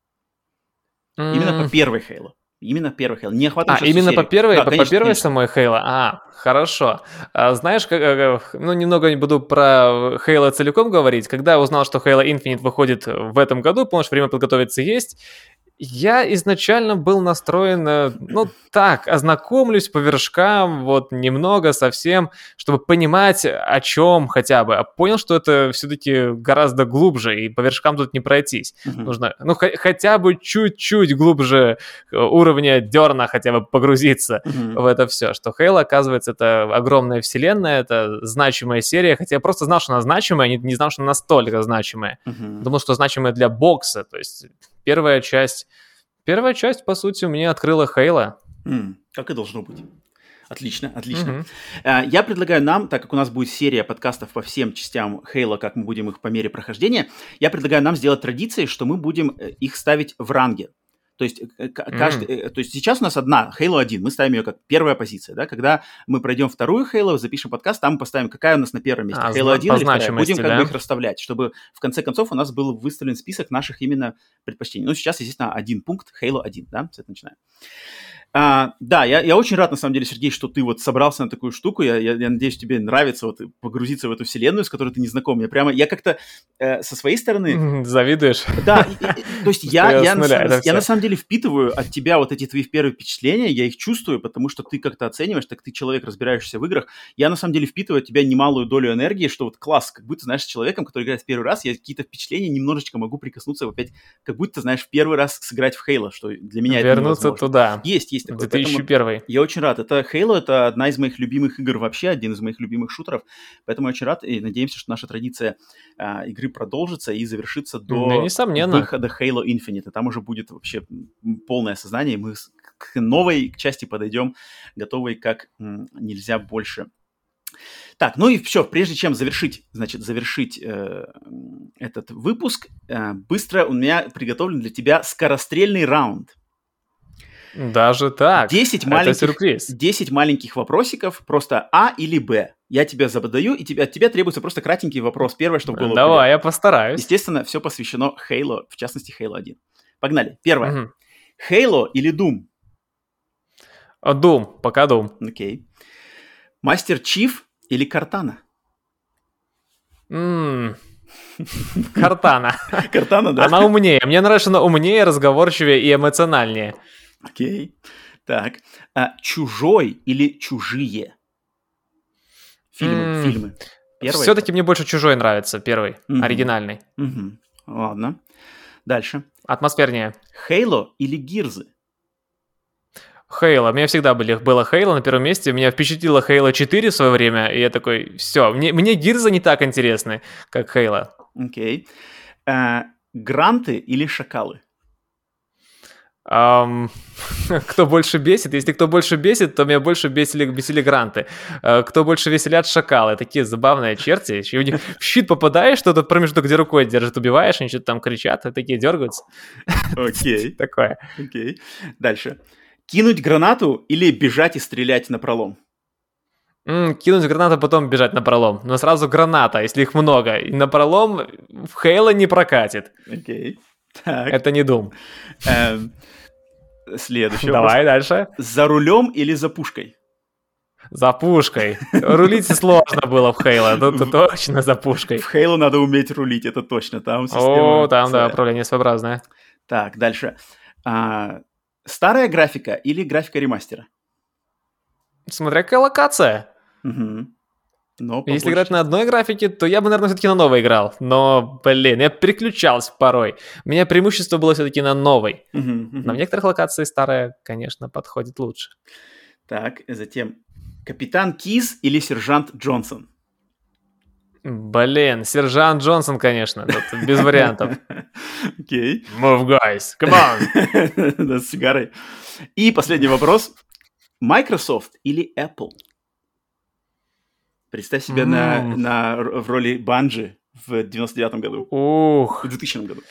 Именно по М, первой Halo. Именно первой Halo. Не охватываем А, сейчас всю именно по серию. первой, Да, по, по конечно, первой конечно. самой Halo? А, хорошо. А, знаешь, как, э, э, ну, немного не буду про Halo целиком говорить. Когда я узнал, что Halo Infinite выходит в этом году, помнишь, время подготовиться есть, я изначально был настроен, э, ну, так, ознакомлюсь по вершкам, вот, немного, совсем, чтобы понимать, о чем хотя бы. А понял, что это все-таки гораздо глубже, и по вершкам тут не пройтись. Мгм. Нужно, ну, хо- хотя бы чуть-чуть глубже э, уровня дерна хотя бы погрузиться Мгм. в это все. Что Halo, оказывается, это огромная вселенная, это значимая серия, хотя я просто знал, что она значимая, не, не знал, что она настолько значимая. Мгм. Думал, что значимая для бокса, то есть первая часть, первая часть, по сути, мне открыла Halo. М, Как и должно быть. Отлично, отлично. Мгм. А, Я предлагаю нам, так как у нас будет серия подкастов по всем частям Halo, как мы будем их по мере прохождения, я предлагаю нам сделать традицией, что мы будем э, их ставить в ранге. То есть, э, к- каждый, М. э, то есть сейчас у нас одна Halo один, мы ставим ее как первая позиция, да? Когда мы пройдем вторую Halo, запишем подкаст, там мы поставим, какая у нас на первом месте, А, Halo зна- один по или вторая. значимости, Будем как бы да? их расставлять, чтобы в конце концов у нас был выставлен список наших именно предпочтений. Ну, сейчас, естественно, один пункт, Halo один, да? С этого начинаем. А, да, я, я очень рад, на самом деле, Сергей, что ты вот собрался на такую штуку. Я, я, я надеюсь, тебе нравится вот погрузиться в эту вселенную, с которой ты не знаком. Я прямо, я как-то э, со своей стороны... М, Завидуешь? Да, и- и- и- то есть я, Что я я, с на, нуля, са- это я всё. на самом деле впитываю от тебя вот эти твои первые впечатления, я их чувствую, потому что ты как-то оцениваешь, так ты человек, разбираешься в играх. Я на самом деле впитываю от тебя немалую долю энергии, что вот класс, как будто, знаешь, с человеком, который играет в первый раз, я какие-то впечатления немножечко могу прикоснуться опять, как будто, знаешь, в первый раз сыграть в Halo, что для меня это Вернуться невозможно. туда, Есть, есть в такое. две тысячи Поэтому первый. я очень рад. Это Halo, это одна из моих любимых игр вообще, один из моих любимых шутеров. Поэтому я очень рад и надеемся, что наша традиция а, игры продолжится и завершится Ну, до несомненно. выхода Halo Infinite. И там уже будет вообще м, полное осознание. Мы с- к новой части подойдем, готовые как м, нельзя больше. Так, ну и все, прежде чем завершить, значит, завершить э, м, этот выпуск, э, быстро у меня приготовлен для тебя скорострельный раунд. Даже так. десять Это маленьких, сюрприз. десять маленьких вопросиков, просто А или Б. Я тебя задаю, и тебе, от тебя требуется просто кратенький вопрос. Первое, что в голову придет. Давай, я постараюсь. Естественно, все посвящено Halo, в частности, Halo один. Погнали. Первое. Мгм. Halo или Doom? А, Doom, пока Doom. Окей. Мастер Чиф или Картана? М, Картана. Картана, да? Она умнее. Мне нравится, что она умнее, разговорчивее и эмоциональнее. Окей. Так. А, Чужой или Чужие? Фильмы, М, фильмы. Первый. Все-таки мне больше Чужой нравится, первый, Мгм. оригинальный. Мгм. Ладно. Дальше. Атмосфернее. Halo или Гирзы? Хейла. У меня всегда были, было Хейла на первом месте. Меня впечатлило Хейла четыре в свое время, и я такой, все, мне, мне Гирза не так интересны, как Хейла. Окей. А, Гранты или Шакалы? Ам, кто больше бесит? Если кто больше бесит, то меня больше бесили, бесили гранты. Э, Кто больше веселят, шакалы. Такие забавные черти. Еще у них в щит попадаешь, что тот промежуток, где рукой держит, убиваешь, они что-то там кричат, и такие дергаются. Окей. Такое. Окей. Дальше. Кинуть гранату или бежать и стрелять на пролом? М, кинуть гранату, потом бежать на пролом. Но сразу граната, если их много. И на пролом в Halo не прокатит. Окей. Так. Это не Doom. Эм, Следующий Давай вопрос. дальше. За рулем или за пушкой? За пушкой. Рулить сложно было в Halo, тут точно за пушкой. В Halo надо уметь рулить, это точно. Там система О, там, да, своя. управление своеобразное. Так, дальше. А, старая графика или графика ремастера? Смотря какая локация. Угу. Но Если побольше. играть на одной графике, то я бы, наверное, все-таки на новой играл. Но, блин, я переключался порой. У меня преимущество было все-таки на новой. Мгм, мгм. Но в некоторых локациях старая, конечно, подходит лучше. Так, затем Капитан Киз или Сержант Джонсон? Блин, Сержант Джонсон, конечно, тут без вариантов. Окей. Move, guys, come on. Да, с сигарой. И последний вопрос. Microsoft или Apple? Представь себя на, М. на, р- в роли Банджи в девяносто девятом году, Ух. в двухтысячном году.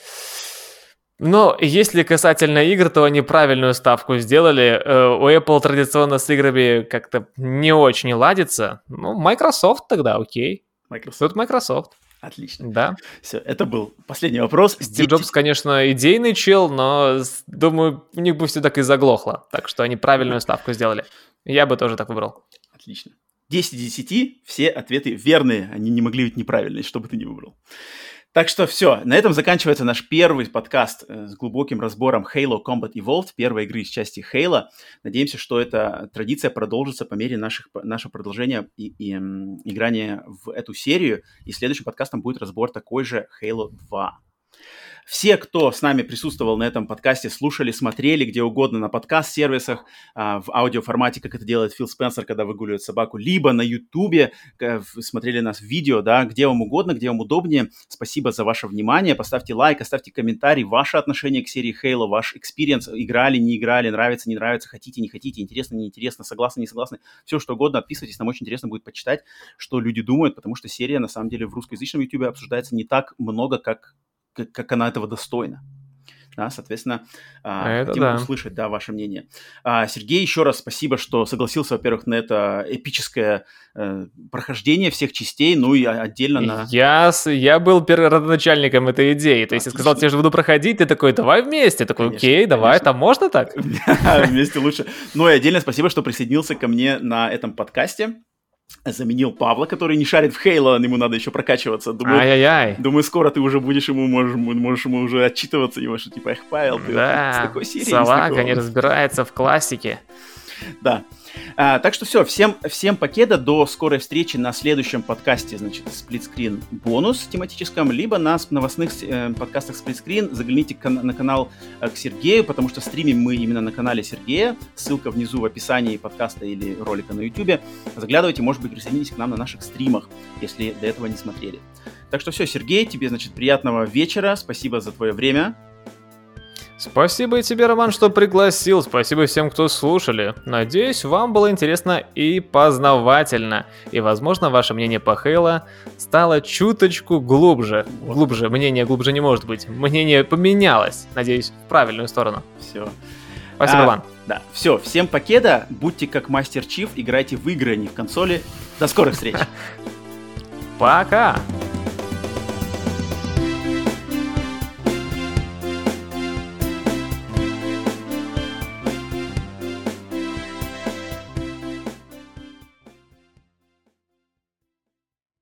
Но если касательно игр, то они правильную ставку сделали. Э, У Apple традиционно с играми как-то не очень ладится. Ну, Microsoft тогда, окей. Microsoft. Тут Microsoft, Отлично. да. Все, это был последний вопрос. Стив Де- Джобс, конечно, идейный чел, но, с- думаю, у них бы все так и заглохло. Так что они правильную ставку сделали. Я бы тоже так выбрал. Отлично. десять из десяти, все ответы верные. Они не могли быть неправильные, что бы ты ни выбрал. Так что все, на этом заканчивается наш первый подкаст э, с глубоким разбором Halo Combat Evolved, первой игры из части Halo. Надеемся, что эта традиция продолжится по мере наших, нашего продолжения и, и м, играния в эту серию. И следующим подкастом будет разбор такой же Halo два. Все, кто с нами присутствовал на этом подкасте, слушали, смотрели где угодно на подкаст-сервисах, а, в аудиоформате, как это делает Фил Спенсер, когда выгуливает собаку, либо на Ютубе, к- в- смотрели нас в видео, да, где вам угодно, где вам удобнее. Спасибо за ваше внимание. Поставьте лайк, оставьте комментарий, ваше отношение к серии Halo, ваш экспириенс, играли, не играли, нравится, не нравится, хотите, не хотите, интересно, не интересно, согласны, не согласны. Все, что угодно, отписывайтесь, нам очень интересно будет почитать, что люди думают, потому что серия, на самом деле, в русскоязычном Ютубе обсуждается не так много, как как, как она этого достойна. Да, соответственно, а, Это хотим да. услышать, да, ваше мнение. А, Сергей, еще раз спасибо, что согласился, во-первых, на это эпическое э, прохождение всех частей, ну и отдельно на... Я, с- я был первородоначальником этой идеи. То есть я сказал Отлично. тебе, что буду проходить, ты такой, давай вместе. Такой, Конечно, окей, давай, конечно. там можно так? Вместе лучше. Ну и отдельно спасибо, что присоединился ко мне на этом подкасте. Заменил Павла, который не шарит в Halo, ему надо еще прокачиваться. Думаю, Ай-яй-яй. думаю, скоро ты уже будешь ему, можешь, можешь ему уже отчитываться, его, что типа, эх, Павел, ты вот с Да, такой серии, с салага такого». не разбирается в классике. Да. А, так что все, всем, всем покеда, до скорой встречи на следующем подкасте, значит, сплитскрин бонус тематическом, либо на с- новостных э, подкастах сплитскрин. Загляните кан- на канал э, к Сергею, потому что стримим мы именно на канале Сергея. Ссылка внизу в описании подкаста или ролика на YouTube. Заглядывайте, может быть, присоединитесь к нам на наших стримах, если до этого не смотрели. Так что все, Сергей, тебе, значит, приятного вечера, спасибо за твое время. Спасибо и тебе, Роман, что пригласил. Спасибо всем, кто слушали. Надеюсь, вам было интересно и познавательно. И, возможно, ваше мнение по Halo стало чуточку глубже. Вот. Глубже. Мнение глубже не может быть. Мнение поменялось. Надеюсь, в правильную сторону. Все. Спасибо, А, Роман. Да, все, всем покеда, будьте как Мастер Чиф, играйте в игры, а не в консоли. До скорых встреч! Пока!